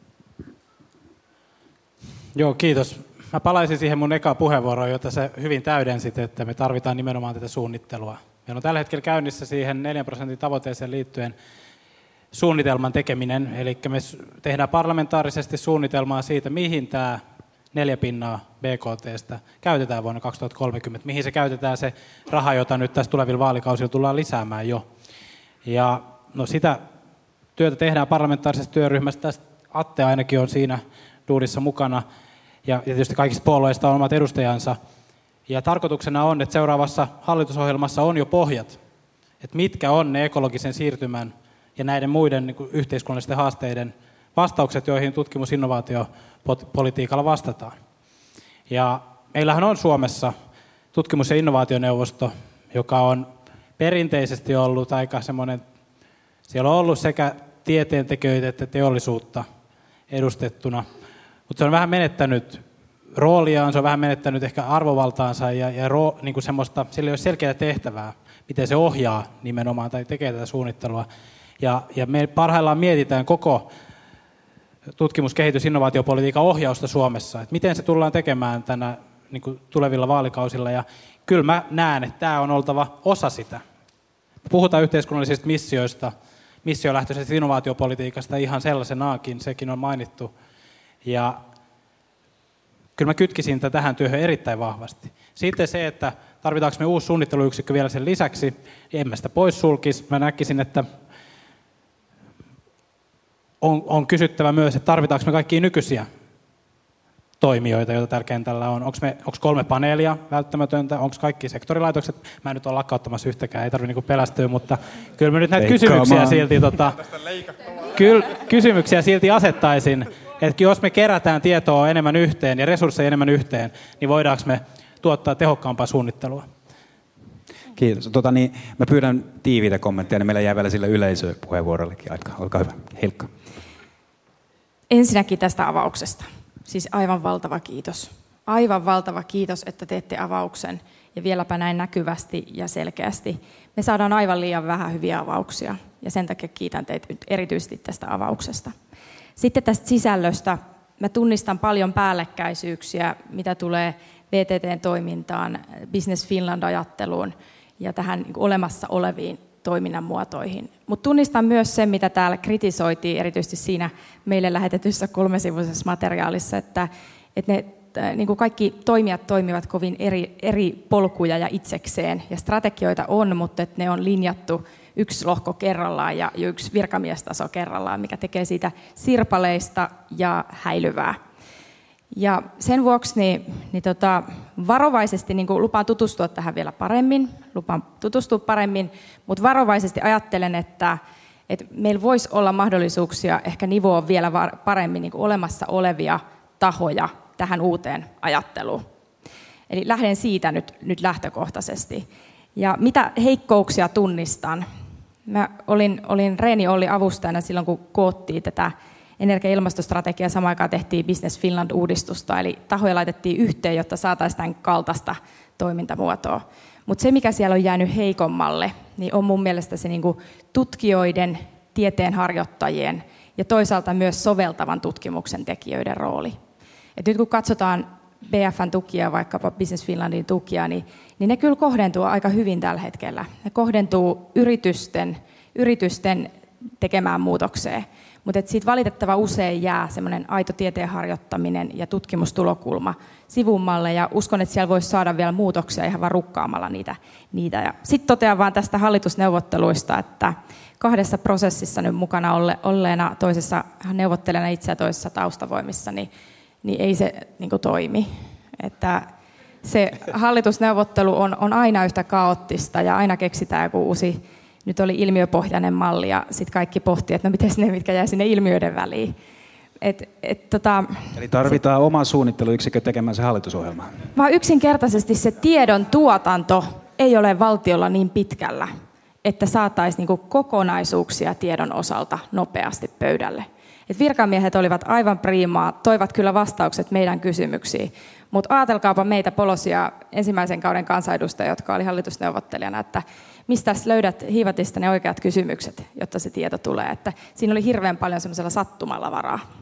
[SPEAKER 13] Joo, kiitos. Mä palaisin siihen mun eka puheenvuoroon, jota se hyvin täydensit, että me tarvitaan nimenomaan tätä suunnittelua. Meillä on tällä hetkellä käynnissä siihen neljän prosentin tavoitteeseen liittyen suunnitelman tekeminen. Eli me tehdään parlamentaarisesti suunnitelmaa siitä, mihin tämä neljä pinnaa B K T:stä käytetään vuonna kaksituhattakolmekymmentä, mihin se käytetään se raha, jota nyt tässä tulevilla vaalikausilla tullaan lisäämään jo. Ja no sitä työtä tehdään parlamentaarisessa työryhmässä, tästä Atte ainakin on siinä duudissa mukana, ja tietysti kaikista puolueista on omat edustajansa. Ja tarkoituksena on, että seuraavassa hallitusohjelmassa on jo pohjat, että mitkä on ne ekologisen siirtymän ja näiden muiden niin kuin yhteiskunnallisten haasteiden vastaukset, joihin tutkimus-innovaatiopolitiikalla vastataan. Ja meillähän on Suomessa tutkimus- ja innovaationeuvosto, joka on perinteisesti ollut aika semmoinen, siellä on ollut sekä tieteentekijöitä että teollisuutta edustettuna, mutta se on vähän menettänyt rooliaan, se on vähän menettänyt ehkä arvovaltaansa ja, ja ro, niin kuin semmoista, sillä ei ole selkeää tehtävää, miten se ohjaa nimenomaan tai tekee tätä suunnittelua. Ja, ja me parhaillaan mietitään koko tutkimus-, kehitys-, innovaatiopolitiikan ohjausta Suomessa, että miten se tullaan tekemään tänä niin kuin tulevilla vaalikausilla. Ja kyllä mä näen, että tämä on oltava osa sitä. Puhutaan yhteiskunnallisista missioista, missiolähtöisestä innovaatiopolitiikasta ihan sellaisenaakin, sekin on mainittu. Ja kyllä mä kytkisin tätä tähän työhön erittäin vahvasti. Sitten se, että tarvitaanko me uusi suunnitteluyksikkö vielä sen lisäksi, niin en mä sitä poissulkisi. Mä näkisin, että on, on kysyttävä myös, että tarvitaanko me kaikkia nykyisiä toimijoita, joita tällä kentällä on. Onko, me, onko kolme paneelia välttämätöntä? Onko kaikki sektorilaitokset? Mä en nyt ole lakkauttamassa yhtäkään, ei tarvitse niinku pelästyä, mutta kyllä mä nyt näitä kysymyksiä silti, tota, kyllä, kysymyksiä silti asettaisin. Että jos me kerätään tietoa enemmän yhteen ja resursseja enemmän yhteen, niin voidaanko me tuottaa tehokkaampaa suunnittelua?
[SPEAKER 16] Kiitos. Tota, niin, mä pyydän tiiviitä kommentteja, niin meillä jää vielä sille yleisöpuheenvuorollekin aika. Olkaa hyvä. Hilkka.
[SPEAKER 14] Ensinnäkin tästä avauksesta. Siis aivan valtava kiitos. Aivan valtava kiitos, että teette avauksen ja vieläpä näin näkyvästi ja selkeästi. Me saadaan aivan liian vähän hyviä avauksia ja sen takia kiitän teitä erityisesti tästä avauksesta. Sitten tästä sisällöstä. Mä tunnistan paljon päällekkäisyyksiä, mitä tulee V T T:n toimintaan, Business Finland-ajatteluun ja tähän olemassa oleviin toiminnan muotoihin. Mutta tunnistan myös sen, mitä täällä kritisoitiin, erityisesti siinä meille lähetetyssä kolmesivuisessa materiaalissa, että, että ne niin kuin kaikki toimijat toimivat kovin eri, eri polkuja ja itsekseen, ja strategioita on, mutta että ne on linjattu yksi lohko kerrallaan ja yksi virkamiestaso kerrallaan, mikä tekee siitä sirpaleista ja häilyvää. Ja sen vuoksi niin, niin tota, varovaisesti niin kuin lupaan tutustua tähän vielä paremmin, lupaan tutustua paremmin, mutta varovaisesti ajattelen, että, että meillä voisi olla mahdollisuuksia ehkä nivoa vielä paremmin niin kuin olemassa olevia tahoja tähän uuteen ajatteluun. Eli lähden siitä nyt, nyt lähtökohtaisesti. Ja mitä heikkouksia tunnistan? Mä olin, olin Reeni Olli avustajana silloin, kun koottiin tätä energia- ja ilmastostrategiaa, samaan aikaan tehtiin Business Finland-uudistusta, eli tahoja laitettiin yhteen, jotta saataisiin tämän kaltaista toimintamuotoa. Mutta se, mikä siellä on jäänyt heikommalle, niin on mun mielestä se niinku tutkijoiden, tieteenharjoittajien ja toisaalta myös soveltavan tutkimuksen tekijöiden rooli. Et nyt kun katsotaan B F:n tukia, vaikkapa Business Finlandin tukia, niin, niin ne kyllä kohdentuu aika hyvin tällä hetkellä. Ne kohdentuu yritysten, yritysten tekemään muutokseen. Mutta siitä valitettava usein jää semmoinen aito tieteen harjoittaminen ja tutkimustulokulma sivummalle, ja uskon, että siellä voisi saada vielä muutoksia ihan vaan rukkaamalla niitä. niitä. Sitten totean vaan tästä hallitusneuvotteluista, että kahdessa prosessissa nyt mukana olle, olleena, toisessa neuvottelijana itse ja toisessa taustavoimissa, niin, niin ei se niin kuin toimi. Että se hallitusneuvottelu on, on aina yhtä kaoottista ja aina keksitään joku uusi. Nyt oli ilmiöpohjainen malli ja sitten kaikki pohti, että no miten ne, mitkä jää sinne ilmiöiden väliin. Et, et, tota,
[SPEAKER 16] Eli tarvitaan se, oma suunnitteluyksikkö tekemään se hallitusohjelma.
[SPEAKER 14] Vaan yksinkertaisesti se tiedon tuotanto ei ole valtiolla niin pitkällä, että saataisiin niinku kokonaisuuksia tiedon osalta nopeasti pöydälle. Et virkamiehet olivat aivan priimaa, toivat kyllä vastaukset meidän kysymyksiin, mutta ajatelkaapa meitä polosia ensimmäisen kauden kansanedustajia, jotka oli hallitusneuvottelijana, että mistä löydät hiivatista ne oikeat kysymykset, jotta se tieto tulee. Että siinä oli hirveän paljon semmoisella sattumalla varaa.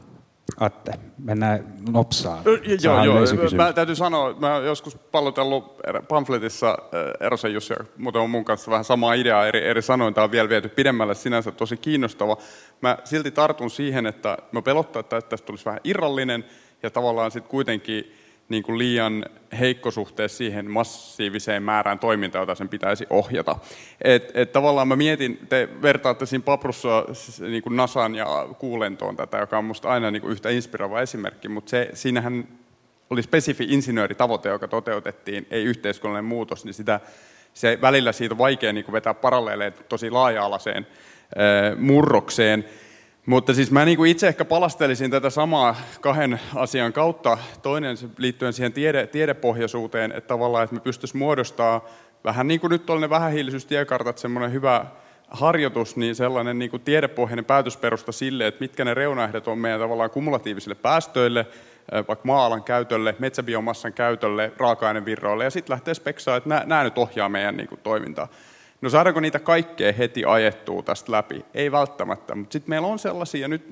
[SPEAKER 16] Atte, mennään nopsaan.
[SPEAKER 15] Joo, joo. Mä täytyy sanoa, mä oon joskus pallotellut pamfletissa Erosen Jussi, muuten on mun kanssa vähän samaa ideaa eri, eri sanoin. Tämä on vielä viety pidemmälle, sinänsä tosi kiinnostava. Mä silti tartun siihen, että mä pelottaa, että tästä tulisi vähän irrallinen ja tavallaan sitten kuitenkin niin kuin liian heikko suhteessa siihen massiiviseen määrään toimintaa, jota sen pitäisi ohjata. Et, et tavallaan mä mietin, te vertaatte siinä Paprussa niin kuin NASAn ja kuulentoon tätä, joka on musta aina niin kuin yhtä inspiroiva esimerkki, mutta se, siinähän oli spesifi insinööritavoite, joka toteutettiin, ei yhteiskunnallinen muutos, niin sitä, se välillä siitä on vaikea niin kuin vetää paralleeleja tosi laaja-alaiseen ää, murrokseen. Mutta siis mä niin itse ehkä palastelisin tätä samaa kahden asian kautta. Toinen liittyen siihen tiede, tiedepohjaisuuteen, että tavallaan että me pystyisimme muodostamaan vähän niin kuin nyt on ne vähähiilisyystiekartat, semmoinen hyvä harjoitus, niin sellainen niin kuin tiedepohjainen päätösperusta sille, että mitkä ne reunaehdot on meidän tavallaan kumulatiivisille päästöille, vaikka maa-alan käytölle, metsäbiomassan käytölle, raaka-ainevirroille, ja sitten lähtee speksaan, että nämä, nämä nyt ohjaa meidän niin kuin toimintaa. No saadaanko niitä kaikkea heti ajettua tästä läpi? Ei välttämättä, mutta sitten meillä on sellaisia, nyt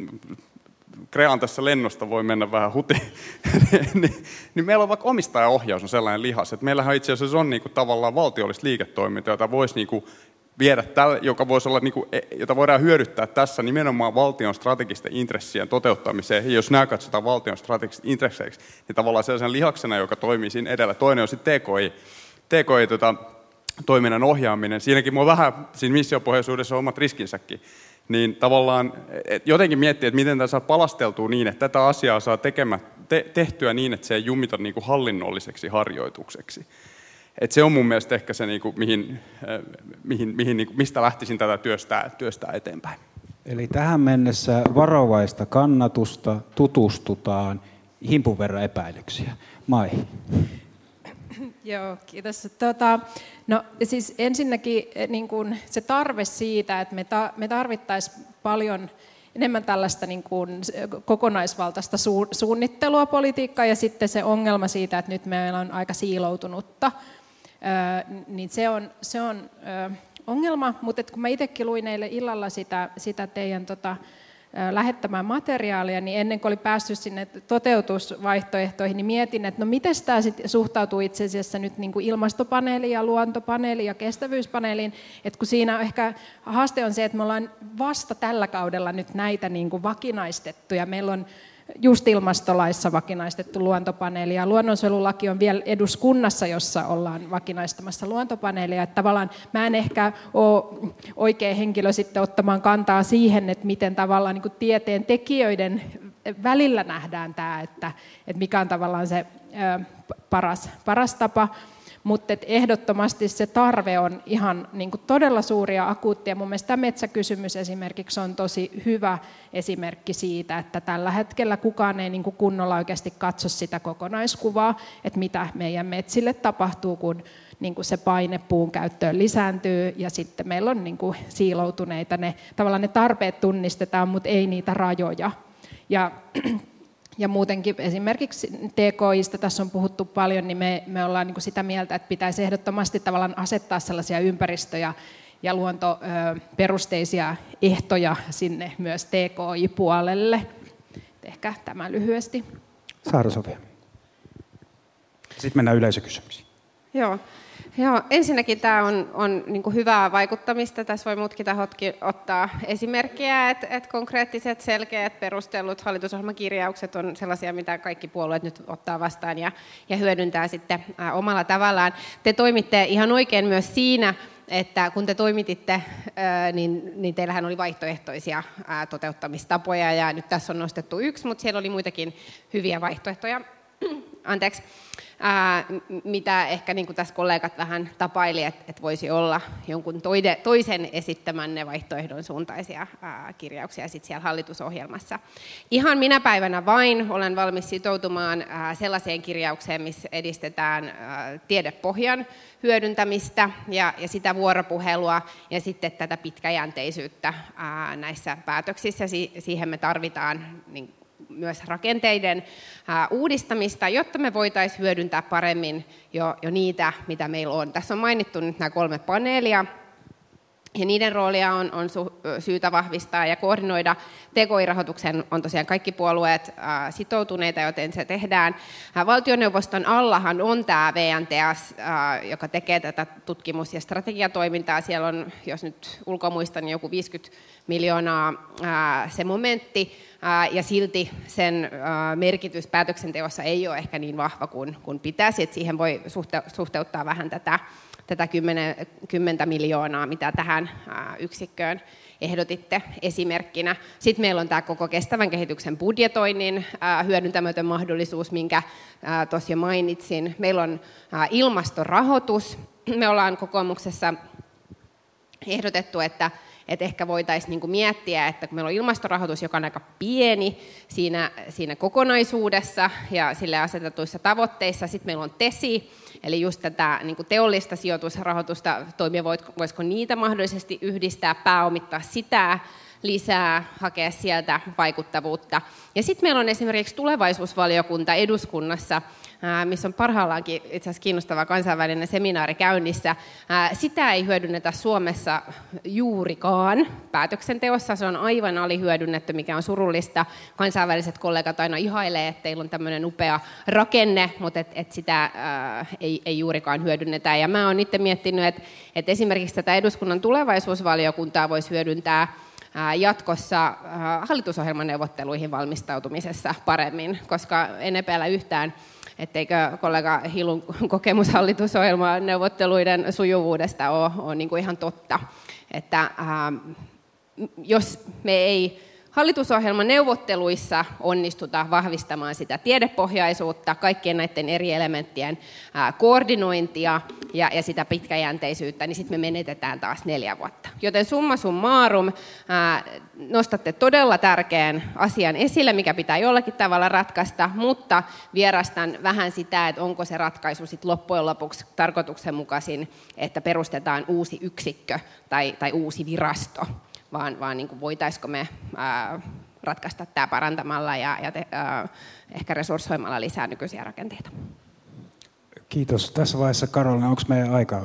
[SPEAKER 15] Krean tässä lennosta voi mennä vähän huti, niin, niin meillä on vaikka omistajaohjaus on sellainen lihas, että meillähän itse asiassa on niinku tavallaan valtiollista liiketoimintaa, jota voisi niinku viedä, tälle, joka voisi olla, niinku, jota voidaan hyödyttää tässä nimenomaan valtion strategisten intressien toteuttamiseen. Ja jos nämä katsotaan valtion strategisiksi intresseiksi, niin tavallaan sellaisen lihaksena, joka toimii siinä edellä. Toinen on sitten T K I, T K I tota, toiminnan ohjaaminen. Siinäkin on vähän, siinä missiopohjaisuudessa on omat riskinsäkin. Niin tavallaan jotenkin miettiä, että miten tämä saa palasteltua niin, että tätä asiaa saa tekemä, te, tehtyä niin, että se ei jumita niin kuin hallinnolliseksi harjoitukseksi. Et se on mun mielestä ehkä se, niin kuin, mihin, mihin, mihin, niin kuin, mistä lähtisin tätä työstää, työstää eteenpäin.
[SPEAKER 16] Eli tähän mennessä varovaista kannatusta, tutustutaan, himpun verran epäilyksiä. Mai.
[SPEAKER 11] Joo, kiitos. Tota, no siis ensinnäkin niin kuin se tarve siitä, että me, ta, me tarvittaisiin paljon enemmän tällaista niin kuin kokonaisvaltaista su, suunnittelua politiikkaa ja sitten se ongelma siitä, että nyt meillä on aika siiloutunutta, ö, niin se on, se on ö, ongelma, mutta kun mä itsekin luin eilen illalla sitä, sitä teidän tota, lähettämään materiaalia, niin ennen kuin oli päässyt sinne toteutusvaihtoehtoihin, niin mietin, että no miten tämä sitten suhtautuu itse asiassa nyt niin kuin ilmastopaneeliin ja luontopaneeliin ja kestävyyspaneeliin, että kun siinä ehkä haaste on se, että me ollaan vasta tällä kaudella nyt näitä niin kuin vakinaistettu ja meillä on just ilmastolaissa vakinaistettu luontopaneeli ja luonnonsuojelulaki on vielä eduskunnassa, jossa ollaan vakinaistamassa luontopaneelia. Että tavallaan mä en ehkä ole oikea henkilö sitten ottamaan kantaa siihen, että miten tavallaan niin kuin tieteen tekijöiden välillä nähdään tämä, että, että mikä on tavallaan se paras, paras tapa. Mutta ehdottomasti se tarve on ihan niin kuin todella suuri ja akuutti. Ja mun mielestä tämä metsäkysymys esimerkiksi on tosi hyvä esimerkki siitä, että tällä hetkellä kukaan ei niin kuin kunnolla oikeasti katso sitä kokonaiskuvaa, että mitä meidän metsille tapahtuu, kun niin kuin se paine puun käyttöön lisääntyy ja sitten meillä on niin kuin siiloutuneita. Ne, tavallaan ne tarpeet tunnistetaan, mutta ei niitä rajoja. Ja Ja muutenkin esimerkiksi T K I:stä tässä on puhuttu paljon, niin me, me ollaan niin kuin sitä mieltä, että pitäisi ehdottomasti tavallaan asettaa sellaisia ympäristö- ja, ja luontoperusteisia ehtoja sinne myös T K I-puolelle. Ehkä tämä lyhyesti.
[SPEAKER 16] Saara-Sofia. Sitten mennään yleisökysymyksiin.
[SPEAKER 12] Joo. Joo, ensinnäkin tämä on, on niin kuin hyvää vaikuttamista. Tässä voi muutkin tahotkin ottaa esimerkkiä, että, että konkreettiset, selkeät, perustellut hallitusohjelmakirjaukset on sellaisia, mitä kaikki puolueet nyt ottaa vastaan ja, ja hyödyntää sitten ä, omalla tavallaan. Te toimitte ihan oikein myös siinä, että kun te toimititte, ää, niin, niin teillähän oli vaihtoehtoisia ää, toteuttamistapoja ja nyt tässä on nostettu yksi, mutta siellä oli muitakin hyviä vaihtoehtoja. Anteeksi. Ää, mitä ehkä niin kuin tässä kollegat vähän tapaili, että, että voisi olla jonkun toide, toisen esittämänne vaihtoehdon suuntaisia ää, kirjauksia sit siellä hallitusohjelmassa. Ihan minä päivänä vain olen valmis sitoutumaan ää, sellaiseen kirjaukseen, missä edistetään ää, tiedepohjan hyödyntämistä ja, ja sitä vuoropuhelua ja sitten tätä pitkäjänteisyyttä ää, näissä päätöksissä. Si- siihen me tarvitaan niin myös rakenteiden ää, uudistamista, jotta me voitaisiin hyödyntää paremmin jo, jo niitä, mitä meillä on. Tässä on mainittu nyt nämä kolme paneelia, Ja niiden roolia on, on su, syytä vahvistaa ja koordinoida. T K I-rahoituksen on tosiaan kaikki puolueet ää, sitoutuneita, joten se tehdään. Ää, valtioneuvoston allahan on tämä V N T S, ää, joka tekee tätä tutkimus- ja strategiatoimintaa. Siellä on, jos nyt ulkomuistan, niin joku viisikymmentä miljoonaa ää, se momentti, ää, ja silti sen ää, merkitys päätöksenteossa ei ole ehkä niin vahva kuin, kuin pitäisi. Et siihen voi suhte, suhteuttaa vähän tätä tätä kymmentä miljoonaa, mitä tähän yksikköön ehdotitte esimerkkinä. Sitten meillä on tämä koko kestävän kehityksen budjetoinnin hyödyntämätön mahdollisuus, minkä tuossa jo mainitsin. Meillä on ilmastorahoitus. Me ollaan kokoomuksessa ehdotettu, että että ehkä voitaisiin niinku miettiä, että kun meillä on ilmastorahoitus, joka on aika pieni siinä, siinä kokonaisuudessa ja sille asetetuissa tavoitteissa, sitten meillä on TESI, eli just tätä niinku teollista sijoitusrahoitusta, toimia voisiko niitä mahdollisesti yhdistää, pääomittaa sitä lisää, hakea sieltä vaikuttavuutta. Ja sitten meillä on esimerkiksi tulevaisuusvaliokunta eduskunnassa, missä on parhaillaankin itse asiassa kiinnostava kansainvälinen seminaari käynnissä. Sitä ei hyödynnetä Suomessa juurikaan päätöksenteossa. Se on aivan alihyödynnetty, mikä on surullista. Kansainväliset kollegat aina ihailee, että teillä on tämmöinen upea rakenne, mutta et, et sitä ää, ei, ei juurikaan hyödynnetä. Ja mä oon itse miettinyt, että et esimerkiksi tätä eduskunnan tulevaisuusvaliokuntaa voisi hyödyntää jatkossa hallitusohjelmaneuvotteluihin valmistautumisessa paremmin, koska en epäillä yhtään, etteikö kollega Hilun kokemus hallitusohjelman neuvotteluiden sujuvuudesta ole, ole niin kuin ihan totta. Että, ää, jos me ei hallitusohjelman neuvotteluissa onnistuta vahvistamaan sitä tiedepohjaisuutta, kaikkien näiden eri elementtien ää, koordinointia ja, ja sitä pitkäjänteisyyttä, niin sitten me menetetään taas neljä vuotta. Joten summa summarum, ää, nostatte todella tärkeän asian esille, mikä pitää jollakin tavalla ratkaista, mutta vierastan vähän sitä, että onko se ratkaisu sitten loppujen lopuksi tarkoituksenmukaisin, että perustetaan uusi yksikkö tai, tai uusi virasto. vaan, vaan niin kuin voitaisiko me ää, ratkaista tämä parantamalla ja, ja te, ää, ehkä resurssoimalla lisää nykyisiä rakenteita.
[SPEAKER 16] Kiitos. Tässä vaiheessa Karolina, onko meidän aika?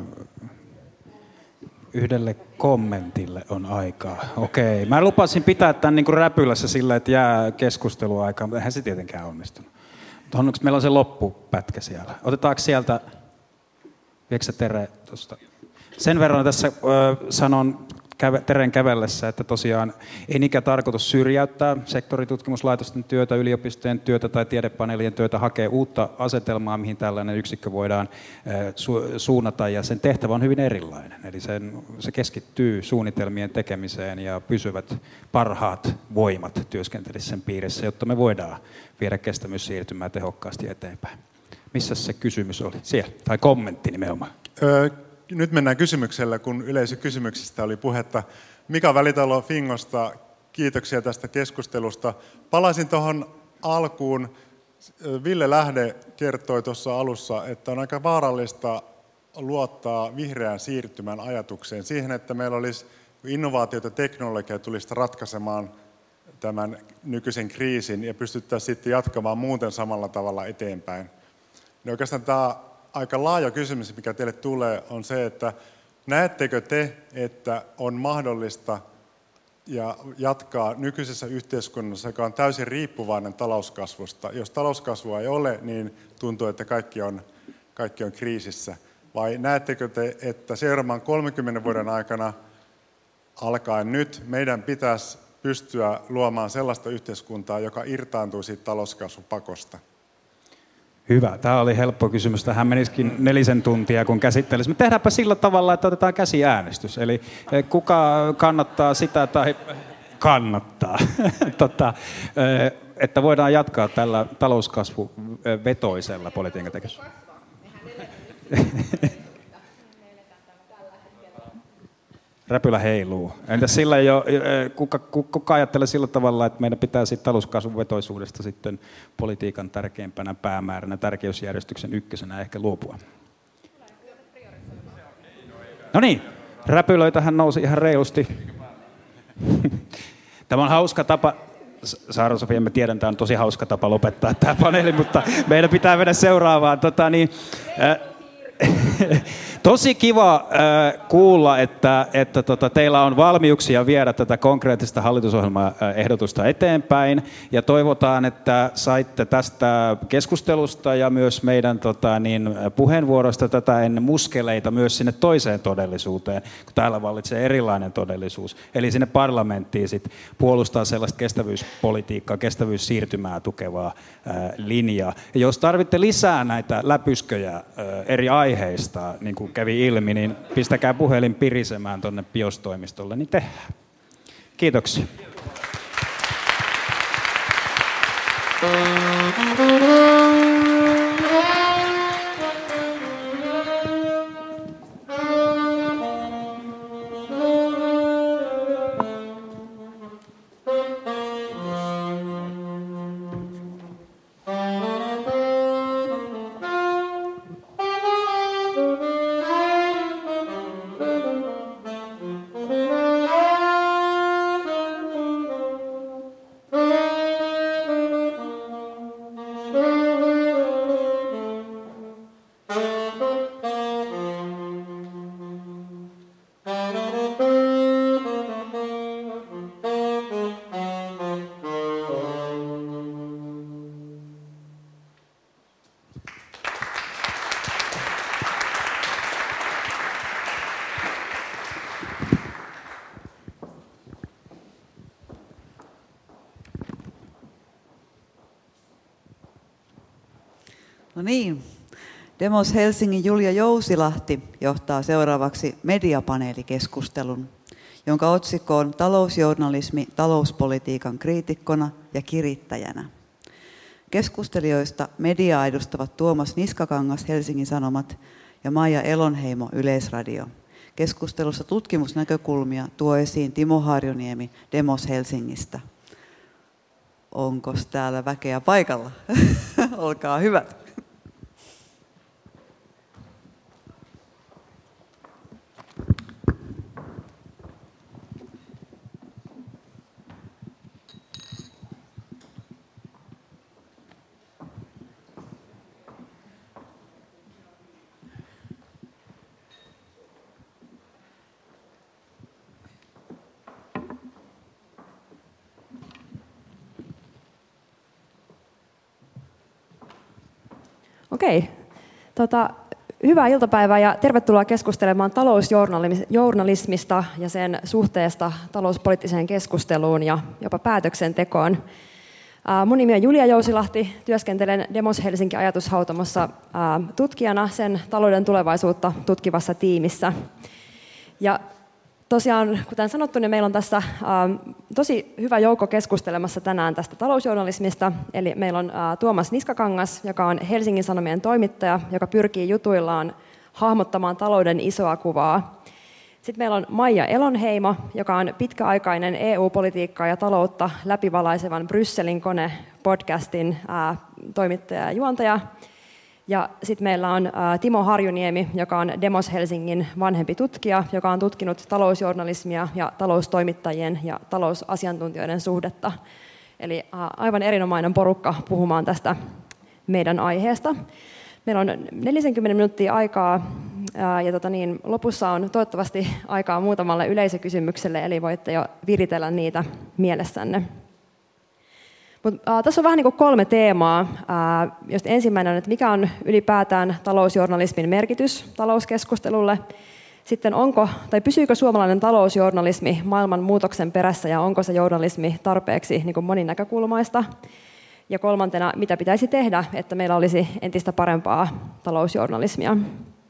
[SPEAKER 16] Yhdelle kommentille on aikaa. Okei. Mä lupasin pitää tämän niin kuin räpylässä sillä, että jää keskusteluaikaa, mutta eihän se tietenkään onnistunut. Mutta onneksi meillä on se loppupätkä siellä. Otetaanko sieltä, viekö sä Tere tuosta? Sen verran tässä ö, sanon Teren kävellessä, että tosiaan ei niinkään tarkoitus syrjäyttää sektoritutkimuslaitosten työtä, yliopistojen työtä tai tiedepaneelien työtä, hakee uutta asetelmaa, mihin tällainen yksikkö voidaan su- suunnata, ja sen tehtävä on hyvin erilainen. Eli sen, se keskittyy suunnitelmien tekemiseen ja pysyvät parhaat voimat työskentelisi sen piirissä, jotta me voidaan viedä kestävyyssiirtymää tehokkaasti eteenpäin. Missä se kysymys oli? Siellä. Tai kommentti nimenomaan.
[SPEAKER 17] Öö. Nyt mennään kysymyksellä, kun yleisökysymyksistä oli puhetta. Mika Välitalo Fingosta, kiitoksia tästä keskustelusta. Palaisin tuohon alkuun. Ville Lähde kertoi tuossa alussa, että on aika vaarallista luottaa vihreän siirtymän ajatukseen. Siihen, että meillä olisi innovaatioita, teknologiaa tulisi ratkaisemaan tämän nykyisen kriisin ja pystyttäisiin sitten jatkamaan muuten samalla tavalla eteenpäin. Ja oikeastaan tämä aika laaja kysymys, mikä teille tulee, on se, että näettekö te, että on mahdollista ja jatkaa nykyisessä yhteiskunnassa, joka on täysin riippuvainen talouskasvusta. Jos talouskasvua ei ole, niin tuntuu, että kaikki on, kaikki on kriisissä. Vai näettekö te, että seuraavan kolmenkymmenen vuoden aikana alkaen nyt meidän pitäisi pystyä luomaan sellaista yhteiskuntaa, joka irtaantuu siitä talouskasvupakosta?
[SPEAKER 16] Hyvä. Tämä oli helppo kysymys. Tähän menisikin nelisen tuntia, kun käsittelisimme. Tehdäänpä sillä tavalla, että otetaan käsiäänestys. Eli kuka kannattaa sitä tai kannattaa, tota, että voidaan jatkaa tällä talouskasvuvetoisella politiikan tekemisellä. Räpylä heiluu. Entä sillä jo, kuka, kuka ajattelee sillä tavalla, että meidän pitää siitä talouskasvun vetoisuudesta sitten politiikan tärkeimpänä päämääränä, tärkeysjärjestyksen ykkösenä ehkä luopua? No niin, räpylöitähän nousi ihan reilusti. Tämä on hauska tapa. Saara-Sofia, mä tiedän, tämä on tosi hauska tapa lopettaa tämä paneeli, mutta meidän pitää mennä seuraavaan. Tota, niin, äh, Tosi kiva äh, kuulla, että, että tota, teillä on valmiuksia viedä tätä konkreettista hallitusohjelmaehdotusta eteenpäin. Ja toivotaan, että saitte tästä keskustelusta ja myös meidän tota, niin, puheenvuorosta tätä ennen muskeleita myös sinne toiseen todellisuuteen, kun täällä vallitsee erilainen todellisuus. Eli sinne parlamenttiin sit puolustaa sellaista kestävyyspolitiikkaa, kestävyyssiirtymää tukevaa äh, linjaa. Ja jos tarvitte lisää näitä läpysköjä äh, eri aiheista, niin kuin kävi ilmi, niin pistäkää puhelin pirisemään tuonne Pios-toimistolle, niin tehdään. Kiitoksia.
[SPEAKER 2] No niin, Demos Helsingin Julia Jousilahti johtaa seuraavaksi mediapaneelikeskustelun, jonka otsikko on Talousjournalismi talouspolitiikan kriitikkona ja kirittäjänä. Keskustelijoista mediaa edustavat Tuomas Niskakangas Helsingin Sanomat ja Maija Elonheimo Yleisradio. Keskustelussa tutkimusnäkökulmia tuo esiin Timo Harjuniemi Demos Helsingistä. Onko täällä väkeä paikalla? Olkaa hyvät.
[SPEAKER 18] Okei. Tota, hyvää iltapäivää ja tervetuloa keskustelemaan talousjournalismista ja sen suhteesta talouspoliittiseen keskusteluun ja jopa päätöksentekoon. Mun nimi on Julia Jousilahti, työskentelen Demos Helsinki ajatushautomossa tutkijana sen talouden tulevaisuutta tutkivassa tiimissä. Ja tosiaan, kuten sanottu, niin meillä on tässä ähm, tosi hyvä joukko keskustelemassa tänään tästä talousjournalismista. Eli meillä on äh, Tuomas Niskakangas, joka on Helsingin Sanomien toimittaja, joka pyrkii jutuillaan hahmottamaan talouden isoa kuvaa. Sitten meillä on Maija Elonheimo, joka on pitkäaikainen E U-politiikkaa ja taloutta läpivalaisevan Brysselin kone podcastin äh, toimittaja ja juontaja. Ja sitten meillä on ä, Timo Harjuniemi, joka on Demos Helsingin vanhempi tutkija, joka on tutkinut talousjournalismia ja taloustoimittajien ja talousasiantuntijoiden suhdetta. Eli ä, aivan erinomainen porukka puhumaan tästä meidän aiheesta. Meillä on neljäkymmentä minuuttia aikaa ä, ja tota niin, lopussa on toivottavasti aikaa muutamalle yleisökysymykselle, eli voitte jo viritellä niitä mielessänne. Mut, äh, tässä on vähän niin kuin kolme teemaa. Äh, josta ensimmäinen on, että mikä on ylipäätään talousjournalismin merkitys talouskeskustelulle. Sitten onko, tai pysyykö suomalainen talousjournalismi maailman muutoksen perässä ja onko se journalismi tarpeeksi niin kuin moninäkökulmaista. Ja kolmantena, mitä pitäisi tehdä, että meillä olisi entistä parempaa talousjournalismia.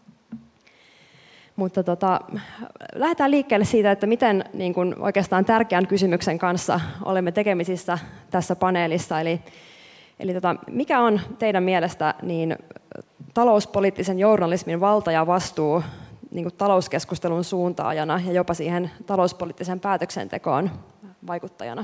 [SPEAKER 18] Mutta tota, lähdetään liikkeelle siitä, että miten niin kun oikeastaan tärkeän kysymyksen kanssa olemme tekemisissä tässä paneelissa. Eli, eli tota, mikä on teidän mielestä niin talouspoliittisen journalismin valta ja vastuu niin kun talouskeskustelun suuntaajana ja jopa siihen talouspoliittiseen päätöksentekoon vaikuttajana?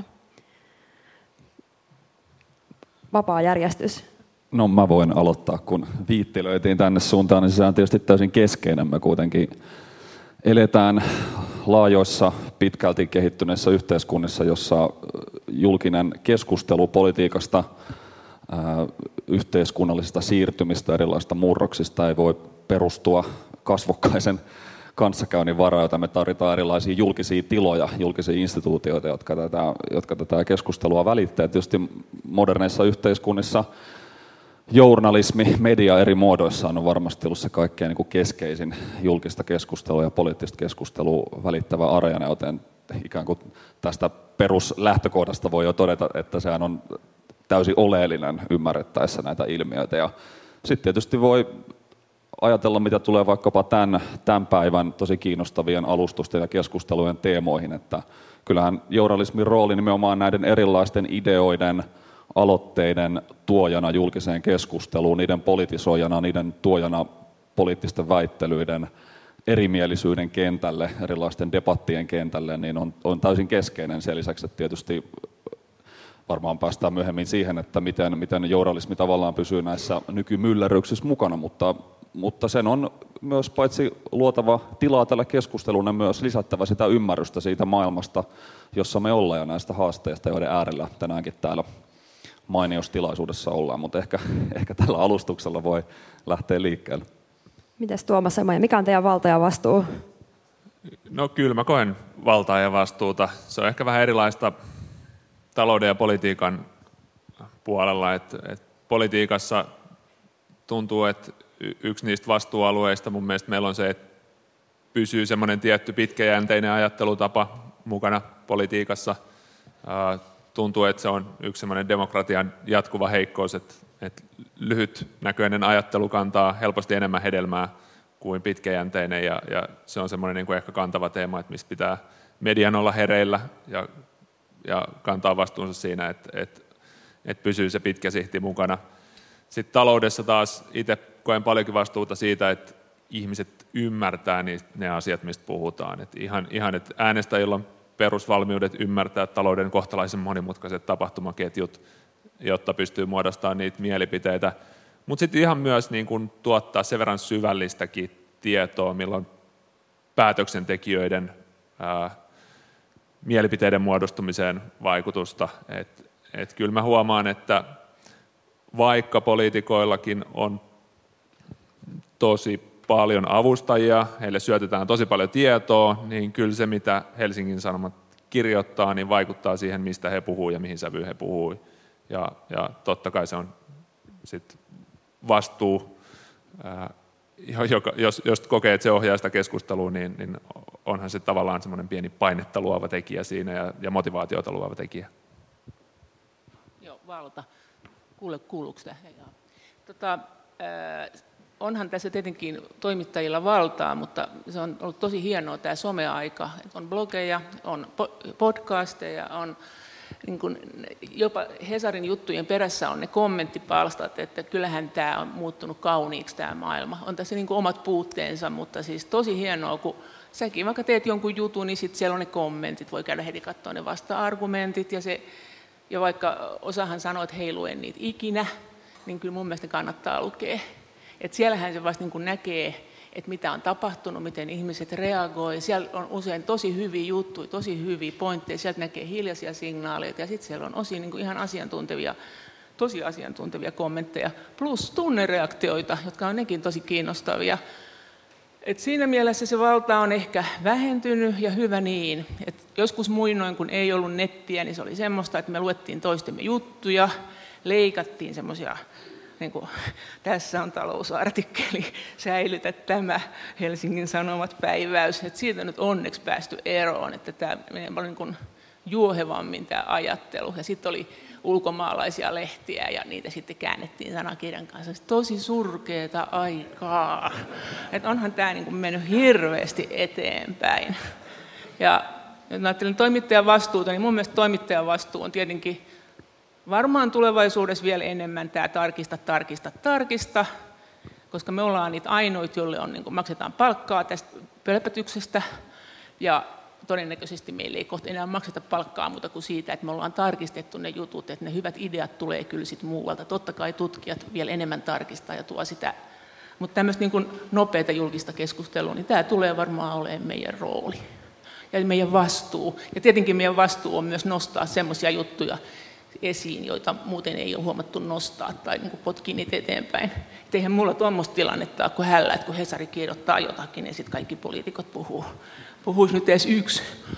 [SPEAKER 18] Vapaa järjestys.
[SPEAKER 19] No mä voin aloittaa, kun viittilöitiin tänne suuntaan, niin se on tietysti täysin keskeinen. Me kuitenkin eletään laajoissa, pitkälti kehittyneissä yhteiskunnissa, jossa julkinen keskustelu politiikasta yhteiskunnallisista siirtymistä, erilaisista murroksista ei voi perustua kasvokkaisen kanssakäynnin varaa, jota me tarvitaan erilaisia julkisia tiloja, julkisia instituutioita, jotka tätä, jotka tätä keskustelua välittää. Tietysti moderneissa yhteiskunnissa journalismi, media eri muodoissaan on varmasti ollut se kaikkein niin kuin keskeisin julkista keskustelua ja poliittista keskustelua välittävä areena, joten ikään kuin tästä peruslähtökohdasta voi jo todeta, että sehän on täysin oleellinen ymmärrettäessä näitä ilmiöitä. Ja sitten tietysti voi ajatella, mitä tulee vaikkapa tämän, tämän päivän tosi kiinnostavien alustusten ja keskustelujen teemoihin, että kyllähän journalismin rooli nimenomaan näiden erilaisten ideoiden, aloitteiden tuojana julkiseen keskusteluun, niiden politisoijana, niiden tuojana poliittisten väittelyiden, erimielisyyden kentälle, erilaisten debattien kentälle, niin on, on täysin keskeinen. Sen lisäksi, että tietysti varmaan päästään myöhemmin siihen, että miten, miten journalismi tavallaan pysyy näissä nykymyllerryksissä mukana, mutta, mutta sen on myös paitsi luotava tilaa tälle keskustelulle, myös lisättävä sitä ymmärrystä siitä maailmasta, jossa me ollaan ja näistä haasteista, joiden äärellä tänäänkin täällä mainiostilaisuudessa ollaan, mutta ehkä, ehkä tällä alustuksella voi lähteä liikkeelle.
[SPEAKER 18] Mites Tuomas Semaja, mikä on teidän valta ja vastuu?
[SPEAKER 20] No kyllä mä koen valtaa ja vastuuta. Se on ehkä vähän erilaista talouden ja politiikan puolella. Et, et politiikassa tuntuu, että yksi niistä vastuualueista mun mielestä meillä on se, että pysyy semmoinen tietty pitkäjänteinen ajattelutapa mukana politiikassa. Tuntuu, että se on yksi semmoinen demokratian jatkuva heikkous, että, että lyhytnäköinen ajattelu kantaa helposti enemmän hedelmää kuin pitkäjänteinen, ja, ja se on semmoinen niin kuin ehkä kantava teema, että mistä pitää median olla hereillä ja, ja kantaa vastuunsa siinä, että, että, että pysyy se pitkä sihti mukana. Sitten taloudessa taas itse koen paljonkin vastuuta siitä, että ihmiset ymmärtää niistä, ne asiat, mistä puhutaan. Että ihan, ihan, että äänestäjillä on perusvalmiudet ymmärtää talouden kohtalaisen monimutkaiset tapahtumaketjut, jotta pystyy muodostamaan niitä mielipiteitä. Mutta sitten ihan myös niin kun tuottaa sen verran syvällistäkin tietoa, milloin päätöksentekijöiden ää, mielipiteiden muodostumiseen vaikutusta. Et, et kyllä mä huomaan, että vaikka poliitikoillakin on tosi paljon avustajia, heille syötetään tosi paljon tietoa, niin kyllä se, mitä Helsingin Sanomat kirjoittaa, niin vaikuttaa siihen, mistä he puhuu ja mihin sävyyn he puhuu. Ja, ja totta kai se on sit vastuu, ää, joka, jos, jos kokee, että se ohjaa sitä keskustelua, niin, niin onhan se tavallaan semmoinen pieni painetta luova tekijä siinä ja, ja motivaatiota luova tekijä.
[SPEAKER 21] Joo, valta. Kuule, kuuluuko tämä? Tota, äh, onhan tässä tietenkin toimittajilla valtaa, mutta se on ollut tosi hienoa tämä someaika. On blogeja, on podcasteja, on niin kuin jopa Hesarin juttujen perässä on ne kommenttipalstat, että kyllähän tämä on muuttunut kauniiksi tämä maailma. On tässä niin kuin omat puutteensa, mutta siis tosi hienoa, kun säkin vaikka teet jonkun jutun, niin sitten siellä on ne kommentit, voi käydä heti katsoa ne vasta-argumentit, ja, se, ja vaikka osahan sanoo, että hei, luen niitä ikinä, niin kyllä mun mielestä kannattaa lukea. Että siellähän se vasta niin kuin näkee, että mitä on tapahtunut, miten ihmiset reagoi. Siellä on usein tosi hyviä juttuja, tosi hyviä pointteja, sieltä näkee hiljaisia signaaleita, ja sitten siellä on osin niin kuin ihan asiantuntevia, tosi asiantuntevia kommentteja, plus tunnereaktioita, jotka on nekin tosi kiinnostavia. Et siinä mielessä se valta on ehkä vähentynyt, ja hyvä niin. Et joskus muinoin, kun ei ollut nettiä, niin se oli semmoista, että me luettiin toistemme juttuja, leikattiin semmoisia, niin kuin, tässä on talousartikkeli, säilytä tämä Helsingin Sanomat päiväys. Et siitä nyt onneksi päästy eroon, että tämä menee paljon niin kuin juohevammin tämä ajattelu. Ja sitten oli ulkomaalaisia lehtiä ja niitä sitten käännettiin sanakirjan kanssa. Tosi surkeata aikaa. Et onhan tämä niin kuin mennyt hirveästi eteenpäin. Ja nyt ajattelen toimittajan vastuuta, niin mun mielestä toimittajan vastuu on tietenkin varmaan tulevaisuudessa vielä enemmän tämä tarkista, tarkista, tarkista, koska me ollaan niitä ainoita, joille on, niin kuin maksetaan palkkaa tästä pölpätyksestä, ja todennäköisesti meillä ei kohta enää makseta palkkaa muuta kuin siitä, että me ollaan tarkistettu ne jutut, että ne hyvät ideat tulee kyllä sitten muualta. Totta kai tutkijat vielä enemmän tarkistaa ja tuo sitä, mutta tämmöistä niin kuin nopeata julkista keskustelua, niin tämä tulee varmaan olemaan meidän rooli ja meidän vastuu. Ja tietenkin meidän vastuu on myös nostaa semmoisia juttuja, esiin, joita muuten ei ole huomattu nostaa tai niin kuin potkii niitä eteenpäin. Et eihän mulla tuommoista tilannetta ole kuin hällä, että kun Hesari kirjoittaa jotakin, niin sitten kaikki poliitikot puhuu. Puhuisi nyt edes yksi.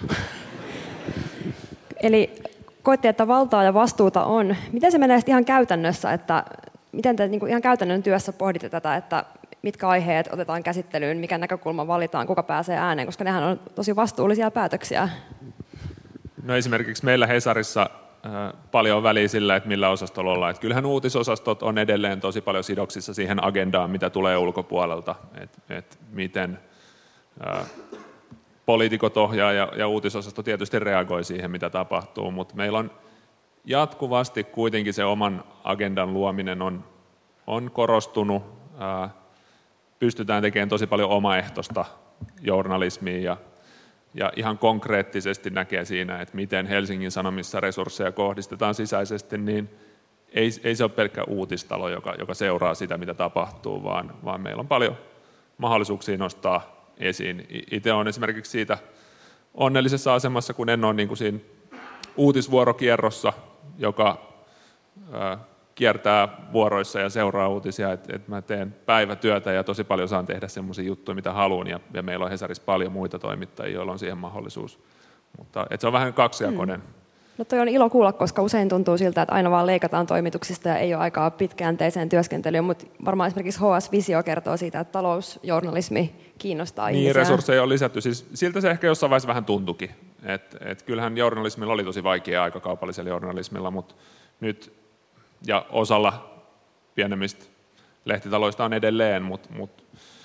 [SPEAKER 18] Eli koette, että valtaa ja vastuuta on. Miten se menee ihan käytännössä, että miten te niin kuin ihan käytännön työssä pohditte tätä, että mitkä aiheet otetaan käsittelyyn, mikä näkökulma valitaan, kuka pääsee ääneen, koska nehän on tosi vastuullisia päätöksiä.
[SPEAKER 20] No esimerkiksi meillä Hesarissa paljon väliä sillä, että millä osastolla ollaan. Että kyllähän uutisosastot on edelleen tosi paljon sidoksissa siihen agendaan, mitä tulee ulkopuolelta, että et miten ää, poliitikot ohjaa ja, ja uutisosasto tietysti reagoi siihen, mitä tapahtuu, mutta meillä on jatkuvasti kuitenkin se oman agendan luominen on, on korostunut. Ää, pystytään tekemään tosi paljon omaehtoista journalismia ja Ja ihan konkreettisesti näkee siinä, että miten Helsingin Sanomissa resursseja kohdistetaan sisäisesti, niin ei, ei se ole pelkkä uutistalo, joka, joka seuraa sitä, mitä tapahtuu, vaan, vaan meillä on paljon mahdollisuuksia nostaa esiin. Itse olen esimerkiksi siitä onnellisessa asemassa, kun en ole niin kuin siinä uutisvuorokierrossa, joka ää, kiertää vuoroissa ja seuraa uutisia, että et mä teen päivätyötä ja tosi paljon saan tehdä semmoisia juttuja, mitä haluan, ja, ja meillä on Hesarissa paljon muita toimittajia, joilla on siihen mahdollisuus. Mutta et se on vähän kaksijakoinen. Hmm.
[SPEAKER 18] No toi on ilo kuulla, koska usein tuntuu siltä, että aina vaan leikataan toimituksista ja ei ole aikaa pitkäjänteiseen työskentelyyn, mutta varmaan esimerkiksi H S-visio kertoo siitä, että talousjournalismi kiinnostaa
[SPEAKER 20] niin,
[SPEAKER 18] ihmisiä.
[SPEAKER 20] Niin, resursseja on lisätty. Siis siltä se ehkä jossain vaiheessa vähän tuntuikin. Et, et kyllähän journalismilla oli tosi vaikea aika kaupallisella journalismilla, mutta nyt ja osalla pienemmistä lehtitaloista on edelleen, mutta mut,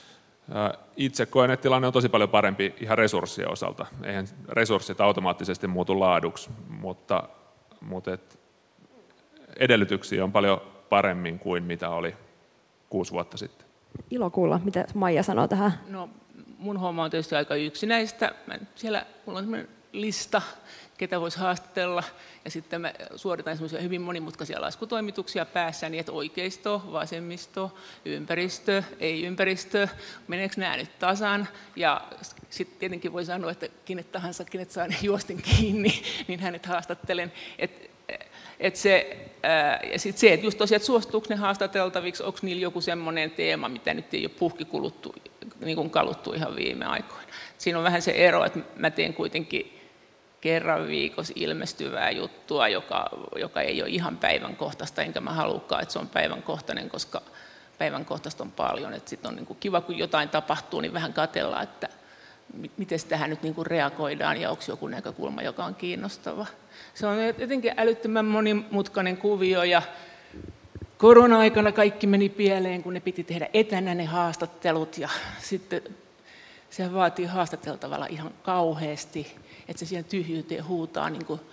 [SPEAKER 20] itse koen, että tilanne on tosi paljon parempi ihan resurssien osalta. Eihän resurssit automaattisesti muutu laaduksi, mutta, mutta et edellytyksiä on paljon paremmin kuin mitä oli kuusi vuotta sitten.
[SPEAKER 18] Ilo kuulla, mitä Maija sanoo tähän.
[SPEAKER 21] No, mun homma on tietysti aika yksinäistä. Mä, siellä mulla on sellainen lista, ketä voisi haastatella, ja sitten mä suoritan semmoisia hyvin monimutkaisia laskutoimituksia päässäni, että oikeisto, vasemmisto, ympäristö, ei ympäristö, meneekö nämä nyt tasan, ja sitten tietenkin voi sanoa, että kenet tahansa, kenet saan juostin kiinni, niin hänet haastattelen. Et, et se, ää, ja sitten se, että just tosiaan, että suostuuko ne haastateltaviksi, onko niillä joku semmoinen teema, mitä nyt ei ole puhkikuluttu, niin kuin kaluttu ihan viime aikoina. Siinä on vähän se ero, että mä teen kuitenkin kerran viikossa ilmestyvää juttua, joka, joka ei ole ihan päivänkohtaista, enkä mä haluakaan, että se on päivänkohtainen, koska päivänkohtaista on paljon. Sitten on niin kuin kiva, kun jotain tapahtuu, niin vähän katsella, että miten tähän nyt niin kuin reagoidaan ja onko joku näkökulma, joka on kiinnostava. Se on jotenkin älyttömän monimutkainen kuvio ja korona-aikana kaikki meni pieleen, kun ne piti tehdä etänä ne haastattelut ja sitten se vaatii haastateltavalla ihan kauheasti, että se siihen tyhjyyteen huutaa, niin kuin,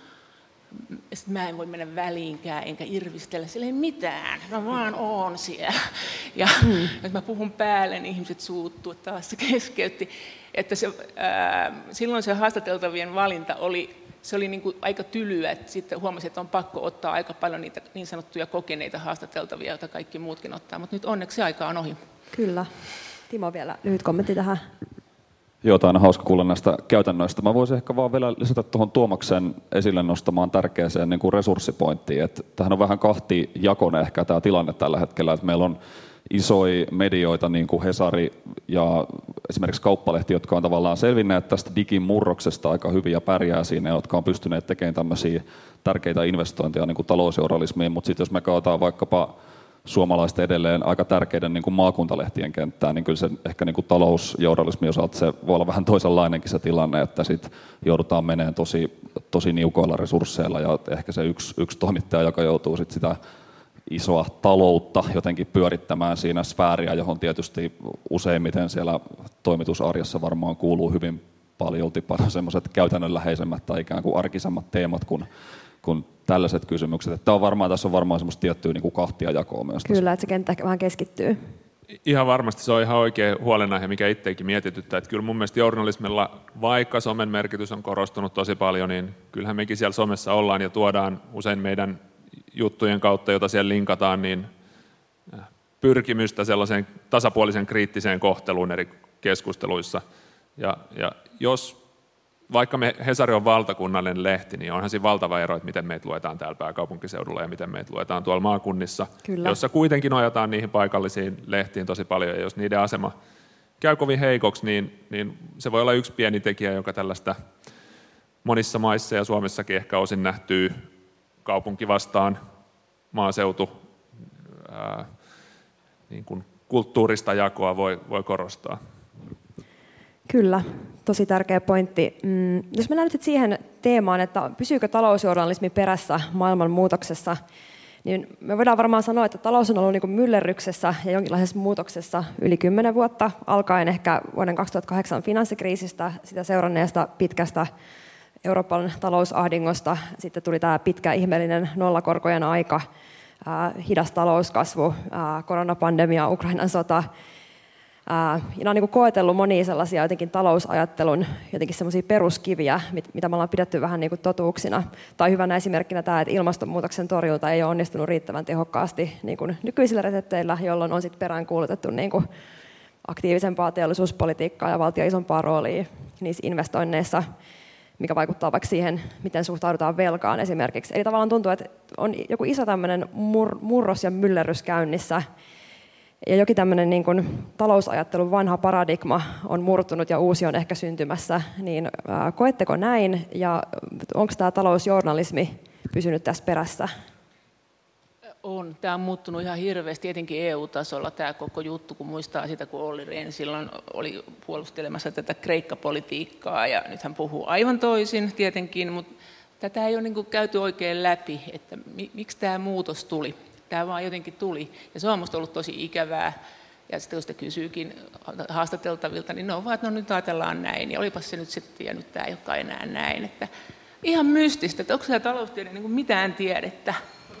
[SPEAKER 21] että mä en voi mennä väliinkään enkä irvistellä, sillä ei mitään, mä vaan oon siellä. Ja mm. että mä puhun päälle, niin ihmiset suuttuu, että taas se keskeytti. Että se, ää, silloin se haastateltavien valinta oli, se oli niin kuin aika tylyä, että sitten huomasin, että on pakko ottaa aika paljon niitä niin sanottuja kokeneita haastateltavia, joita kaikki muutkin ottaa, mutta nyt onneksi se aika on ohi.
[SPEAKER 18] Kyllä. Timo vielä lyhyt kommentti tähän.
[SPEAKER 19] Joo, tämä on hauska kuulla näistä käytännöistä. Mä voisin ehkä vaan vielä lisätä tuohon Tuomaksen esille nostamaan tärkeäseen niin kuin resurssipointtiin. Että tämähän on vähän kahtijakoinen ehkä tämä tilanne tällä hetkellä, että meillä on isoja medioita, niin kuin Hesari ja esimerkiksi Kauppalehti, jotka on tavallaan selvinneet tästä digin murroksesta aika hyvin ja pärjää siinä, jotka on pystyneet tekemään tämmöisiä tärkeitä investointeja niin kuin talousjournalismiin. Mutta sitten jos me katsotaan vaikkapa suomalaisten edelleen aika tärkeiden niin kuin maakuntalehtien kenttään, niin kyllä se ehkä niin kuin talousjournalismin osalta se voi olla vähän toisenlainenkin se tilanne, että sit joudutaan menemään tosi, tosi niukoilla resursseilla ja ehkä se yksi, yksi toimittaja, joka joutuu sit sitä isoa taloutta jotenkin pyörittämään siinä sfääriä, johon tietysti useimmiten siellä toimitusarjessa varmaan kuuluu hyvin paljolti paljon semmoiset käytännönläheisemmät tai ikään kuin arkisemmat teemat kuin kun tällaiset kysymykset. Tämä on varmaan, tässä on varmaan semmoista tiettyä niin kuin kahtia jakoa myös.
[SPEAKER 18] Kyllä, että se kenttä ehkä vähän keskittyy.
[SPEAKER 20] Ihan varmasti se on ihan oikea huolenaihe, mikä itsekin mietityttää. Että kyllä mun mielestä journalismilla, vaikka somen merkitys on korostunut tosi paljon, niin kyllähän mekin siellä somessa ollaan ja tuodaan usein meidän juttujen kautta, jota siellä linkataan, niin pyrkimystä sellaiseen tasapuolisen kriittiseen kohteluun eri keskusteluissa. Ja, ja jos vaikka me Hesari on valtakunnallinen lehti, niin onhan siinä valtava ero, että miten meitä luetaan täällä pääkaupunkiseudulla ja miten meitä luetaan tuolla maakunnissa, Kyllä. jossa kuitenkin nojataan niihin paikallisiin lehtiin tosi paljon, ja jos niiden asema käy kovin heikoksi, niin, niin se voi olla yksi pieni tekijä, joka tällaista monissa maissa ja Suomessakin ehkä osin nähtyy kaupunki vastaan maaseutu ää, niin kuin kulttuurista jakoa voi, voi korostaa.
[SPEAKER 18] Kyllä, tosi tärkeä pointti. Mm, jos mennään nyt siihen teemaan, että pysyykö talousjournalismi perässä maailman muutoksessa, niin me voidaan varmaan sanoa, että talous on ollut niin kuin myllerryksessä ja jonkinlaisessa muutoksessa yli kymmenen vuotta, alkaen ehkä vuoden kaksituhattakahdeksan finanssikriisistä, sitä seuranneesta pitkästä Euroopan talousahdingosta. Sitten tuli tämä pitkä ihmeellinen nollakorkojen aika, äh, hidas talouskasvu, äh, koronapandemia, Ukrainan sota. Äh, ja nämä on niin kuin koetellut monia sellaisia jotenkin talousajattelun jotenkin sellaisia peruskiviä, mit, mitä me ollaan pidetty vähän niin kuin totuuksina. Tai hyvänä esimerkkinä tämä, että ilmastonmuutoksen torjunta ei ole onnistunut riittävän tehokkaasti niin kuin nykyisillä resepteillä, jolloin on sitten peräänkuulutettu niin kuin aktiivisempaa teollisuuspolitiikkaa ja valtion isompaa roolia niissä investoinneissa, mikä vaikuttaa vaikka siihen, miten suhtaudutaan velkaan esimerkiksi. Eli tavallaan tuntuu, että on joku iso tämmöinen mur- murros ja myllerrys käynnissä, ja jokin tämmöinen niin kuin talousajattelun vanha paradigma on murtunut ja uusi on ehkä syntymässä. Niin ää, koetteko näin, ja onko tämä talousjournalismi pysynyt tässä perässä?
[SPEAKER 21] On. Tämä on muuttunut ihan hirveästi, tietenkin E U-tasolla tämä koko juttu, kun muistaa sitä, kun Olli Rehn silloin oli puolustelemassa tätä Kreikka-politiikkaa, ja nyt hän puhuu aivan toisin tietenkin, mutta tätä ei ole niin kuin käyty oikein läpi, että miksi tämä muutos tuli. Tämä vaan jotenkin tuli, ja se on minusta ollut tosi ikävää, ja sitten kun sitä kysyykin haastateltavilta, niin ne on vaan, että no nyt ajatellaan näin, ja olipas se nyt sitten, ja nyt tämä ei olekaan enää näin, että ihan mystistä, että onko siellä taloustiede niin kuin mitään tiedettä?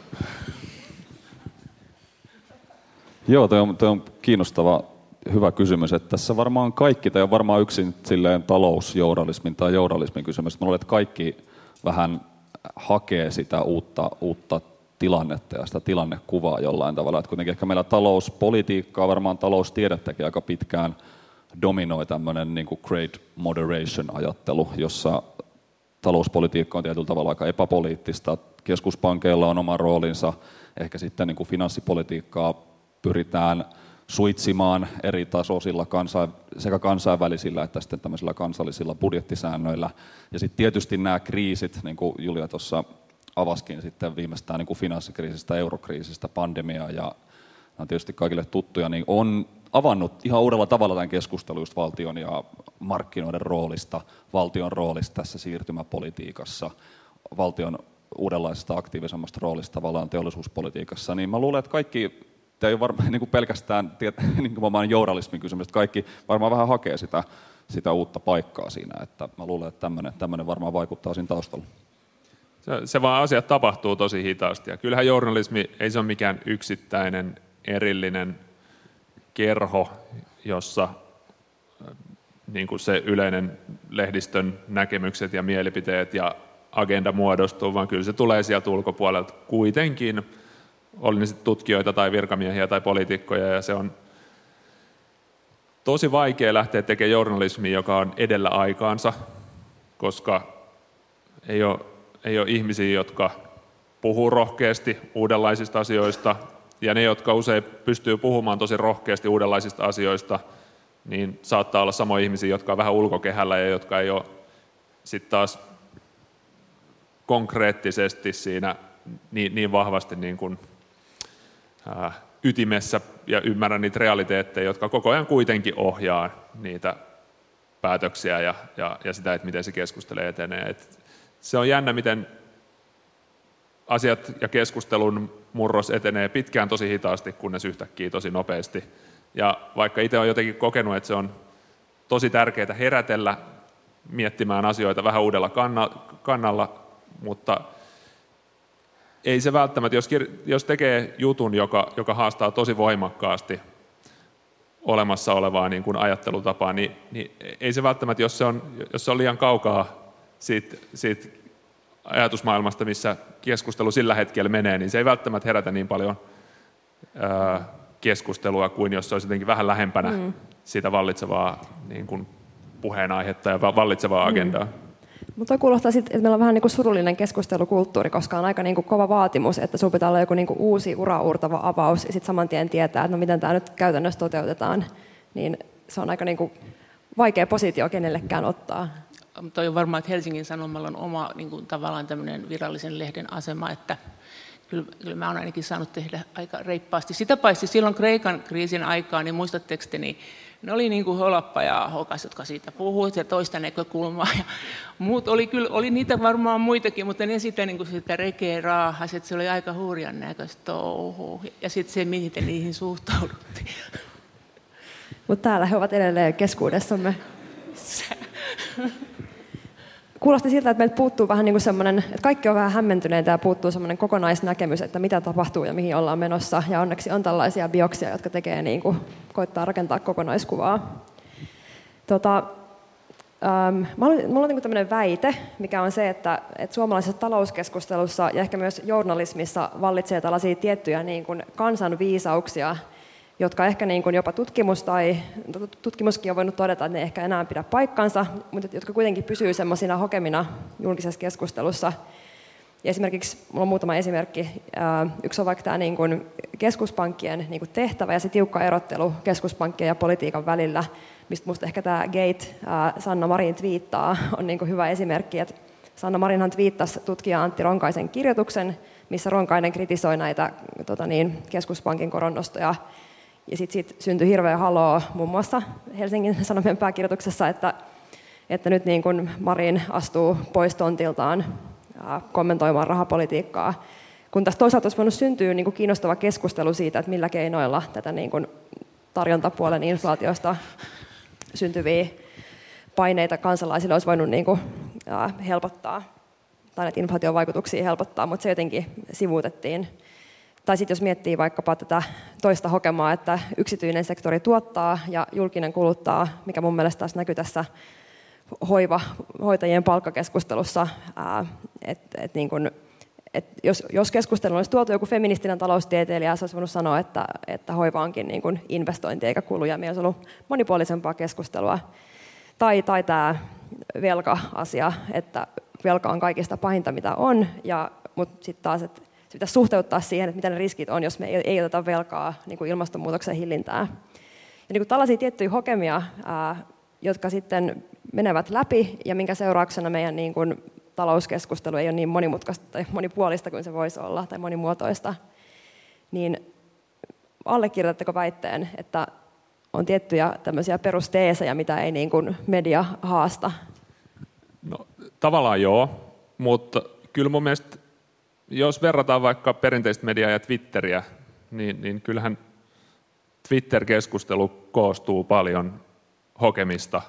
[SPEAKER 19] Joo, toi on, toi on kiinnostava, hyvä kysymys, että tässä varmaan kaikki, tai on varmaan yksin silleen talousjournalismin tai journalismin kysymys, mä luulen, että kaikki vähän hakee sitä uutta, uutta tilannetta ja sitä tilannekuvaa jollain tavalla. Että kuitenkin ehkä meillä talouspolitiikkaa, varmaan taloustiedettäkin aika pitkään dominoi tämmöinen niin kuin great moderation-ajattelu, jossa talouspolitiikka on tietyllä tavalla aika epäpoliittista. Keskuspankeilla on oma roolinsa, ehkä sitten niin kuin finanssipolitiikkaa pyritään suitsimaan eri tasoisilla kansain, sekä kansainvälisillä että sitten tämmöisillä kansallisilla budjettisäännöillä. Ja sitten tietysti nämä kriisit, niin kuin Julia tuossa avaskin sitten viimeistään niin kuin finanssikriisistä, eurokriisistä, pandemiaa ja on tietysti kaikille tuttuja, niin on avannut ihan uudella tavalla tämän keskustelun just valtion ja markkinoiden roolista, valtion roolista tässä siirtymäpolitiikassa, valtion uudenlaisesta aktiivisemmasta roolista tavallaan teollisuuspolitiikassa, niin mä luulen, että kaikki, tämä ei ole varmaan niin kuin pelkästään niin kuin journalismin kysymys, että kaikki varmaan vähän hakee sitä, sitä uutta paikkaa siinä, että mä luulen, että tämmöinen, tämmöinen varmaan vaikuttaa siinä taustalla.
[SPEAKER 20] Se, se vaan asiat tapahtuu tosi hitaasti, ja kyllähän journalismi ei se ole mikään yksittäinen erillinen kerho, jossa niin kuin se yleinen lehdistön näkemykset ja mielipiteet ja agenda muodostuu, vaan kyllä se tulee sieltä ulkopuolelta kuitenkin, oli ne sitten tutkijoita tai virkamiehiä tai poliitikkoja, ja se on tosi vaikea lähteä tekemään journalismia, joka on edellä aikaansa, koska ei ole, ei ole ihmisiä, jotka puhuu rohkeasti uudenlaisista asioista, ja ne, jotka usein pystyy puhumaan tosi rohkeasti uudenlaisista asioista, niin saattaa olla samoja ihmisiä, jotka on vähän ulkokehällä ja jotka ei ole sitten taas konkreettisesti siinä niin, niin vahvasti niin kuin, ää, ytimessä ja ymmärrä niitä realiteetteja, jotka koko ajan kuitenkin ohjaa niitä päätöksiä ja, ja, ja sitä, että miten se keskustelee etenee. Et se on jännä, miten asiat ja keskustelun murros etenee pitkään tosi hitaasti, kunnes yhtäkkiä tosi nopeasti. Ja vaikka itse olen jotenkin kokenut, että se on tosi tärkeää herätellä miettimään asioita vähän uudella kannalla, mutta ei se välttämättä, jos, jos tekee jutun, joka, joka haastaa tosi voimakkaasti olemassa olevaa niin kuin ajattelutapaa, niin, niin ei se välttämättä, jos se on, jos se on liian kaukaa siitä, siitä ajatusmaailmasta, missä keskustelu sillä hetkellä menee, niin se ei välttämättä herätä niin paljon ää, keskustelua kuin jos se olisi jotenkin vähän lähempänä mm. sitä vallitsevaa niin kuin puheenaihetta ja vallitsevaa agendaa. Mm.
[SPEAKER 18] Mutta kuulostaa sitten, että meillä on vähän niin kuin surullinen keskustelukulttuuri, koska on aika niin kuin kova vaatimus, että sinun pitää olla joku niin kuin uusi ura-uurtava avaus ja sitten saman tien tietää, että no miten tämä nyt käytännössä toteutetaan. Niin se on aika niin kuin vaikea positio kenellekään ottaa.
[SPEAKER 21] Mutta on varmaan, että Helsingin Sanomalla on oma niin kuin, tavallaan tämmöinen virallisen lehden asema, että kyllä, kyllä mä olen ainakin saanut tehdä aika reippaasti. Sitä paitsi silloin Kreikan kriisin aikaa, niin muistatteko te, niin ne oli niin kuin Holappa ja Hokas, jotka siitä puhuivat ja toista näkökulmaa. Ja muut oli, kyllä, oli niitä varmaan muitakin, mutta ne sitä, niin kuin sitä rekeä raahasi, että se oli aika hurjan näköistä touhua. Ja sitten se, mihin te niihin suhtauduttiin.
[SPEAKER 18] Mutta täällä he ovat edelleen keskuudessamme. Kuulosti siltä, että meiltä puuttuu vähän niin kuin semmoinen, että kaikki on vähän hämmentyneitä ja puuttuu semmoinen kokonaisnäkemys, että mitä tapahtuu ja mihin ollaan menossa. Ja onneksi on tällaisia bioksia, jotka tekee niin kuin, koittaa rakentaa kokonaiskuvaa. Tota, ähm, mulla on niin kuin tämmöinen väite, mikä on se, että, että suomalaisessa talouskeskustelussa ja ehkä myös journalismissa vallitsee tällaisia tiettyjä niin kuin kansanviisauksia, jotka ehkä niin kuin jopa tutkimus tai tutkimuskin on voinut todeta, että ne ehkä enää pidä paikkansa, mutta jotka kuitenkin pysyy semmoisina hokemina julkisessa keskustelussa. Ja esimerkiksi, minulla on muutama esimerkki. Yksi on vaikka tämä niin kuin keskuspankkien niin kuin tehtävä ja se tiukka erottelu keskuspankkien ja politiikan välillä, mistä minusta ehkä tämä Gate, Sanna Marin twiittaa, on niin kuin hyvä esimerkki. Että Sanna Marinhan twiittasi tutkija Antti Ronkaisen kirjoituksen, missä Ronkainen kritisoi näitä tota niin, keskuspankin koronnostoja. Ja sitten sit syntyi hirveä haloo muun muassa Helsingin Sanomien pääkirjoituksessa, että, että nyt niin kun Marin astuu pois tontiltaan kommentoimaan rahapolitiikkaa. Kun tässä toisaalta olisi voinut syntyä niin kun kiinnostava keskustelu siitä, että millä keinoilla tätä niin kun tarjontapuolen inflaatiosta syntyviä paineita kansalaisille olisi voinut niin kun helpottaa, tai näitä inflaation vaikutuksia helpottaa, mutta se jotenkin sivuutettiin. Tai sitten jos miettii vaikkapa tätä toista hokemaa, että yksityinen sektori tuottaa ja julkinen kuluttaa, mikä mun mielestä taas näkyy tässä hoiva, hoitajien palkkakeskustelussa, että et niin kun, et jos, jos keskusteluun olisi tuotu joku feministinen taloustieteilijä, se olisi voinut sanoa, että, että hoiva onkin niin kun investointi eikä kuluja. Meillä olisi ollut monipuolisempaa keskustelua. Tai, tai tämä velka-asia, että velka on kaikista pahinta mitä on, ja, mutta sitten taas, että se pitäisi suhteuttaa siihen, että mitä ne riskit on, jos me ei, ei oteta velkaa niin kuin ilmastonmuutoksen hillintään. Ja niin kuin tällaisia tiettyjä hokemia, ää, jotka sitten menevät läpi ja minkä seurauksena meidän niin kuin, talouskeskustelu ei ole niin monimutkaista tai monipuolista kuin se voisi olla tai monimuotoista, niin allekirjoitatteko väitteen, että on tiettyjä tämmöisiä perusteesejä, mitä ei niin kuin media haasta?
[SPEAKER 20] No, tavallaan joo, mutta kyllä mun mielestä jos verrataan vaikka perinteistä mediaa ja Twitteriä, niin, niin kyllähän Twitter-keskustelu koostuu paljon hokemista,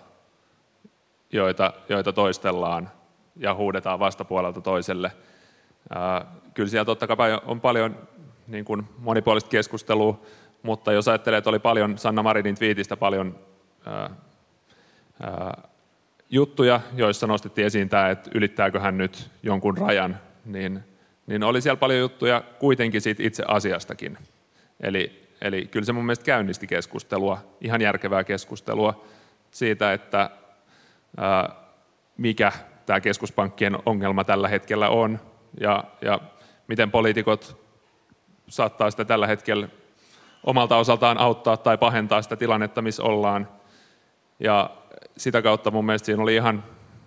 [SPEAKER 20] joita, joita toistellaan ja huudetaan vastapuolelta toiselle. Ää, kyllä siellä totta kai on paljon niin kuin monipuolista keskustelua, mutta jos ajattelee, että oli paljon Sanna Marinin twiitistä paljon ää, ää, juttuja, joissa nostettiin esiin tämä, että ylittääkö hän nyt jonkun rajan, niin niin oli siellä paljon juttuja kuitenkin siitä itse asiastakin. Eli, eli kyllä se mun mielestä käynnisti keskustelua, ihan järkevää keskustelua siitä, että ää, mikä tämä keskuspankkien ongelma tällä hetkellä on ja, ja miten poliitikot saattaa sitä tällä hetkellä omalta osaltaan auttaa tai pahentaa sitä tilannetta, missä ollaan. Ja sitä kautta mun mielestä siinä oli ihan,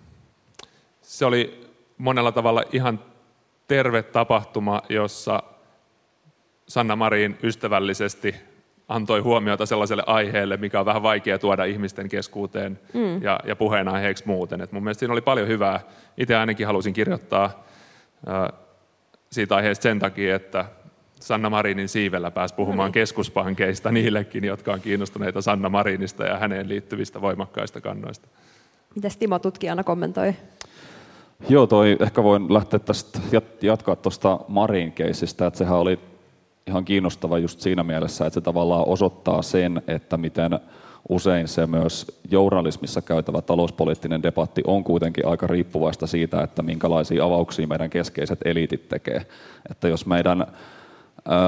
[SPEAKER 20] se oli monella tavalla ihan terve tapahtuma, jossa Sanna Marin ystävällisesti antoi huomiota sellaiselle aiheelle, mikä on vähän vaikea tuoda ihmisten keskuuteen mm. ja, ja puheenaiheeksi muuten. Et mun mielestä siinä oli paljon hyvää. Itse ainakin halusin kirjoittaa äh, siitä aiheesta sen takia, että Sanna Marinin siivellä pääsi puhumaan keskuspankeista niillekin, jotka on kiinnostuneita Sanna Marinista ja häneen liittyvistä voimakkaista kannoista.
[SPEAKER 18] Mites Timo tutkijana kommentoi?
[SPEAKER 19] Joo, toi ehkä voin lähteä tästä jatkaa tuosta Marin-keisistä, että sehän oli ihan kiinnostava just siinä mielessä, että se tavallaan osoittaa sen, että miten usein se myös journalismissa käytävä talouspoliittinen debatti on kuitenkin aika riippuvaista siitä, että minkälaisia avauksia meidän keskeiset eliitit tekee. Että jos meidän ää,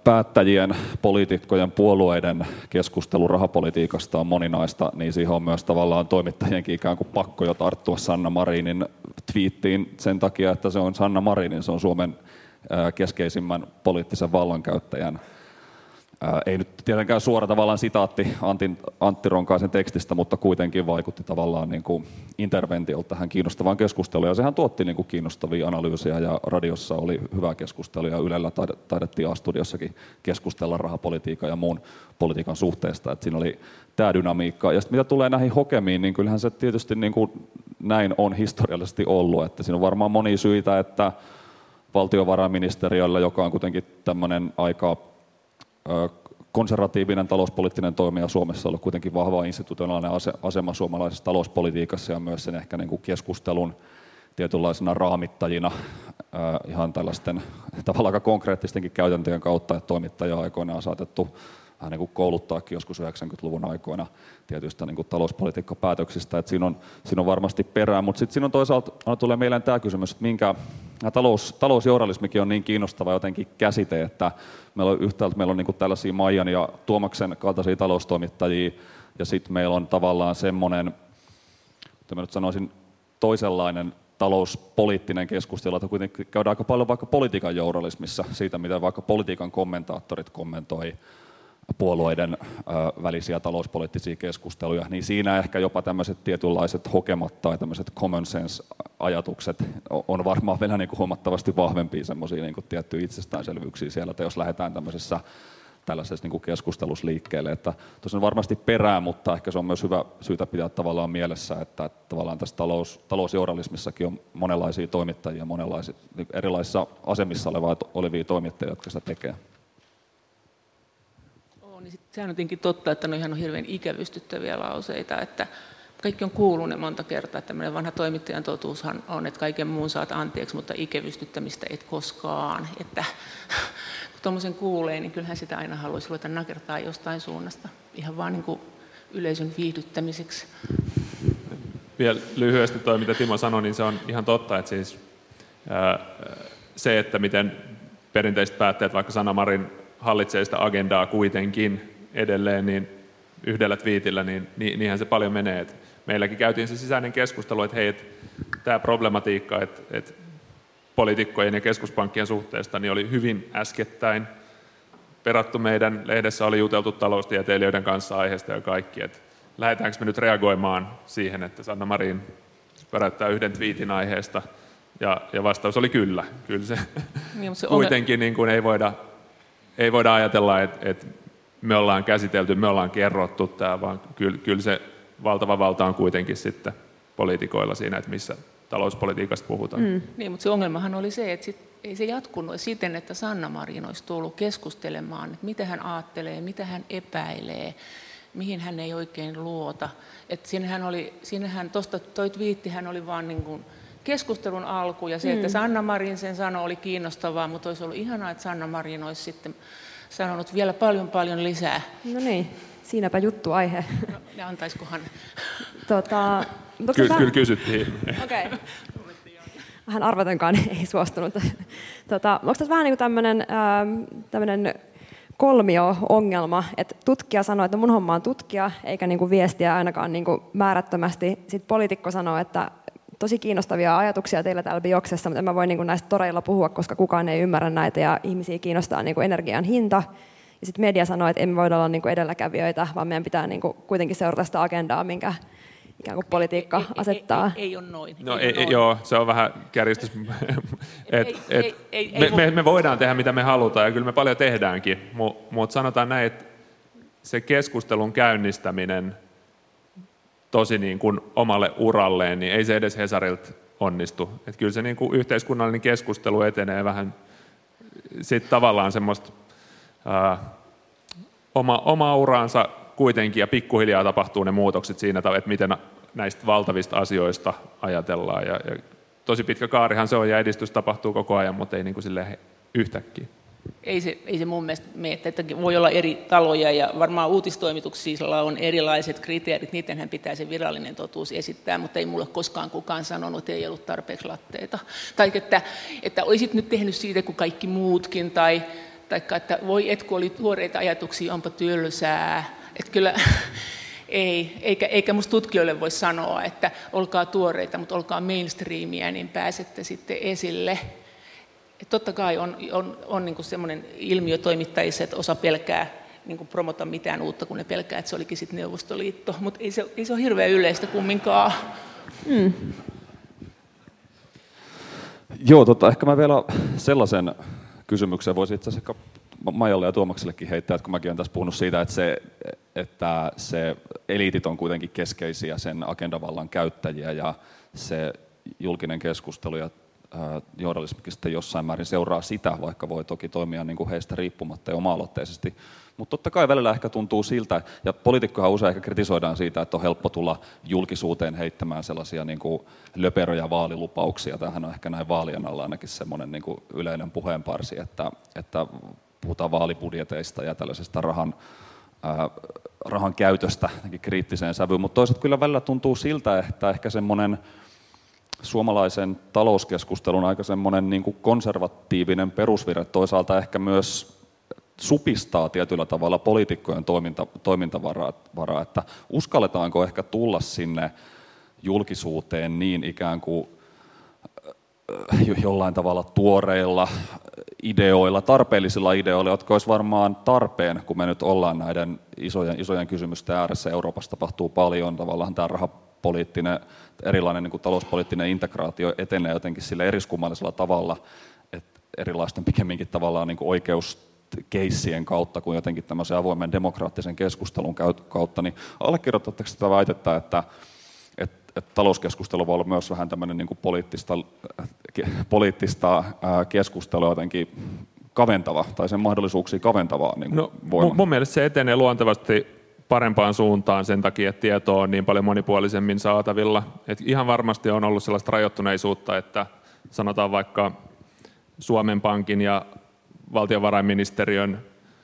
[SPEAKER 19] päättäjien, poliitikkojen, puolueiden keskustelu rahapolitiikasta on moninaista, niin siihen on myös tavallaan toimittajienkin ikään kuin pakko jo tarttua Sanna Marinin twiittiin sen takia, että se on Sanna Marinin, se on Suomen keskeisimmän poliittisen vallankäyttäjän. Ei nyt tietenkään suora tavallaan sitaatti Antin, Antti Ronkaisen tekstistä, mutta kuitenkin vaikutti tavallaan niin kuin interventiolta tähän kiinnostavaan keskusteluun. Ja sehän tuotti niin kuin kiinnostavia analyysiä ja radiossa oli hyvää keskustelua ja Ylellä taidettiin A-studiossakin keskustella rahapolitiikan ja muun politiikan suhteesta. Että siinä oli tämä dynamiikka. Ja sitten mitä tulee näihin hokemiin, niin kyllähän se tietysti niin kuin näin on historiallisesti ollut. Että siinä on varmaan monia syitä, että valtiovarainministeriöllä, joka on kuitenkin tämmöinen aika konservatiivinen talouspoliittinen toimija Suomessa on ollut kuitenkin vahva institutionaalinen asema suomalaisessa talouspolitiikassa ja myös sen ehkä niin kuin keskustelun tietynlaisena raamittajina ihan tällaisten tavallaan aika konkreettistenkin käytäntöjen kautta, että toimittajia aikoinaan on saatettu vähän niin kuin kouluttaakin joskus yhdeksänkymmentäluvun aikoina tietyistä niin kuin talouspolitiikkapäätöksistä, että siinä on, siinä on varmasti perää, mutta sitten siinä on toisaalta tulee mieleen tämä kysymys, että minkä talous, talousjournalismikin on niin kiinnostava jotenkin käsite, että meillä on yhtäältä meillä on niin kuin tällaisia Maijan ja Tuomaksen kaltaisia taloustoimittajia, ja sitten meillä on tavallaan semmoinen, mitä mä nyt sanoisin, toisenlainen talouspoliittinen keskustelu, että kuitenkin käydään aika paljon vaikka politiikan journalismissa siitä, miten vaikka politiikan kommentaattorit kommentoi puolueiden välisiä talouspoliittisia keskusteluja, niin siinä ehkä jopa tämmöiset tietynlaiset hokemat tai tämmöiset common sense-ajatukset on varmaan vielä niin kuin huomattavasti vahvempia semmoisia niin kuin tiettyjä itsestäänselvyyksiä siellä, että jos lähdetään tämmöisessä tällaisessa niin kuin keskustelussa liikkeelle, että tosiaan varmasti perää, mutta ehkä se on myös hyvä syytä pitää tavallaan mielessä, että tavallaan tässä talous, talousjournalismissakin on monenlaisia toimittajia, monenlaisia erilaisissa asemissa olevia, olevia toimittajia, jotka sitä tekee.
[SPEAKER 21] Niin sehän on tietenkin totta, että ne on ihan hirveän ikävystyttäviä lauseita, että kaikki on kuullut ne monta kertaa, että tämmöinen vanha toimittajan totuushan on, että kaiken muun saat anteeksi, mutta ikävystyttämistä et koskaan. Että kun tuommoisen kuulee, niin kyllähän sitä aina haluaisi ruveta nakertaa jostain suunnasta, ihan vaan niin kuin yleisön viihdyttämiseksi.
[SPEAKER 20] Vielä lyhyesti toi, mitä Timo sanoi, niin se on ihan totta, että siis ää, se, että miten perinteiset päättäjät, vaikka Sanna Marin hallitsee sitä agendaa kuitenkin edelleen niin yhdellä twiitillä, niin niinhän se paljon menee. Et meilläkin käytiin se sisäinen keskustelu, että hei, et, tämä problematiikka, että et poliitikkojen ja keskuspankkien suhteesta niin oli hyvin äskettäin perattu meidän lehdessä, oli juteltu taloustieteilijöiden kanssa aiheesta ja kaikki, että lähdetäänkö me nyt reagoimaan siihen, että Sanna Marin päräyttää yhden twiitin aiheesta, ja, ja vastaus oli kyllä. Kyllä se, niin, se kuitenkin niin kuin ei voida Ei voida ajatella, että, että me ollaan käsitelty, me ollaan kerrottu tämä, vaan kyllä, kyllä se valtava valta on kuitenkin sitten poliitikoilla siinä, että missä talouspolitiikasta puhutaan.
[SPEAKER 21] Mm. Niin, mutta se ongelmahan oli se, että sit, ei se jatkunut siten, että Sanna Marin olisi tullut keskustelemaan, että mitä hän ajattelee, mitä hän epäilee, mihin hän ei oikein luota. Että siinähän oli, siinähän tuosta toi twiittihän oli vaan niin kuin keskustelun alku ja se, että Sanna Marin sen sanoi, oli kiinnostavaa, mutta olisi ollut ihanaa, että Sanna Marin olisi sitten sanonut vielä paljon paljon lisää.
[SPEAKER 18] No niin, siinäpä juttu aihe.
[SPEAKER 21] No, ja antaisikohan?
[SPEAKER 18] Tota,
[SPEAKER 20] Ky- vähän... Kyllä kysyttiin.
[SPEAKER 18] Okei. Okay. Vähän arvatenkaan ei suostunut. Tota, onko tässä vähän niin kuin tämmöinen, tämmöinen kolmio-ongelma, että tutkija sanoo, että mun homma on tutkija, eikä niin kuin viestiä ainakaan niin kuin määrättömästi. Sitten poliitikko sanoo, että tosi kiinnostavia ajatuksia teillä täällä Bioksessa, mutta en mä voi niin kuin näistä toreilla puhua, koska kukaan ei ymmärrä näitä ja ihmisiä kiinnostaa niin kuin energian hinta. Ja sitten media sanoo, että emme voi olla niin kuin edelläkävijöitä, vaan meidän pitää niin kuin kuitenkin seurata sitä agendaa, minkä ikään kuin politiikka
[SPEAKER 21] ei, ei,
[SPEAKER 18] asettaa.
[SPEAKER 21] Ei, ei, ei ole noin.
[SPEAKER 20] No
[SPEAKER 21] ei
[SPEAKER 20] ei,
[SPEAKER 21] noin.
[SPEAKER 20] Joo, se on vähän kärjistys. et,
[SPEAKER 21] ei,
[SPEAKER 20] et,
[SPEAKER 21] ei, ei,
[SPEAKER 20] me,
[SPEAKER 21] ei,
[SPEAKER 20] me, me voidaan tehdä mitä me halutaan ja kyllä me paljon tehdäänkin, mutta mut sanotaan näin, että se keskustelun käynnistäminen tosi niin kuin omalle uralleen, niin ei se edes Hesarilta onnistu. Et kyllä se niin kuin yhteiskunnallinen keskustelu etenee vähän sit tavallaan semmoista ää, oma, oma uraansa kuitenkin, ja pikkuhiljaa tapahtuu ne muutokset siinä, että miten näistä valtavista asioista ajatellaan. Ja, ja tosi pitkä kaarihan se on, ja edistys tapahtuu koko ajan, mutta ei niin kuin silleen yhtäkkiä.
[SPEAKER 21] Ei se, ei se mun mielestä mene, että voi olla eri taloja ja varmaan uutistoimituksilla on erilaiset kriteerit, niidenhän pitää se virallinen totuus esittää, mutta ei mulle koskaan kukaan sanonut, että ei ollut tarpeeksi latteita. Tai että, että olisit nyt tehnyt siitä kuin kaikki muutkin, tai, taikka että voi et kun oli tuoreita ajatuksia, onpa tylsää. Että kyllä ei, eikä, eikä musta tutkijoille voi sanoa, että olkaa tuoreita, mutta olkaa mainstreamia, niin pääsette sitten esille. Et totta kai on, on, on niin kuin semmoinen ilmiö toimittajissa, että osa pelkää niin kuin promota mitään uutta, kun ne pelkää, että se olikin sitten Neuvostoliitto. Mutta ei se, ei se ole hirveän yleistä kumminkaan. Mm.
[SPEAKER 19] Joo, tota, ehkä mä vielä sellaisen kysymyksen voisin itse asiassa Maijalle ja Tuomaksellekin heittää, että kun mäkin olen tässä puhunut siitä, että se, että se eliitit on kuitenkin keskeisiä sen agendavallan käyttäjiä ja se julkinen keskustelu ja journalismikin sitten jossain määrin seuraa sitä, vaikka voi toki toimia niin kuin heistä riippumatta ja oma-aloitteisesti. Mutta totta kai välillä ehkä tuntuu siltä, ja poliitikkohan usein ehkä kritisoidaan siitä, että on helppo tulla julkisuuteen heittämään sellaisia niin kuin löperöjä vaalilupauksia. Tämähän on ehkä näin vaalien alla ainakin semmoinen niin kuin yleinen puheenparsi, että, että puhutaan vaalibudjeteista ja tällaisesta rahan, ää, rahan käytöstä kriittiseen sävyyn. Mutta toisaalta kyllä välillä tuntuu siltä, että ehkä semmoinen suomalaisen talouskeskustelun aika semmoinen niin kuin konservatiivinen perusvire toisaalta ehkä myös supistaa tietyllä tavalla poliitikkojen toiminta, toimintavaraa, että uskalletaanko ehkä tulla sinne julkisuuteen niin ikään kuin jollain tavalla tuoreilla ideoilla, tarpeellisilla ideoilla, jotka olisi varmaan tarpeen, kun me nyt ollaan näiden isojen, isojen kysymysten ääressä. Euroopassa tapahtuu paljon, tavallaan tämä rahapoliittinen, erilainen niin kuin talouspoliittinen integraatio etenee jotenkin sille eriskummallisella tavalla, että erilaisten pikemminkin tavallaan niin kuin oikeuskeissien kautta kuin jotenkin tämmöisen avoimen demokraattisen keskustelun kautta, niin allekirjoitatteko sitä väitettä, että että talouskeskustelu voi olla myös vähän tämmöinen niin kuin poliittista, poliittista keskustelua jotenkin kaventava, tai sen mahdollisuuksia kaventavaa niin
[SPEAKER 20] no,
[SPEAKER 19] voima.
[SPEAKER 20] Mun mielestä se etenee luontevasti parempaan suuntaan sen takia, että tietoa on niin paljon monipuolisemmin saatavilla. Et ihan varmasti on ollut sellaista rajoittuneisuutta, että sanotaan vaikka Suomen Pankin ja valtiovarainministeriön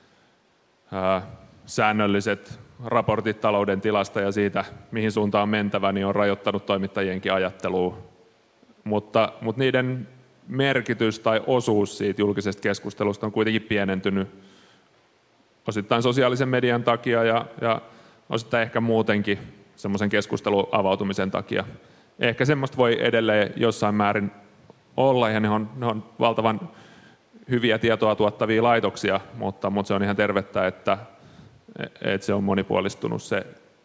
[SPEAKER 20] ää, säännölliset raportit talouden tilasta ja siitä, mihin suuntaan on mentävä, niin on rajoittanut toimittajienkin ajattelua. Mutta, mutta niiden merkitys tai osuus siitä julkisesta keskustelusta on kuitenkin pienentynyt osittain sosiaalisen median takia ja, ja osittain ehkä muutenkin semmoisen keskustelun avautumisen takia. Ehkä semmoista voi edelleen jossain määrin olla, ja ne on, ne on valtavan hyviä tietoa tuottavia laitoksia, mutta, mutta se on ihan tervettä, että että se on monipuolistunut se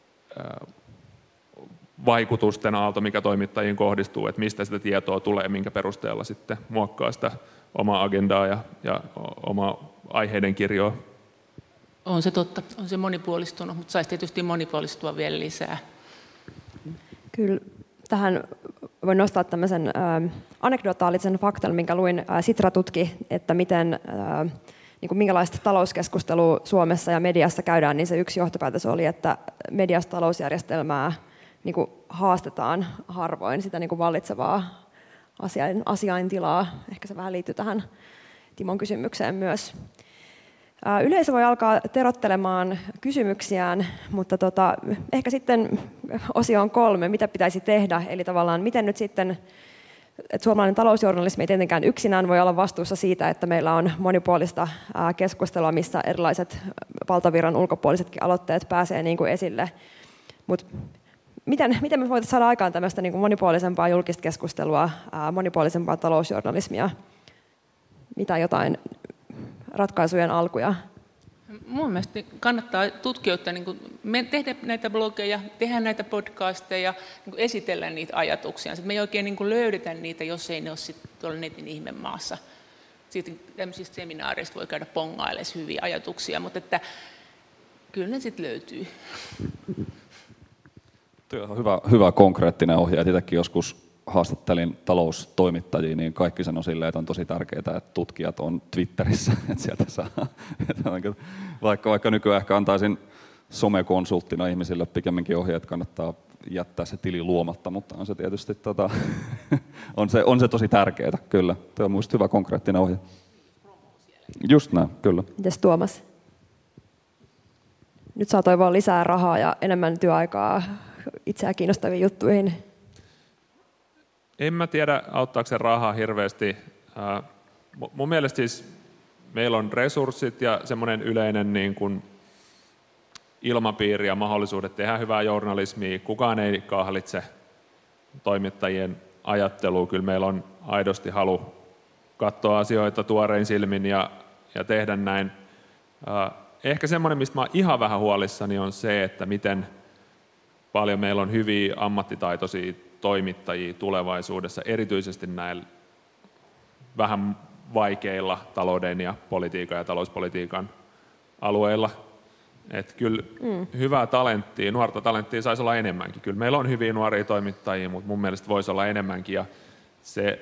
[SPEAKER 20] vaikutusten aalto, mikä toimittajiin kohdistuu, että mistä sitä tietoa tulee, minkä perusteella sitten muokkaa sitä omaa agendaa ja, ja omaa aiheiden kirjoa.
[SPEAKER 21] On se totta, on se monipuolistunut, mutta saisi tietysti monipuolistua vielä lisää. Kyllä,
[SPEAKER 18] tähän voin nostaa tämmöisen äh, anekdotaalisen faktan, minkä luin. Äh, Sitra tutki, että miten... Äh, niin kuin minkälaista talouskeskustelua Suomessa ja mediassa käydään, niin se yksi johtopäätös oli, että mediassa talousjärjestelmää niin kuin haastetaan harvoin, sitä niin kuin vallitsevaa asiain, asiaintilaa. Ehkä se vähän liittyy tähän Timon kysymykseen myös. Yleisö voi alkaa terottelemaan kysymyksiään, mutta tota, ehkä sitten osioon kolme, mitä pitäisi tehdä, eli tavallaan miten nyt sitten että suomalainen talousjournalismi ei tietenkään yksinään voi olla vastuussa siitä, että meillä on monipuolista keskustelua, missä erilaiset valtavirran ulkopuolisetkin aloitteet pääsee niin kuin esille. Mut miten, miten me voitaisiin saada aikaan tämmöistä niin kuin monipuolisempaa julkista keskustelua, monipuolisempaa talousjournalismia? Mitä jotain ratkaisujen alkuja?
[SPEAKER 21] Mun mielestä kannattaa tutkijoiden niin tehdä näitä blogeja, tehdä näitä podcasteja, niin esitellä niitä ajatuksia. Me ei oikein niin löydetä niitä, jos ei ne ole sit tuolla netin ihmeen maassa. Sitten tämmöisistä seminaareista voi käydä pongailles hyviä ajatuksia, mutta että kyllä ne sitten löytyy.
[SPEAKER 19] Tuo on hyvä, hyvä konkreettinen ohje. Itsekin joskus haastattelin taloustoimittajia, niin kaikki sanoi silleen, että on tosi tärkeää, että tutkijat on Twitterissä, että sieltä saa. Vaikka, vaikka nykyään ehkä antaisin somekonsulttina ihmisille pikemminkin ohjeet, että kannattaa jättää se tili luomatta, mutta on se tietysti tota, on, se, on se tosi tärkeää, kyllä. Tuo on muista hyvä konkreettinen ohje. Just näin, kyllä.
[SPEAKER 18] Mites Tuomas? Nyt saa toivoa lisää rahaa ja enemmän työaikaa itseä kiinnostaviin juttuihin.
[SPEAKER 20] En mä tiedä, auttaako se rahaa hirveästi. Mun mielestä siis meillä on resurssit ja semmoinen yleinen niin kuin ilmapiiri ja mahdollisuudet tehdä hyvää journalismia. Kukaan ei kahlitse toimittajien ajattelua. Kyllä meillä on aidosti halu katsoa asioita tuorein silmin ja, ja tehdä näin. Ehkä semmoinen, mistä mä oon ihan vähän huolissani, on se, että miten paljon meillä on hyviä ammattitaitoisia toimittajia tulevaisuudessa, erityisesti näillä vähän vaikeilla talouden ja politiikan ja talouspolitiikan alueilla. Että kyllä mm. hyvää talenttia, nuorta talenttia saisi olla enemmänkin. Kyllä meillä on hyviä nuoria toimittajia, mutta mun mielestä voisi olla enemmänkin. Ja se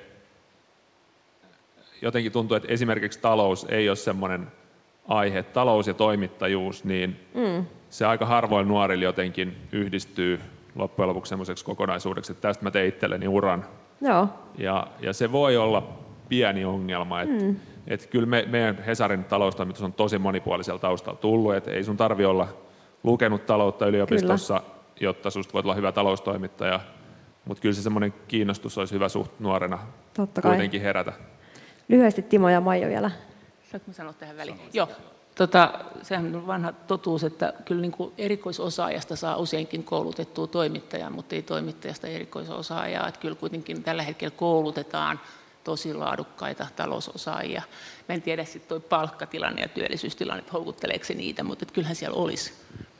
[SPEAKER 20] jotenkin tuntuu, että esimerkiksi talous ei ole semmoinen aihe, talous ja toimittajuus, niin mm. se aika harvoin nuorille jotenkin yhdistyy loppujen lopuksi semmoiseksi kokonaisuudeksi, että tästä mä tein itselleni uran.
[SPEAKER 18] Joo.
[SPEAKER 20] Ja, ja se voi olla pieni ongelma, että mm. et kyllä me, meidän Hesarin taloustoimitus on tosi monipuolisella taustalla tullut, että ei sun tarvi olla lukenut taloutta yliopistossa, kyllä. jotta susta voit olla hyvä taloustoimittaja, mutta kyllä se semmoinen kiinnostus olisi hyvä suht nuorena Totta kuitenkin kai. herätä.
[SPEAKER 18] Lyhyesti Timo ja Maija vielä.
[SPEAKER 21] Saanko mä sanoa tähän väliin? Joo. Tota, sehän on vanha totuus, että kyllä niin kuin erikoisosaajasta saa useinkin koulutettua toimittajaa, mutta ei toimittajasta erikoisosaajaa. Että kyllä kuitenkin tällä hetkellä koulutetaan tosi laadukkaita talousosaajia. Mä en tiedä sitten tuo palkkatilanne ja työllisyystilanne, että houkutteleeko se niitä, mutta kyllähän siellä olisi.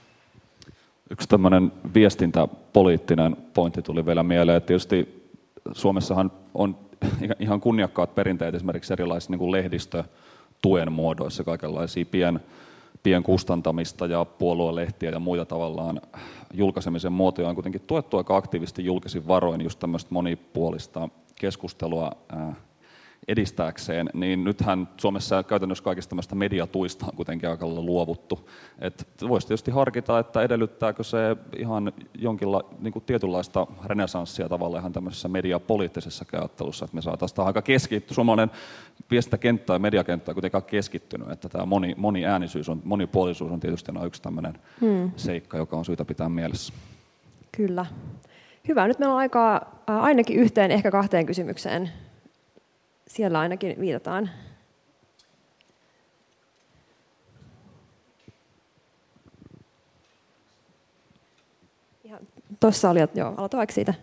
[SPEAKER 19] Yksi tämmöinen viestintäpoliittinen pointti tuli vielä mieleen, että tietysti Suomessahan on ihan kunniakkaat perinteet esimerkiksi erilaisissa niin kuin lehdistötuen muodoissa, kaikenlaisia pien, pienkustantamista ja puoluelehtiä ja muita tavallaan julkaisemisen muotoja on kuitenkin tuettu aika aktiivisesti julkisin varoin just tämmöistä monipuolista keskustelua ää, edistääkseen, niin nythän Suomessa käytännössä kaikista tämmöistä mediatuista on kuitenkin aika lailla luovuttu. Et voisi tietysti harkita, että edellyttääkö se ihan jonkinla, niin kuin tietynlaista renesanssia tavallaan ihan tämmöisessä mediapoliittisessa ajattelussa, että me saataisiin aika keskittyä. Suomalainen viestintäkenttä ja mediakenttä on kuitenkin keskittynyt, että tämä moni, moniäänisyys, on, monipuolisuus on tietysti yksi tämmöinen hmm. seikka, joka on syytä pitää mielessä.
[SPEAKER 18] Kyllä. Hyvä. Nyt meillä on aikaa ainakin yhteen, ehkä kahteen kysymykseen. Siellä ainakin viitataan. Tuossa oli, joo, aloita vaikka siitä.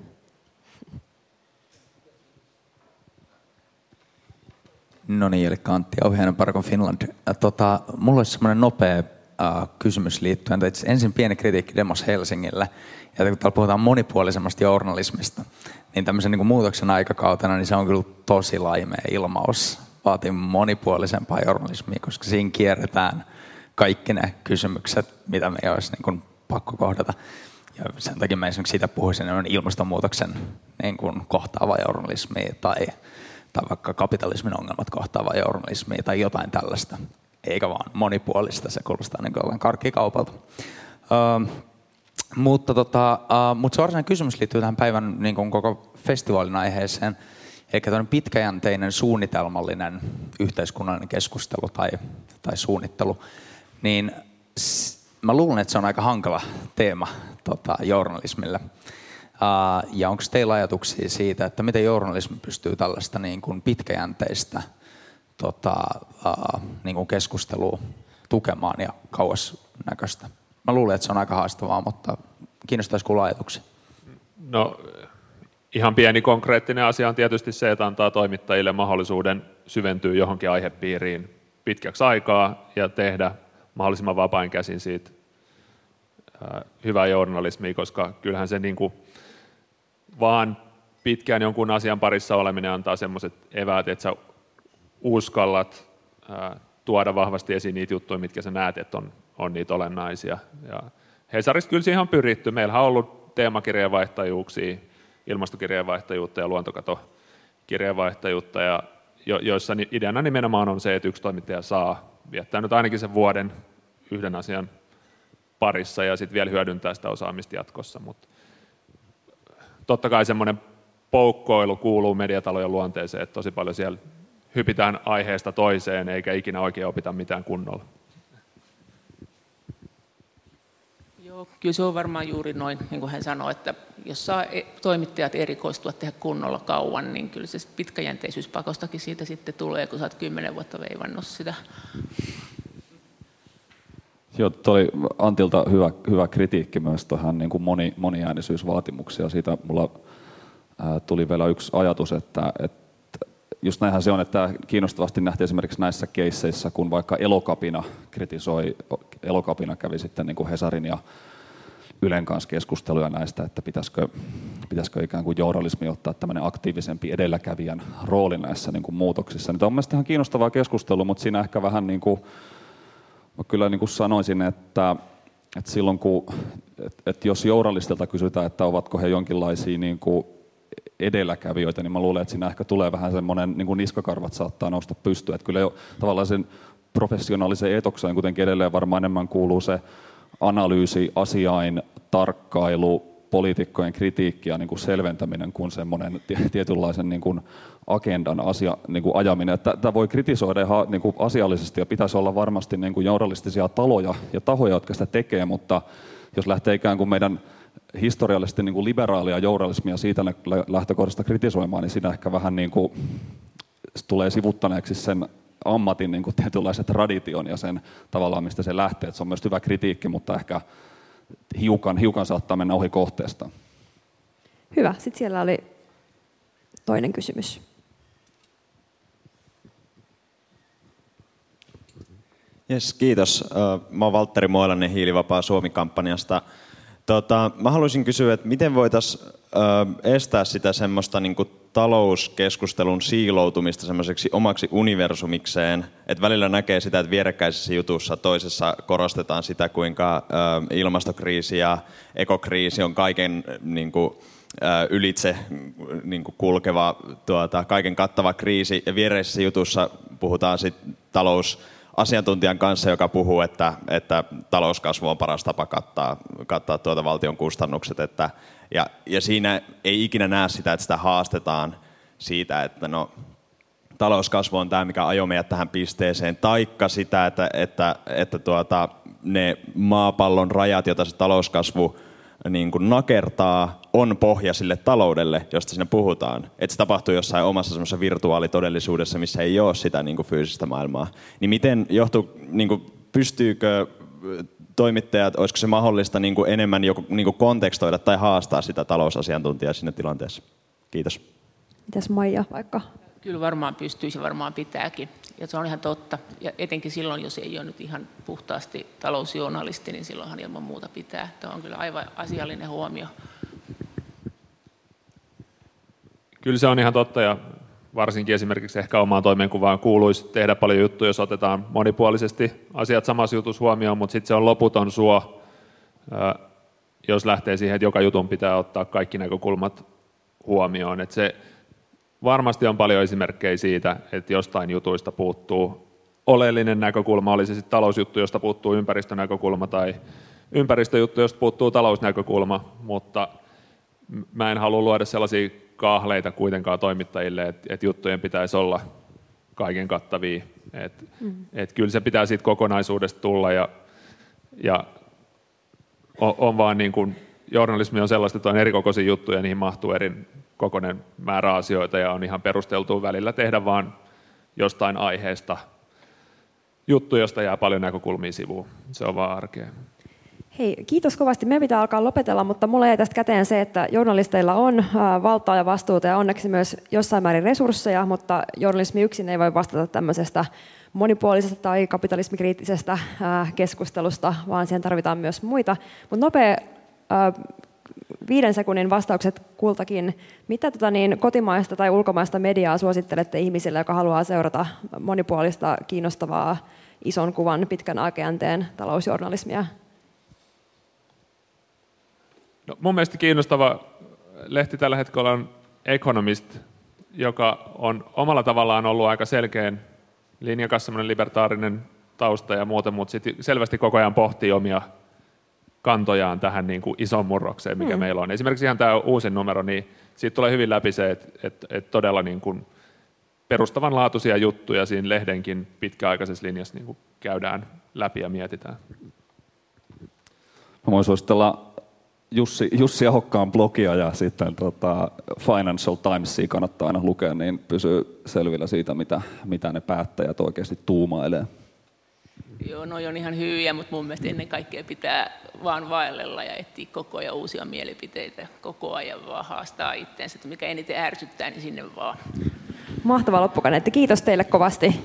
[SPEAKER 1] No niin, eli Antti Auhiainen, Parkon Finland. Tota, mulla olisi semmoinen nopea äh, kysymys liittyen. Ensin pieni kritiikki Demos Helsingille. Ja kun täällä puhutaan monipuolisemmasta journalismista, niin tämmöisen niin kuin muutoksen aikakautena niin se on kyllä tosi laimea ilmaus. Vaatii monipuolisempaa journalismia, koska siinä kierretään kaikki ne kysymykset, mitä me ei olisi niin kuin pakko kohdata. Ja sen takia mä esimerkiksi siitä puhuisin, että on ilmastonmuutoksen niin kuin kohtaava journalismia tai, tai vaikka kapitalismin ongelmat kohtaava journalismia tai jotain tällaista. Eikä vaan monipuolista, se kuulostaa niin kuin karkkikaupalta. Öö, Mutta, tota, uh, mutta se varsinainen kysymys liittyy tähän päivän niin kuin koko festivaalin aiheeseen. Eli tämmöinen pitkäjänteinen suunnitelmallinen yhteiskunnallinen keskustelu tai, tai suunnittelu. Niin s- mä luulen, että se on aika hankala teema tota, journalismille. Uh, ja onko teillä ajatuksia siitä, että miten journalismi pystyy tällaista niin kuin pitkäjänteistä tota, uh, niin kuin keskustelua tukemaan ja kauasnäköistä? Mä luulen, että se on aika haastavaa, mutta kiinnostaisi kuulla ajatuksia.
[SPEAKER 20] No, ihan pieni konkreettinen asia on tietysti se, että antaa toimittajille mahdollisuuden syventyä johonkin aihepiiriin pitkäksi aikaa ja tehdä mahdollisimman vapain käsin siitä äh, hyvää journalismia, koska kyllähän se niin kuin vaan pitkään jonkun asian parissa oleminen antaa semmoiset eväät, että sä uskallat äh, tuoda vahvasti esiin niitä juttuja, mitkä sä näet, että on on niitä olennaisia. Ja Hesarissa kyllä siihen on pyritty. Meillähän on ollut teemakirjeenvaihtajuuksia, ilmastokirjeenvaihtajuutta ja luontokatokirjeenvaihtajuutta, ja jo, joissa ideana nimenomaan on se, että yksi toimittaja saa viettää nyt ainakin sen vuoden yhden asian parissa ja sitten vielä hyödyntää sitä osaamista jatkossa. Mutta totta kai semmoinen poukkoilu kuuluu mediatalojen luonteeseen, että tosi paljon siellä hypitään aiheesta toiseen eikä ikinä oikein opita mitään kunnolla.
[SPEAKER 21] Joo, kyllä se on varmaan juuri noin, niin kuin hän sanoi, että jos saa toimittajat erikoistua tehdä kunnolla kauan, niin kyllä se pitkäjänteisyys pakostakin siitä sitten tulee, kun sä oot kymmenen vuotta veivannut sitä.
[SPEAKER 19] Joo, tuo oli Antilta hyvä, hyvä kritiikki myös tuohon niin kuin moni, moniäänisyysvaatimuksia. Siitä mulla ää, tuli vielä yksi ajatus, että, että just näinhän se on, että kiinnostavasti nähtiin esimerkiksi näissä keisseissä, kun vaikka Elokapina kritisoi, Elokapina kävi sitten niin kuin Hesarin ja Ylen kanssa keskusteluja näistä, että pitäisikö, pitäisikö ikään kuin journalismi ottaa tämmöinen aktiivisempi edelläkävijän rooli näissä niin kuin muutoksissa. Tämä on mielestäni ihan kiinnostavaa keskustelua, mutta siinä ehkä vähän niin kuin, mä kyllä niin kuin sanoisin, että, että silloin kun, että, että jos journalistilta kysytään, että ovatko he jonkinlaisia niin kuin edelläkävijöitä, niin mä luulen, että siinä ehkä tulee vähän semmoinen, niin kuin niskakarvat saattaa nousta pystyyn. Että kyllä jo tavallaan sen professionaalisen etokseen kuitenkin edelleen varmaan enemmän kuuluu se analyysi, asiain, tarkkailu, poliitikkojen kritiikki ja niin kuin selventäminen kuin semmoinen tietynlaisen niin kuin agendan asia, niin kuin ajaminen. Tämä voi kritisoida ihan niin kuin asiallisesti ja pitäisi olla varmasti niin kuin journalistisia taloja ja tahoja, jotka sitä tekee, mutta jos lähtee ikään kuin meidän historiallisesti niin kuin liberaalia journalismia siitä lähtökohdasta kritisoimaan, niin siinä ehkä vähän niin kuin tulee sivuttaneeksi sen ammatin niin kuin tietynlaisen tradition ja sen tavallaan, mistä se lähtee. Että se on myös hyvä kritiikki, mutta ehkä hiukan, hiukan saattaa mennä ohi kohteesta.
[SPEAKER 18] Hyvä. Sitten siellä oli toinen kysymys.
[SPEAKER 4] Yes, kiitos. Mä oon Valtteri Moilanen Hiilivapaa Suomi-kampanjasta. Tota, mä haluaisin kysyä, että miten voitaisiin estää sitä semmoista niin kuin talouskeskustelun siiloutumista semmoiseksi omaksi universumikseen, että välillä näkee sitä, että vierekkäisessä jutussa toisessa korostetaan sitä, kuinka ilmastokriisi ja ekokriisi on kaiken niin kuin, ylitse niin kuin kulkeva, tuota, kaiken kattava kriisi, ja viereisessä jutussa puhutaan sitten talous asiantuntijan kanssa, joka puhuu, että, että talouskasvu on paras tapa kattaa, kattaa tuota valtion kustannukset. Että, ja, ja siinä ei ikinä näe sitä, että sitä haastetaan siitä, että no, talouskasvu on tämä, mikä ajoi meidät tähän pisteeseen, taikka sitä, että, että, että tuota, ne maapallon rajat, joita se talouskasvu niin kuin nakertaa, on pohja sille taloudelle, josta siinä puhutaan. Että se tapahtuu jossain omassa semmoisessa virtuaalitodellisuudessa, missä ei ole sitä niin kuin fyysistä maailmaa. Niin miten johtuu, niin kuin pystyykö toimittajat, olisiko se mahdollista niin kuin enemmän joku, niin kuin kontekstoida tai haastaa sitä talousasiantuntijaa siinä tilanteessa? Kiitos.
[SPEAKER 18] Mitäs Maija vaikka?
[SPEAKER 21] Kyllä varmaan pystyisi, varmaan pitääkin. Ja se on ihan totta. Ja etenkin silloin, jos ei ole nyt ihan puhtaasti talousjournalisti, niin silloinhan ilman muuta pitää. Tämä on kyllä aivan asiallinen huomio.
[SPEAKER 20] Kyllä se on ihan totta, ja varsinkin esimerkiksi ehkä omaan toimenkuvaan kuuluisi tehdä paljon juttuja, jos otetaan monipuolisesti asiat samassa jutussa huomioon, mutta sitten se on loputon suo, jos lähtee siihen, että joka jutun pitää ottaa kaikki näkökulmat huomioon. Että se varmasti on paljon esimerkkejä siitä, että jostain jutuista puuttuu oleellinen näkökulma, oli se sitten talousjuttu, josta puuttuu ympäristönäkökulma, tai ympäristöjuttu, josta puuttuu talousnäkökulma, mutta mä en halua luoda sellaisia kaahleita kuitenkaan toimittajille, että, että juttujen pitäisi olla kaiken kattavia. Et, mm. et kyllä se pitää siitä kokonaisuudesta tulla, ja, ja on, on vaan niin kuin, journalismi on sellaista, että on erikokoisia juttuja, ja niihin mahtuu eri kokoinen määrä asioita, ja on ihan perusteltua välillä tehdä vaan jostain aiheesta juttu, josta jää paljon näkökulmia sivuun. Se on vaan arkea.
[SPEAKER 18] Hei, kiitos kovasti. Meidän pitää alkaa lopetella, mutta mulle jäi tästä käteen se, että journalisteilla on valtaa ja vastuuta ja onneksi myös jossain määrin resursseja, mutta journalismi yksin ei voi vastata tämmöisestä monipuolisesta tai kapitalismikriittisestä keskustelusta, vaan siihen tarvitaan myös muita. Mutta nopea viiden sekunnin vastaukset kultakin. Mitä tota niin, kotimaista tai ulkomaista mediaa suosittelette ihmisille, joka haluaa seurata monipuolista, kiinnostavaa, ison kuvan, pitkän aikajänteen talousjournalismia?
[SPEAKER 20] No, mun mielestä kiinnostava lehti tällä hetkellä on Economist, joka on omalla tavallaan ollut aika selkeän linjakas, semmoinen libertaarinen tausta ja muuten, mutta sitten selvästi koko ajan pohtii omia kantojaan tähän niin kuin ison murrokseen, mikä mm. meillä on. Esimerkiksi ihan tämä uusin numero, niin siitä tulee hyvin läpi se, että, että, että todella niin kuin perustavanlaatuisia juttuja siinä lehdenkin pitkäaikaisessa linjassa niin kuin käydään läpi ja mietitään.
[SPEAKER 19] Mä voin suositella Jussi, Jussi Ahokkaan blogia ja sitten tota Financial Timesia kannattaa aina lukea, niin pysyy selvillä siitä, mitä, mitä ne päättäjät oikeasti tuumailee.
[SPEAKER 21] Joo, no on ihan hyviä, mutta mun mielestä ennen kaikkea pitää vaan vaellella ja etsiä koko ajan uusia mielipiteitä, koko ajan vaan haastaa itseensä, että mikä eniten ärsyttää, niin sinne vaan.
[SPEAKER 18] Mahtava loppukaneetti. Kiitos teille kovasti.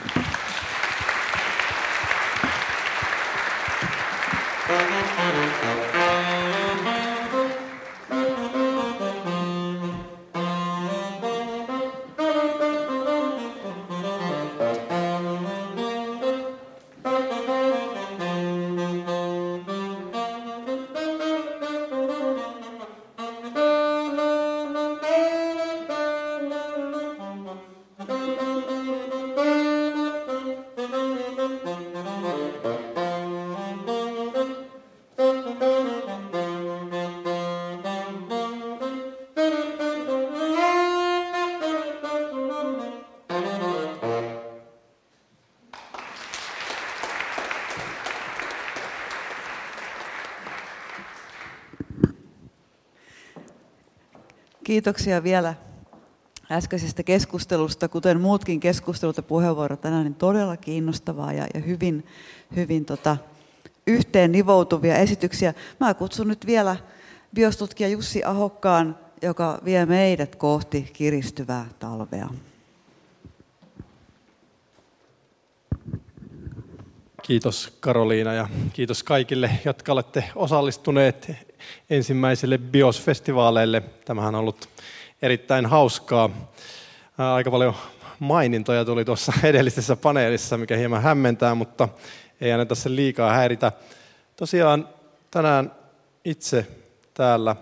[SPEAKER 2] Kiitoksia vielä äskeisestä keskustelusta, kuten muutkin keskustelut ja puheenvuorot tänään, niin todella kiinnostavaa ja, ja hyvin, hyvin tota, yhteen nivoutuvia esityksiä. Mä kutsun nyt vielä biostutkija Jussi Ahokkaan, joka vie meidät kohti kiristyvää talvea.
[SPEAKER 3] Kiitos Karoliina ja kiitos kaikille, jotka olette osallistuneet ensimmäiselle BIOS-festivaaleille. Tämähän on ollut erittäin hauskaa. Aika paljon mainintoja tuli tuossa edellisessä paneelissa, mikä hieman hämmentää, mutta ei anneta sen liikaa häiritä. Tosiaan tänään itse täällä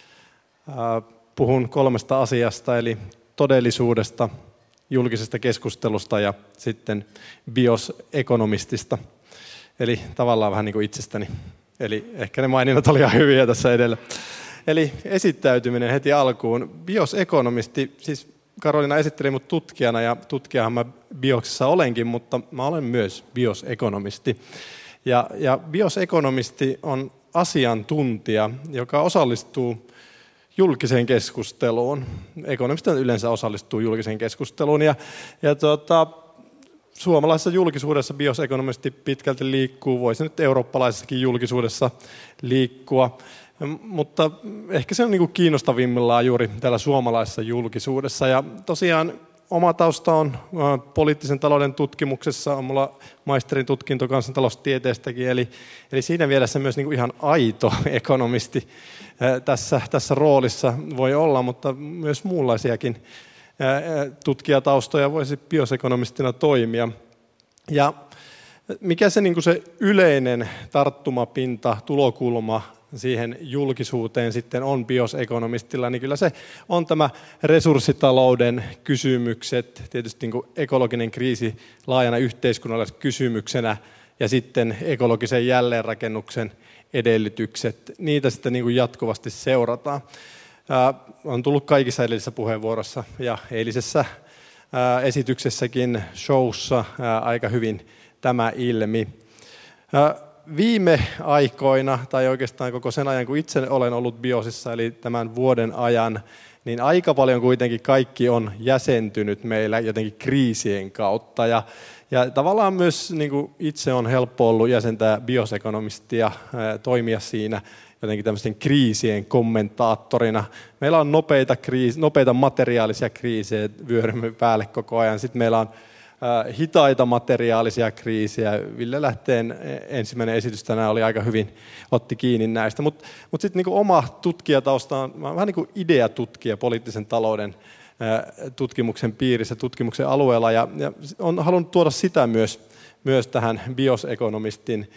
[SPEAKER 3] puhun kolmesta asiasta, eli todellisuudesta, julkisesta keskustelusta ja sitten BIOS-ekonomistista. Eli tavallaan vähän niin kuin itsestäni. Eli ehkä ne maininnat oli ihan hyviä tässä edellä. Eli esittäytyminen heti alkuun. BIOS-ekonomisti, siis Karoliina esitteli mut tutkijana ja tutkijahan mä BIOSissa olenkin, mutta mä olen myös BIOS-ekonomisti. Ja, ja BIOS-ekonomisti on asiantuntija, joka osallistuu julkiseen keskusteluun. Ekonomistit yleensä osallistuu julkiseen keskusteluun. Ja, ja tuota, suomalaisessa julkisuudessa BIOS-ekonomisti pitkälti liikkuu, voisi nyt eurooppalaisessakin julkisuudessa liikkua. Mutta ehkä se on niin kuin kiinnostavimmillaan juuri täällä suomalaisessa julkisuudessa. Ja tosiaan oma tausta on poliittisen talouden tutkimuksessa, on mulla maisterin tutkinto kansantaloustieteestäkin, eli, eli siinä mielessä myös niin kuin ihan aito ekonomisti tässä, tässä roolissa voi olla, mutta myös muunlaisiakin tutkijataustoja voisi BIOS-ekonomistina toimia. Ja mikä se, niin kuin se yleinen tarttumapinta, tulokulma siihen julkisuuteen sitten on BIOS-ekonomistilla, niin kyllä se on tämä resurssitalouden kysymykset, tietysti niin kuin ekologinen kriisi laajana yhteiskunnallisena kysymyksenä ja sitten ekologisen jälleenrakennuksen edellytykset, niitä sitten niin kuin jatkuvasti seurataan. Ää, on tullut kaikissa edellisissä puheenvuorossa ja eilisessä ää, esityksessäkin showssa ää, aika hyvin tämä ilmi. Ää, Viime aikoina, tai oikeastaan koko sen ajan, kun itse olen ollut BIOSissa, eli tämän vuoden ajan, niin aika paljon kuitenkin kaikki on jäsentynyt meillä jotenkin kriisien kautta. Ja, ja tavallaan myös niin kuin itse on helppo ollut jäsentää BIOS-ekonomistia, ää, toimia siinä jotenkin tämmöisten kriisien kommentaattorina. Meillä on nopeita, kriisi, nopeita materiaalisia kriisejä vyörymme päälle koko ajan. Sitten meillä on hitaita materiaalisia kriisejä. Ville Lähteen ensimmäinen esitys tänään oli aika hyvin, otti kiinni näistä. Mutta mut sitten niinku oma tutkijatausta on, mä olen vähän niin kuin ideatutkija poliittisen talouden tutkimuksen piirissä, tutkimuksen alueella, ja, ja on halunnut tuoda sitä myös, myös tähän BIOS-ekonomistin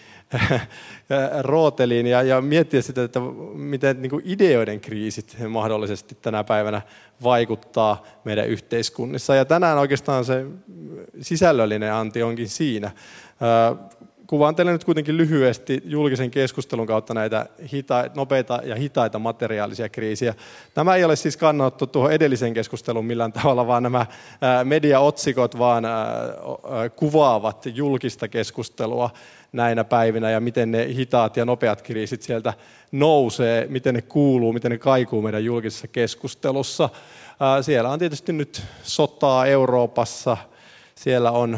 [SPEAKER 3] rooteliin ja, ja miettiä sitä, että miten niin kuin ideoiden kriisit mahdollisesti tänä päivänä vaikuttaa meidän yhteiskunnissa. Ja tänään oikeastaan se sisällöllinen anti onkin siinä. kuvaan teille nyt kuitenkin lyhyesti julkisen keskustelun kautta näitä hita, nopeita ja hitaita materiaalisia kriisiä. Tämä ei ole siis kannattu tuohon edelliseen keskusteluun millään tavalla, vaan nämä mediaotsikot vaan kuvaavat julkista keskustelua näinä päivinä ja miten ne hitaat ja nopeat kriisit sieltä nousee, miten ne kuuluu, miten ne kaikuu meidän julkisessa keskustelussa. Siellä on tietysti nyt sotaa Euroopassa. Siellä on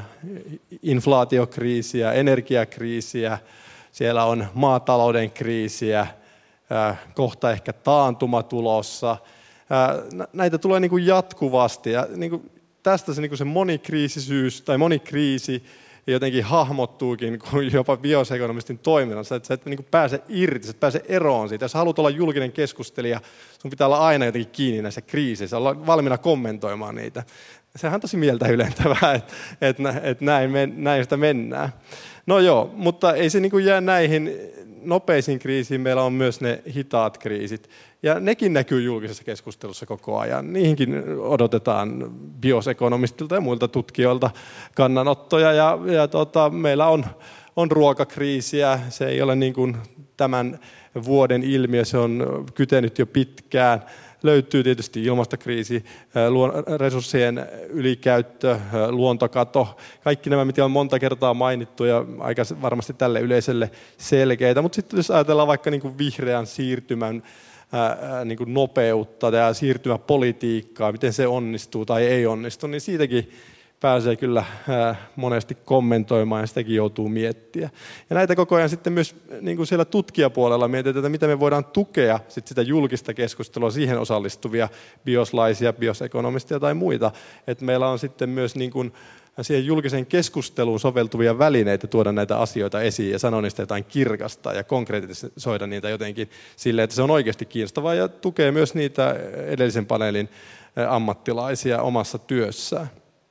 [SPEAKER 3] inflaatiokriisiä, energiakriisiä, siellä on maatalouden kriisiä, kohta ehkä taantuma tulossa. Näitä tulee niin kuin jatkuvasti ja niin kuin tästä se, niin kuin se monikriisisyys tai monikriisi jotenkin hahmottuukin kuin jopa biosekonomistin toiminnassa, että sä et niin kuin pääse irti, sä et pääse eroon siitä. Jos haluat olla julkinen keskustelija, sun pitää olla aina jotenkin kiinni näissä kriiseissä, olla valmiina kommentoimaan niitä. Sehän on tosi mieltä ylentävää, että, että, että näin, näin sitä mennään. No joo, mutta ei se niin kuin jää näihin nopeisiin kriisiin. Meillä on myös ne hitaat kriisit. Ja nekin näkyy julkisessa keskustelussa koko ajan. Niihinkin odotetaan biosekonomistilta ja muilta tutkijoilta kannanottoja. Ja, ja tota, meillä on, on ruokakriisiä. Se ei ole niin kuin tämän vuoden ilmiö. Se on kytenyt jo pitkään. Löytyy tietysti ilmastokriisi, resurssien ylikäyttö, luontokato, kaikki nämä, mitä on monta kertaa mainittu ja aika varmasti tälle yleisölle selkeitä. Mutta sitten jos ajatellaan vaikka niin kuin vihreän siirtymän ää, niin kuin nopeutta ja siirtymäpolitiikkaa, miten se onnistuu tai ei onnistu, niin siitäkin pääsee kyllä monesti kommentoimaan ja sitäkin joutuu miettiä. Ja näitä koko ajan sitten myös niin kuin siellä tutkijapuolella mietitään, että miten me voidaan tukea sit sitä julkista keskustelua, siihen osallistuvia bioslaisia, biosekonomistia tai muita. Että meillä on sitten myös niin kuin siihen julkiseen keskusteluun soveltuvia välineitä tuoda näitä asioita esiin ja sanoa niistä jotain kirkasta ja konkretisoida niitä jotenkin silleen, että se on oikeasti kiinnostavaa ja tukee myös niitä edellisen paneelin ammattilaisia omassa työssään.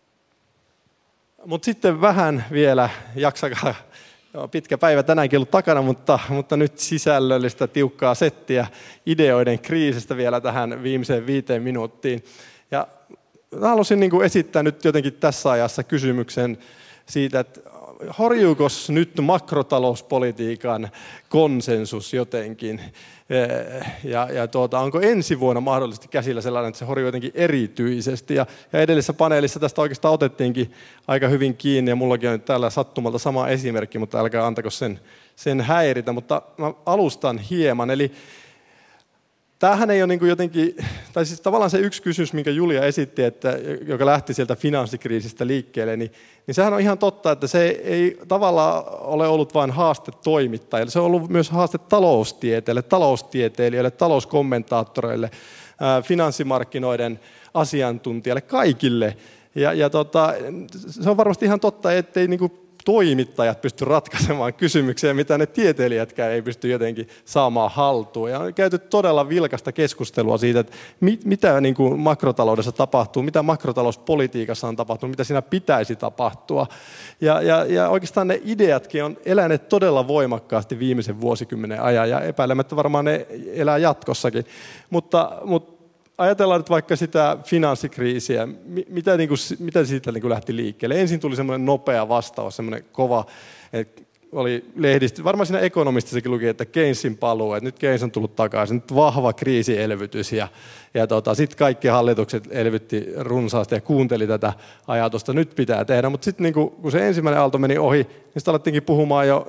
[SPEAKER 3] Mutta sitten vähän vielä, jaksakaa, pitkä päivä tänäänkin ollut takana, mutta, mutta nyt sisällöllistä tiukkaa settiä ideoiden kriisistä vielä tähän viimeiseen viiteen minuuttiin. Ja haluaisin niin kuin esittää nyt jotenkin tässä ajassa kysymyksen siitä, että horjuuko nyt makrotalouspolitiikan konsensus jotenkin? Ja, ja tuota, onko ensi vuonna mahdollisesti käsillä sellainen, että se horjuu jotenkin erityisesti? Ja, ja edellisessä paneelissa tästä oikeastaan otettiinkin aika hyvin kiinni, ja mullakin on nyt täällä sattumalta sama esimerkki, mutta älkää antako sen, sen häiritä. Mutta mä alustan hieman, eli tämähän ei ole niin kuin jotenkin, tai siis tavallaan se yksi kysymys, minkä Julia esitti, että, joka lähti sieltä finanssikriisistä liikkeelle, niin, niin sehän on ihan totta, että se ei tavallaan ole ollut vain haaste toimittajille, se on ollut myös haaste taloustieteelle, taloustieteilijöille, talouskommentaattoreille, ää, finanssimarkkinoiden asiantuntijalle, kaikille. Ja, ja tota, se on varmasti ihan totta, ettei niin kuin toimittajat pysty ratkaisemaan kysymyksiä, mitä ne tieteilijätkään ei pysty jotenkin saamaan haltuun. Ja on käyty todella vilkasta keskustelua siitä, että mit, mitä niin kuin makrotaloudessa tapahtuu, mitä makrotalouspolitiikassa on tapahtunut, mitä siinä pitäisi tapahtua. Ja, ja, ja oikeastaan ne ideatkin on eläneet todella voimakkaasti viimeisen vuosikymmenen ajan, ja epäilemättä varmaan ne elää jatkossakin. Mutta, mutta ajatellaan nyt vaikka sitä finanssikriisiä, mitä, niin kuin, mitä siitä niin kuin lähti liikkeelle. Ensin tuli semmoinen nopea vastaus, semmoinen kova, että oli lehdistä, varmaan siinä ekonomistissakin luki, että Keynesin paluu, että nyt Keynes on tullut takaisin, nyt vahva kriisielvytys ja, ja tota, sitten kaikki hallitukset elvytti runsaasti ja kuunteli tätä ajatusta, nyt pitää tehdä, mutta sitten niin kun se ensimmäinen aalto meni ohi, niin sitten alettiinkin puhumaan jo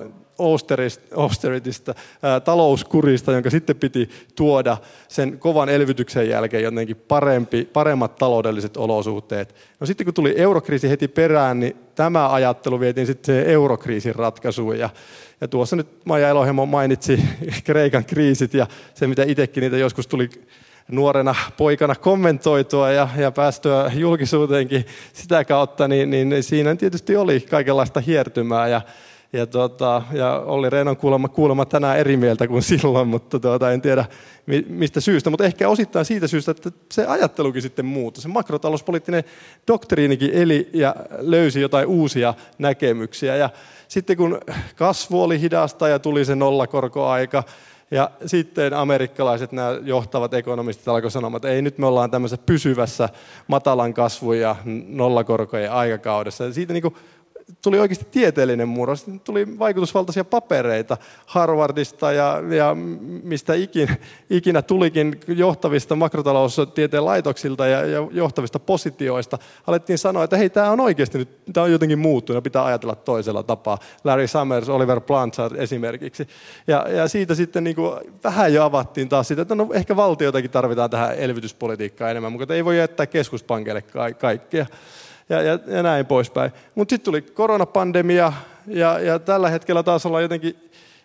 [SPEAKER 3] austeritystä, talouskurista, jonka sitten piti tuoda sen kovan elvytyksen jälkeen jotenkin parempi, paremmat taloudelliset olosuhteet. No sitten kun tuli eurokriisi heti perään, niin tämä ajattelu vietiin sitten eurokriisin ratkaisuun. Ja, ja tuossa nyt Maija Eloheimo mainitsi Kreikan kriisit ja se, mitä itsekin niitä joskus tuli nuorena poikana kommentoitua ja, ja päästyä julkisuuteenkin sitä kautta, niin, niin siinä tietysti oli kaikenlaista hiertymää. Ja, Ja, tuota, ja Olli Rehn on kuulemma, kuulemma tänään eri mieltä kuin silloin, mutta tuota, en tiedä mistä syystä. Mutta ehkä osittain siitä syystä, että se ajattelukin sitten muuttui. Se makrotalouspoliittinen doktriinikin eli ja löysi jotain uusia näkemyksiä. Ja sitten kun kasvu oli hidasta ja tuli se nollakorkoaika, ja sitten amerikkalaiset, nämä johtavat ekonomistit alkoivat sanomaan, että ei, nyt me ollaan tämmöisessä pysyvässä matalan kasvun ja nollakorkojen aikakaudessa. Ja siitä niin kuin tuli oikeasti tieteellinen murros. Tuli vaikutusvaltaisia papereita Harvardista ja, ja mistä ikinä, ikinä tulikin johtavista makrotaloustieteen laitoksilta ja, ja johtavista positioista. Alettiin sanoa, että hei, tämä on oikeasti nyt, tämä on jotenkin muuttunut, pitää ajatella toisella tapaa. Larry Summers, Oliver Blanchard esimerkiksi. Ja, ja siitä sitten niin kuin vähän jo avattiin taas sitä, että no ehkä valtiotakin tarvitaan tähän elvytyspolitiikkaan enemmän, mutta ei voi jättää keskuspankeille ka- kaikkea. Ja, ja, ja näin poispäin. Mutta sitten tuli koronapandemia ja, ja tällä hetkellä taas ollaan jotenkin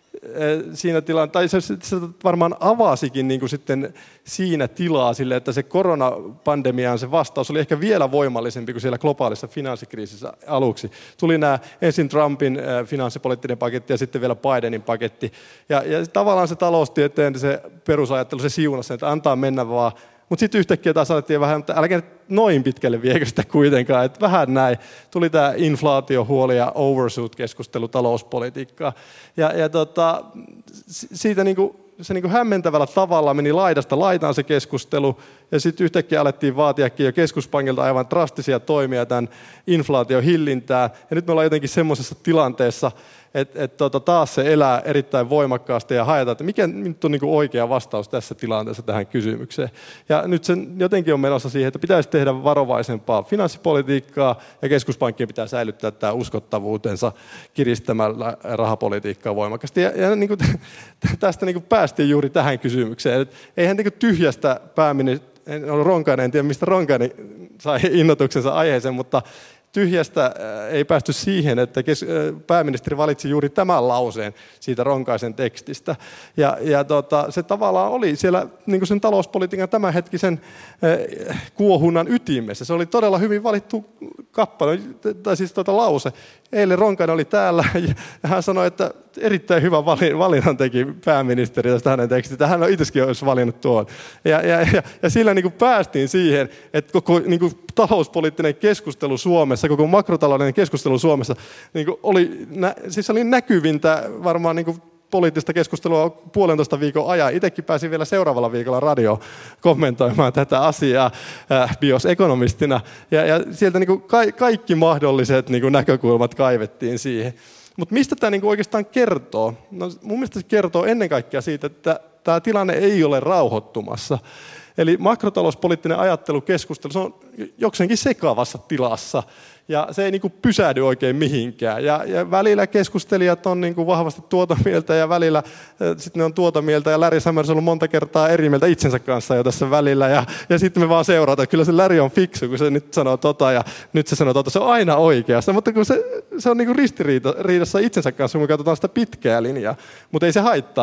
[SPEAKER 3] e, siinä tilanteessa, tai se, se varmaan avasikin niin kuin sitten siinä tilaa sille, että se koronapandemiaan se vastaus oli ehkä vielä voimallisempi kuin siellä globaalissa finanssikriisissä aluksi. Tuli nämä ensin Trumpin e, finanssipoliittinen paketti ja sitten vielä Bidenin paketti. Ja, ja tavallaan se taloustieteen se perusajattelu, se siunasi, että antaa mennä vaan. Mutta sitten yhtäkkiä taas sanottiin vähän, että älkää noin pitkälle viekö sitä kuitenkaan, että vähän näin. Tuli tämä inflaatiohuoli ja overshoot-keskustelu talouspolitiikkaa. Ja, ja tota, siitä niinku, se niinku hämmentävällä tavalla meni laidasta laitaan se keskustelu, ja sitten yhtäkkiä alettiin vaatiakin jo keskuspankilta aivan drastisia toimia tämän inflaation hillintään. Ja nyt me ollaan jotenkin semmoisessa tilanteessa, että et, tota, taas se elää erittäin voimakkaasti ja haetaan, että mikä nyt on niinku oikea vastaus tässä tilanteessa tähän kysymykseen. Ja nyt se jotenkin on menossa siihen, että pitäisi tehdä varovaisempaa finanssipolitiikkaa ja keskuspankkien pitää säilyttää tämä uskottavuutensa kiristämällä rahapolitiikkaa voimakkaasti. Ja, ja niinku, tästä niinku päästiin juuri tähän kysymykseen. Et eihän niinku tyhjästä pääministeri, en ole Ronkainen, en tiedä mistä Ronkainen sai innotuksensa aiheeseen, mutta tyhjästä ei päästy siihen, että pääministeri valitsi juuri tämän lauseen siitä Ronkaisen tekstistä. Ja, ja tota, se tavallaan oli siellä niin kuin sen talouspolitiikan tämänhetkisen eh, kuohunnan ytimessä. Se oli todella hyvin valittu kappale, tai siis tota lause. Eilen Ronkainen oli täällä ja hän sanoi, että erittäin hyvä valinnan teki pääministeri tästä hänen tekstistä. Hän on itsekin olisi valinnut tuon. Ja, ja, ja, ja sillä niin kuin päästiin siihen, että koko niin kuin talouspoliittinen keskustelu Suomessa, koko makrotaloudellinen keskustelu Suomessa niin kuin oli, siis oli näkyvintä varmaan niin kuin poliittista keskustelua puolentoista viikon ajan. Itsekin pääsin vielä seuraavalla viikolla radioon kommentoimaan tätä asiaa äh, biosekonomistina. Ja, ja sieltä niin kuin ka- kaikki mahdolliset niin kuin näkökulmat kaivettiin siihen. Mutta mistä tämä niin kuin oikeastaan kertoo? No, mun mielestä se kertoo ennen kaikkea siitä, että tämä tilanne ei ole rauhoittumassa. Eli makrotalouspoliittinen ajattelukeskustelu, se on jokseenkin sekavassa tilassa. Ja se ei niin kuin pysähdy oikein mihinkään. Ja, ja välillä keskustelijat on niin kuin vahvasti tuota mieltä ja välillä äh, sitten ne on tuota mieltä. Ja Larry Summers on ollut monta kertaa eri mieltä itsensä kanssa jo tässä välillä. Ja, ja sitten me vaan seurataan, että kyllä se Larry on fiksu, kun se nyt sanoo tota ja nyt se sanoo tota. Se on aina oikeassa, mutta kun se, se on niin kuin ristiriidassa itsensä kanssa, kun me katsotaan sitä pitkää linjaa. Mutta ei se haittaa.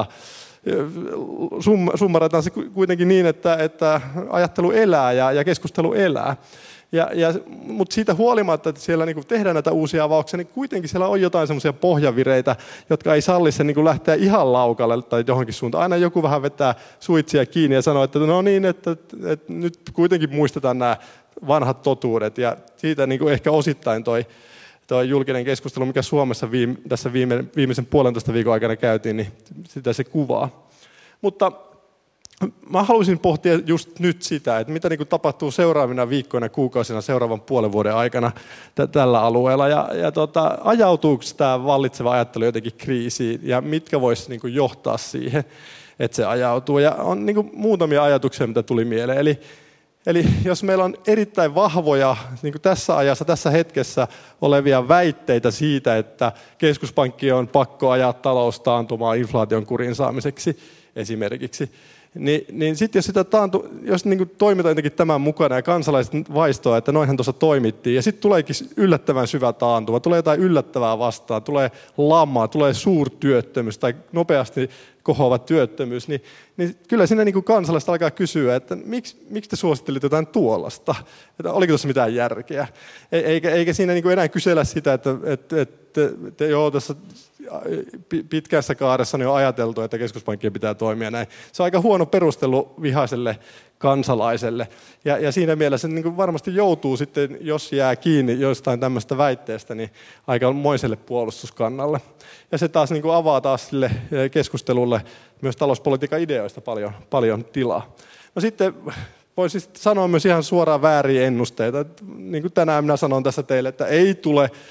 [SPEAKER 3] Summarataan se kuitenkin niin, että, että ajattelu elää ja, ja keskustelu elää. Ja, ja, mutta siitä huolimatta, että siellä niin tehdään näitä uusia avauksia, niin kuitenkin siellä on jotain semmoisia pohjavireitä, jotka ei salli sen niin lähteä ihan laukalle tai johonkin suuntaan. Aina joku vähän vetää suitsia kiinni ja sanoo, että no niin, että, että, että nyt kuitenkin muistetaan nämä vanhat totuudet. Ja siitä niin ehkä osittain toi, toi julkinen keskustelu, mikä Suomessa viime, tässä viime, viimeisen puolentoista viikon aikana käytiin, niin sitä se kuvaa. Mutta mä haluaisin pohtia just nyt sitä, että mitä niin kuin tapahtuu seuraavina viikkoina, kuukausina, seuraavan puolen vuoden aikana t- tällä alueella. Ja, ja tota, ajautuuko tämä vallitseva ajattelu jotenkin kriisiin ja mitkä voisi niin kuin johtaa siihen, että se ajautuu. Ja on niin kuin muutamia ajatuksia, mitä tuli mieleen. Eli, eli jos meillä on erittäin vahvoja niin kuin tässä ajassa, tässä hetkessä olevia väitteitä siitä, että keskuspankki on pakko ajaa taloustaantumaan inflaation kuriin saamiseksi esimerkiksi, Niin, niin sitten jos, sitä taantu, jos niin kuin toimitaan jotenkin tämän mukana ja kansalaiset vaistoa, että noinhan tuossa toimittiin, ja sitten tuleekin yllättävän syvä taantuma, tulee jotain yllättävää vastaan, tulee lama, tulee suurtyöttömyys tai nopeasti kohoava työttömyys, niin, niin kyllä siinä niin kuin kansalaiset alkaa kysyä, että miksi, miksi te suosittelit jotain tuollaista, että oliko tuossa mitään järkeä, eikä, eikä siinä niin kuin enää kysellä sitä, että, että, että, että joo, tässä pitkässä kaaressa niin on ajateltu, että keskuspankkien pitää toimia näin. Se on aika huono perustelu vihaiselle kansalaiselle. Ja, ja siinä mielessä niin kuin varmasti joutuu sitten, jos jää kiinni jostain tämmöistä väitteestä, niin aika moiselle puolustuskannalle. Ja se taas niin kuin avaa taas sille keskustelulle myös talouspolitiikan ideoista paljon, paljon tilaa. No sitten voisi sanoa myös ihan suoraan vääriä ennusteita. Niin kuin tänään minä sanon tässä teille, että ei tule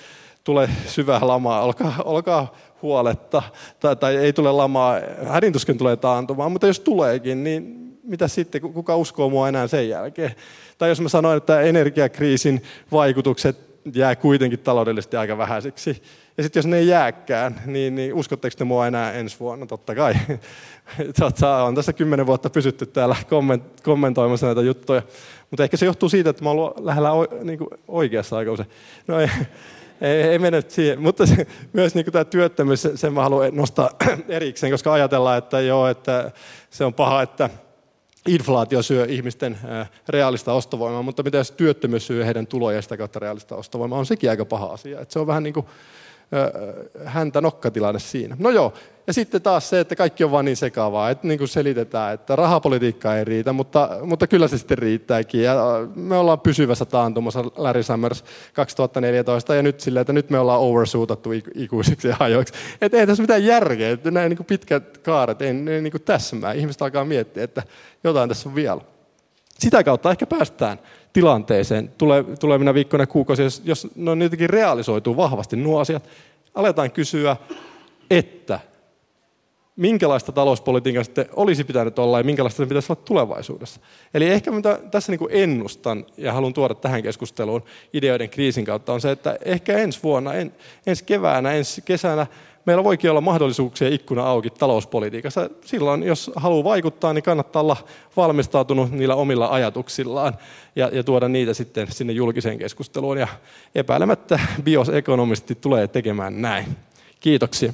[SPEAKER 3] tule syvää lamaa, olkaa, olkaa huoletta, tai, tai ei tule lamaa, hädintuskin tulee taantumaan, mutta jos tuleekin, niin mitä sitten, kuka uskoo mua enää sen jälkeen? Tai jos mä sanoin, että energiakriisin vaikutukset jää kuitenkin taloudellisesti aika vähäisiksi, ja sitten jos ne ei jääkään, niin, niin uskotteko te mua enää ensi vuonna? Totta kai. On tässä kymmenen vuotta pysytty täällä kommentoimassa näitä juttuja. Mutta ehkä se johtuu siitä, että mä oon lähellä niin kuin oikeassa aika usein. No ei, ei, ei mene siihen. Mutta se, myös niin kuin tämä työttömyys, sen mä haluan nostaa erikseen, koska ajatellaan, että joo, että se on paha, että inflaatio syö ihmisten reaalista ostovoimaa, mutta mitä jos työttömyys syö heidän tuloja sitä kautta reaalista ostovoimaa, on sekin aika paha asia. Että se on vähän niin kuin häntä nokkatilanne siinä. No joo, ja sitten taas se, että kaikki on vaan niin sekavaa, että niin kuin selitetään, että rahapolitiikka ei riitä, mutta, mutta kyllä se sitten riittääkin. Ja me ollaan pysyvässä taantumassa Larry Summers kaksituhattaneljätoista, ja nyt silleen, että nyt me ollaan oversuutattu ikuisiksi ajoiksi. Että ei tässä mitään järkeä, että nämä niin kuin pitkät kaaret ei ne niin kuin täsmää. Ihmiset alkaa miettiä, että jotain tässä on vielä. Sitä kautta ehkä päästään tilanteeseen tulevina viikkoina ja kuukausina, jos, jos ne jotenkin realisoituu vahvasti nuo asiat. Aletaan kysyä, että minkälaista talouspolitiikkaa sitten olisi pitänyt olla ja minkälaista se pitäisi olla tulevaisuudessa. Eli ehkä mitä tässä niin kuin ennustan ja haluan tuoda tähän keskusteluun ideoiden kriisin kautta on se, että ehkä ensi vuonna, en, ensi keväänä, ensi kesänä meillä voikin olla mahdollisuuksia ikkuna auki talouspolitiikassa. Silloin, jos haluaa vaikuttaa, niin kannattaa olla valmistautunut niillä omilla ajatuksillaan ja, ja tuoda niitä sitten sinne julkiseen keskusteluun. Ja epäilemättä biosekonomisti tulee tekemään näin. Kiitoksia.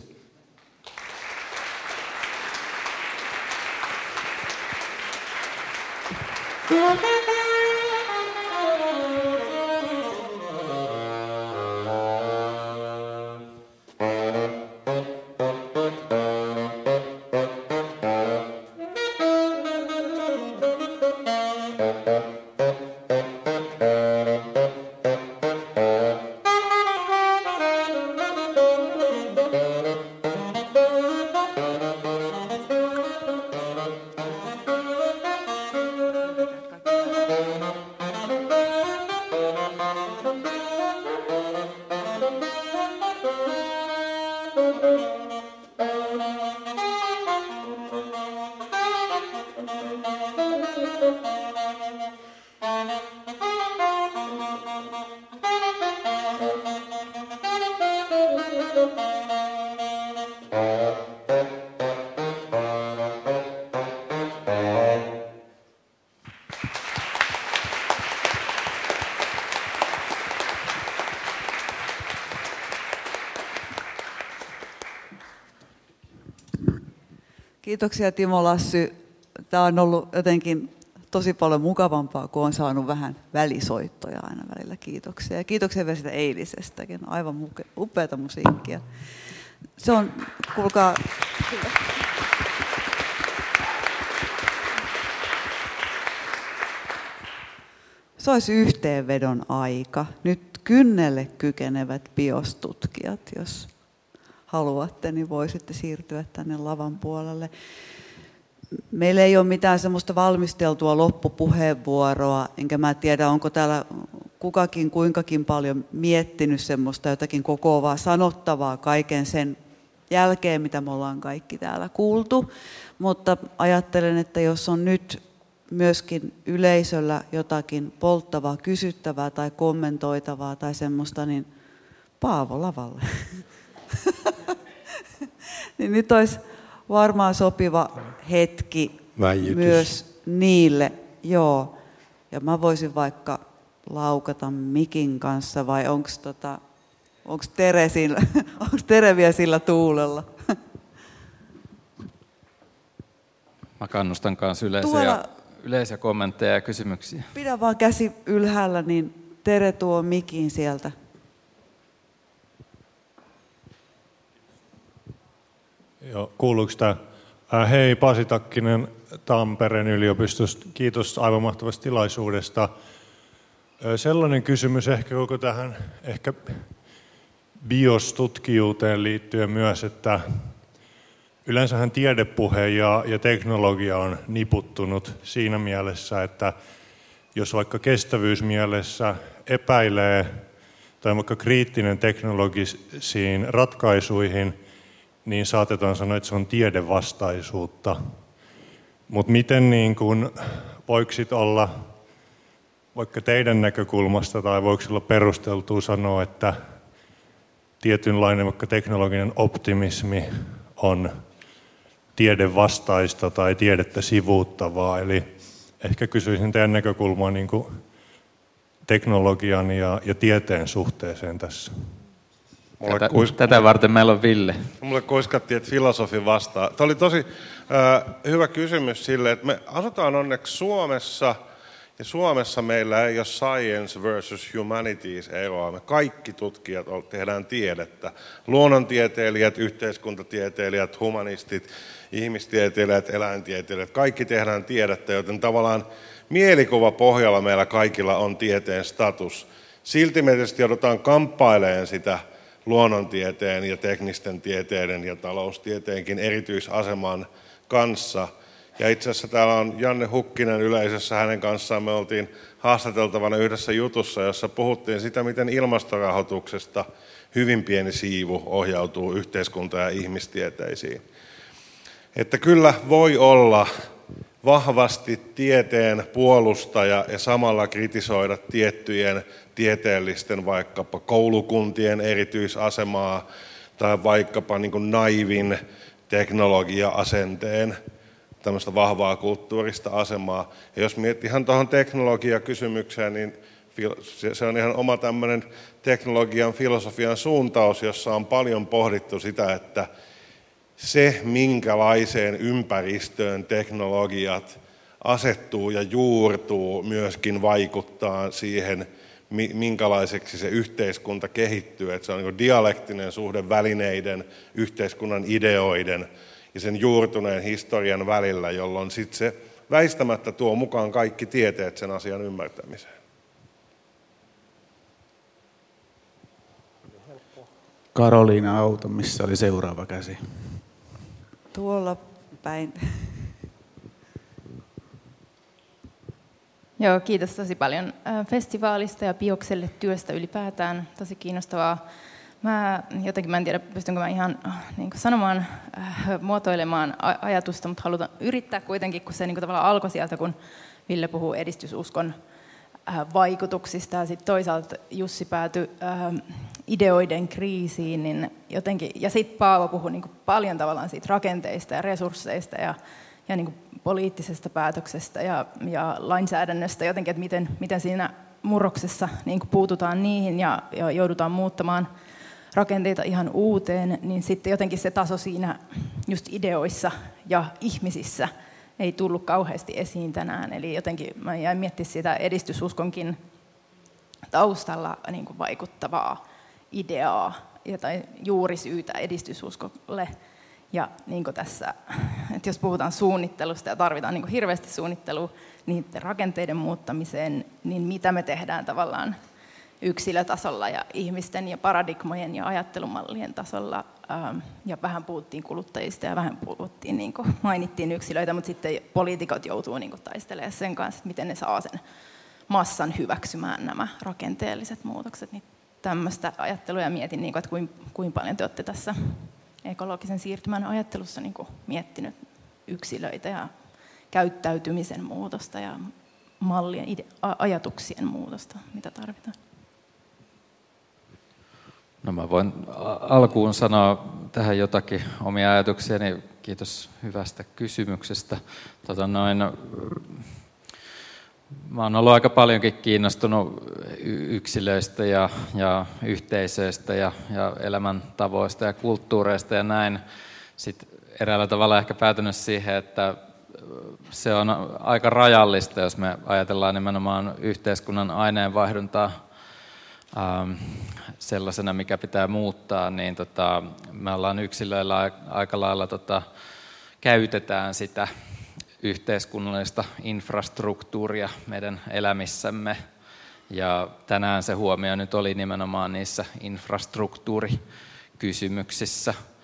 [SPEAKER 2] Kiitoksia Timo Lassy. Tämä on ollut jotenkin tosi paljon mukavampaa, kun on saanut vähän välisoittoja aina välillä. Kiitoksia. Ja kiitoksia vielä sitä eilisestäkin. Aivan upeata musiikkia. Se on, kuulkaa... Se olisi yhteenvedon aika. Nyt kynnelle kykenevät biostutkijat, jos haluatte, niin voisitte siirtyä tänne lavan puolelle. Meillä ei ole mitään semmoista valmisteltua loppupuheenvuoroa, enkä mä tiedä, onko täällä kukakin kuinkakin paljon miettinyt semmoista jotakin kokoavaa sanottavaa kaiken sen jälkeen, mitä me ollaan kaikki täällä kuultu. Mutta ajattelen, että jos on nyt myöskin yleisöllä jotakin polttavaa, kysyttävää tai kommentoitavaa tai semmoista, niin Paavo lavalle. Niin nyt olisi varmaan sopiva hetki Väijytys. Myös niille. Joo. Ja mä voisin vaikka laukata mikin kanssa, vai onko tota, Tere, Tere vielä sillä tuulella?
[SPEAKER 5] Mä kannustan kanssa yleisiä, Tuolla, yleisiä kommentteja ja kysymyksiä.
[SPEAKER 2] Pidä vaan käsi ylhäällä, niin Tere tuo mikin sieltä.
[SPEAKER 6] Joo, kuuluuko tämä? Äh, hei, Pasi Takkinen Tampereen yliopistosta. Kiitos aivan mahtavasta tilaisuudesta. Äh, sellainen kysymys ehkä koko tähän ehkä biostutkijuuteen liittyen myös, että yleensähän tiedepuhe ja, ja teknologia on niputtunut siinä mielessä, että jos vaikka kestävyysmielessä epäilee tai vaikka kriittinen teknologisiin ratkaisuihin, niin saatetaan sanoa, että se on tiedevastaisuutta. Mutta miten niin kun, voiko sit olla vaikka teidän näkökulmasta, tai voiko olla perusteltua sanoa, että tietynlainen vaikka teknologinen optimismi on tiedevastaista tai tiedettä sivuuttavaa. Eli ehkä kysyisin teidän näkökulmaa niin kuin teknologian ja, ja tieteen suhteeseen tässä.
[SPEAKER 5] Tätä, kuis... Tätä varten meillä on Ville.
[SPEAKER 7] Mulle kuiskattiin, että filosofi vastaa. Tämä oli tosi äh, hyvä kysymys sille, että me asutaan onneksi Suomessa, ja Suomessa meillä ei ole science versus humanities eroa. Me kaikki tutkijat tehdään tiedettä. Luonnontieteilijät, yhteiskuntatieteilijät, humanistit, ihmistieteilijät, eläintieteilijät, kaikki tehdään tiedettä, joten tavallaan mielikuvapohjalla meillä kaikilla on tieteen status. Silti me tietysti joudutaan kamppailemaan sitä luonnontieteen ja teknisten tieteiden ja taloustieteenkin erityisaseman kanssa. Ja itse asiassa täällä on Janne Hukkinen yleisössä, hänen kanssaan me oltiin haastateltavana yhdessä jutussa, jossa puhuttiin sitä, miten ilmastorahoituksesta hyvin pieni siivu ohjautuu yhteiskunta- ja ihmistieteisiin. Että kyllä voi olla vahvasti tieteen puolustaja ja samalla kritisoida tiettyjen tieteellisten vaikkapa koulukuntien erityisasemaa tai vaikkapa niin kuin naivin teknologia-asenteen tämmöistä vahvaa kulttuurista asemaa. Ja jos miettii ihan tuohon teknologiakysymykseen, niin se on ihan oma tämmöinen teknologian filosofian suuntaus, jossa on paljon pohdittu sitä, että se, minkälaiseen ympäristöön teknologiat asettuu ja juurtuu, myöskin vaikuttaa siihen, minkälaiseksi se yhteiskunta kehittyy. Että se on niin kuin dialektinen suhde välineiden, yhteiskunnan ideoiden ja sen juurtuneen historian välillä, jolloin sitten se väistämättä tuo mukaan kaikki tieteet sen asian ymmärtämiseen.
[SPEAKER 10] Karoliina Auto, missä oli seuraava käsi?
[SPEAKER 2] Tuolla päin.
[SPEAKER 14] Joo, kiitos tosi paljon festivaalista ja Biokselle työstä ylipäätään. Tosi kiinnostavaa. Mä jotenkin, mä en tiedä, pystynkö mä ihan niin kuin sanomaan, äh, muotoilemaan ajatusta, mutta halutaan yrittää kuitenkin, kun se niin kuin tavallaan alkoi sieltä, kun Ville puhuu edistysuskon äh, vaikutuksista ja sitten toisaalta Jussi päätyi äh, ideoiden kriisiin, niin jotenkin, ja sitten Paavo puhui niin kuin paljon tavallaan siitä rakenteista ja resursseista ja, ja niin kuin poliittisesta päätöksestä ja, ja lainsäädännöstä jotenkin, että miten, miten siinä murroksessa niin kuin puututaan niihin ja, ja joudutaan muuttamaan rakenteita ihan uuteen, niin sitten jotenkin se taso siinä just ideoissa ja ihmisissä ei tullut kauheasti esiin tänään. Eli jotenkin mä jäin miettimään sitä edistysuskonkin taustalla niin kuin vaikuttavaa ideaa tai juurisyytä edistysuskolle. Ja niin kuin tässä, että jos puhutaan suunnittelusta ja tarvitaan niin kuin hirveästi suunnittelua niiden rakenteiden muuttamiseen, niin mitä me tehdään tavallaan yksilötasolla ja ihmisten ja paradigmojen ja ajattelumallien tasolla. Ja vähän puhuttiin kuluttajista ja vähän puhuttiin, niin kuin mainittiin yksilöitä, mutta sitten poliitikot joutuu niin kuin taistelemaan sen kanssa, että miten ne saa sen massan hyväksymään nämä rakenteelliset muutokset. Niin tämmöistä ajattelua ja mietin, niin kuin, että kuinka, kuinka paljon te olette tässä ekologisen siirtymän ajattelussa niin kuin miettinyt yksilöitä ja käyttäytymisen muutosta ja mallien, ide- ajatuksien muutosta, mitä tarvitaan.
[SPEAKER 5] No mä voin alkuun sanoa tähän jotakin omia ajatuksia, niin kiitos hyvästä kysymyksestä. Tota noin, mä oon ollut aika paljonkin kiinnostunut yksilöistä ja, ja yhteisöistä ja, ja elämäntavoista ja kulttuureista ja näin. Sitten eräällä tavalla ehkä päätynyt siihen, että se on aika rajallista, jos me ajatellaan nimenomaan yhteiskunnan aineenvaihduntaa ähm, sellaisena, mikä pitää muuttaa, niin tota, me ollaan yksilöillä aika lailla, tota, käytetään sitä yhteiskunnallista infrastruktuuria meidän elämissämme. Ja tänään se huomio nyt oli nimenomaan niissä infrastruktuurikysymyksissä.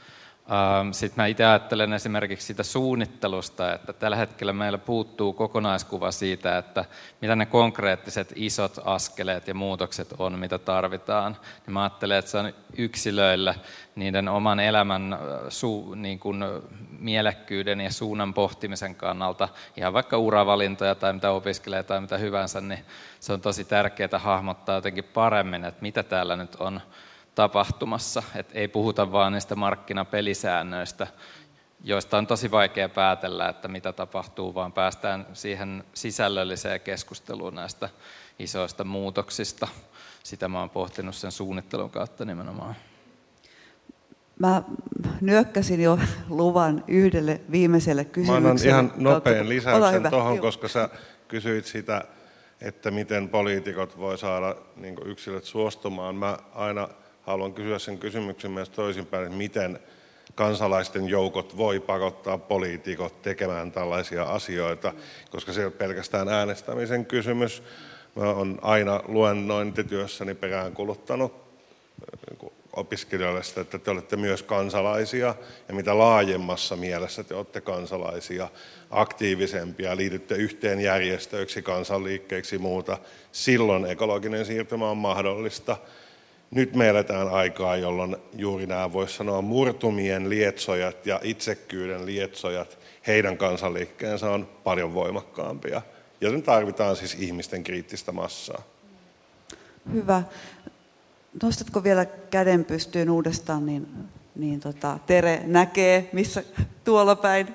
[SPEAKER 5] Sitten mä itse ajattelen esimerkiksi sitä suunnittelusta, että tällä hetkellä meillä puuttuu kokonaiskuva siitä, että mitä ne konkreettiset isot askeleet ja muutokset on, mitä tarvitaan. Niin mä ajattelen, että se on yksilöillä niiden oman elämän su, niin kuin mielekkyyden ja suunnan pohtimisen kannalta, ihan vaikka uravalintoja tai mitä opiskelee tai mitä hyvänsä, niin se on tosi tärkeää hahmottaa jotenkin paremmin, että mitä täällä nyt on tapahtumassa. Et ei puhuta vaan niistä markkinapelisäännöistä, joista on tosi vaikea päätellä, että mitä tapahtuu, vaan päästään siihen sisällölliseen keskusteluun näistä isoista muutoksista. Sitä mä oon pohtinut sen suunnittelun kautta nimenomaan.
[SPEAKER 2] Mä nyökkäsin jo luvan yhdelle viimeiselle kysymykselle.
[SPEAKER 7] Mä annan ihan nopean lisäyksen tuohon,
[SPEAKER 2] Joo.
[SPEAKER 7] koska sä kysyit sitä, että miten poliitikot voi saada niin kuin yksilöt suostumaan. Mä aina haluan kysyä sen kysymyksen myös toisinpäin, että miten kansalaisten joukot voi pakottaa poliitikot tekemään tällaisia asioita, koska se ei ole pelkästään äänestämisen kysymys. Mä oon aina luennointityössäni peräänkuluttanut opiskelijoille sitä, että te olette myös kansalaisia, ja mitä laajemmassa mielessä te olette kansalaisia, aktiivisempia, liitytte yhteen järjestöiksi, kansanliikkeiksi ja muuta, silloin ekologinen siirtymä on mahdollista. Nyt me eletään aikaa, jolloin juuri nämä, voisi sanoa, murtumien lietsojat ja itsekkyyden lietsojat, heidän kansanliikkeensä on paljon voimakkaampia, joten tarvitaan siis ihmisten kriittistä massaa.
[SPEAKER 2] Hyvä. Nostatko vielä käden pystyyn uudestaan, niin, niin tota, Tere näkee, missä tuolla päin.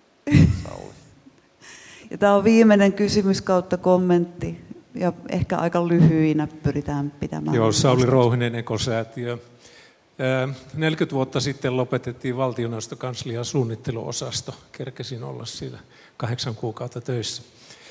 [SPEAKER 2] Ja tämä on viimeinen kysymys kautta kommentti, ja ehkä aika lyhyinä pyritään pitämään.
[SPEAKER 8] Joo, Sauli Rouhinen, Ekosäätiö. neljäkymmentä vuotta sitten lopetettiin valtioneuvostokanslian suunnitteluosasto. Kerkesin olla siinä kahdeksan kuukautta töissä.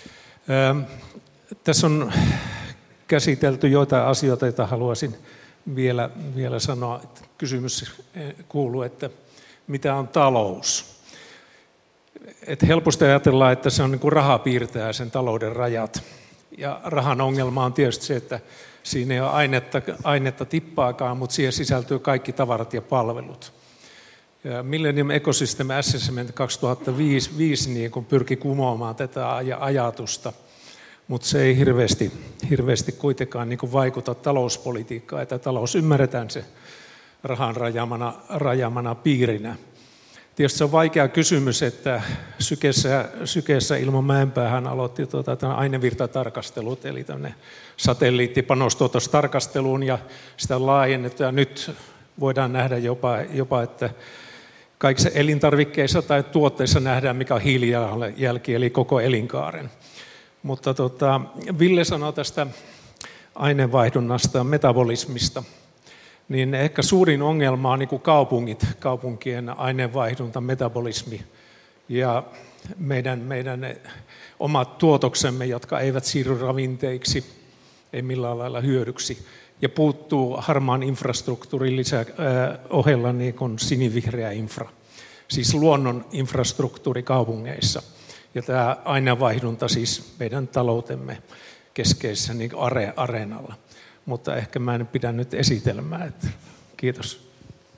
[SPEAKER 8] Tässä on käsitelty joitain asioita, joita haluaisin vielä, vielä sanoa. Että kysymys kuuluu, että mitä on talous? Et helposti ajatellaan, että se on niin kuin raha piirtää sen talouden rajat. Ja rahan ongelma on tietysti se, että siinä ei ole ainetta, ainetta tippaakaan, mutta siihen sisältyy kaikki tavarat ja palvelut. Ja Millennium Ecosystem Assessment kaksituhattaviisi niin kun pyrki kumoamaan tätä ajatusta, mutta se ei hirveästi, hirveästi kuitenkaan niin kuin vaikuta talouspolitiikkaan, että talous ymmärretään se rahan rajamana, rajamana piirinä. Tietysti se on vaikea kysymys, että Sykeessä, Sykeessä Ilmo Mäenpäähän aloitti tuota, ainevirtatarkastelut, eli tämmöinen satelliittipanostuotostarkasteluun, ja sitä laajennettu, ja nyt voidaan nähdä jopa, jopa että kaikissa elintarvikkeissa tai tuotteissa nähdään, mikä on hiilijalanjälki, eli koko elinkaaren. Mutta tota, Ville sanoi tästä aineenvaihdunnasta, metabolismista, niin ehkä suurin ongelma on niin kuin kaupungit, kaupunkien aineenvaihdunta, metabolismi ja meidän, meidän omat tuotoksemme, jotka eivät siirry ravinteiksi, ei millään lailla hyödyksi. Ja puuttuu harmaan infrastruktuurin lisä, äh, ohella niin kuin sinivihreä infra, siis luonnon infrastruktuuri kaupungeissa. Ja tämä aineenvaihdunta siis meidän taloutemme keskeisessä niin kuin are, areenalla. Mutta ehkä mä en pidä nyt esitelmää. Että kiitos.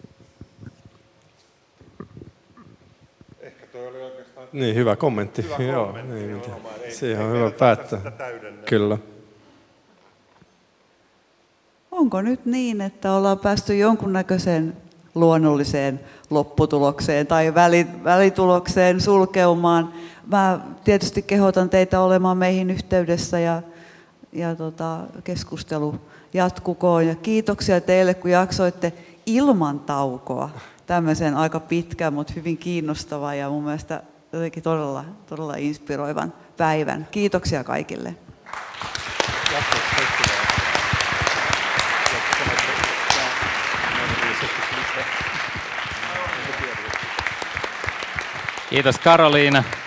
[SPEAKER 3] Ehkä toi oli oikeastaan... Niin, hyvä kommentti. Hyvä Joo, kommentti. Niin, siihen on hyvä päättää. Kyllä.
[SPEAKER 2] Onko nyt niin, että ollaan päästy jonkunnäköiseen luonnolliseen lopputulokseen tai välitulokseen, sulkeumaan? Mä tietysti kehotan teitä olemaan meihin yhteydessä ja, ja tota, keskustelu jatkukoon. Ja kiitoksia teille, kun jaksoitte ilman taukoa tämmöisen aika pitkän, mutta hyvin kiinnostavan ja mun mielestä jotenkin todella, todella inspiroivan päivän. Kiitoksia kaikille.
[SPEAKER 5] Kiitos Karoliina.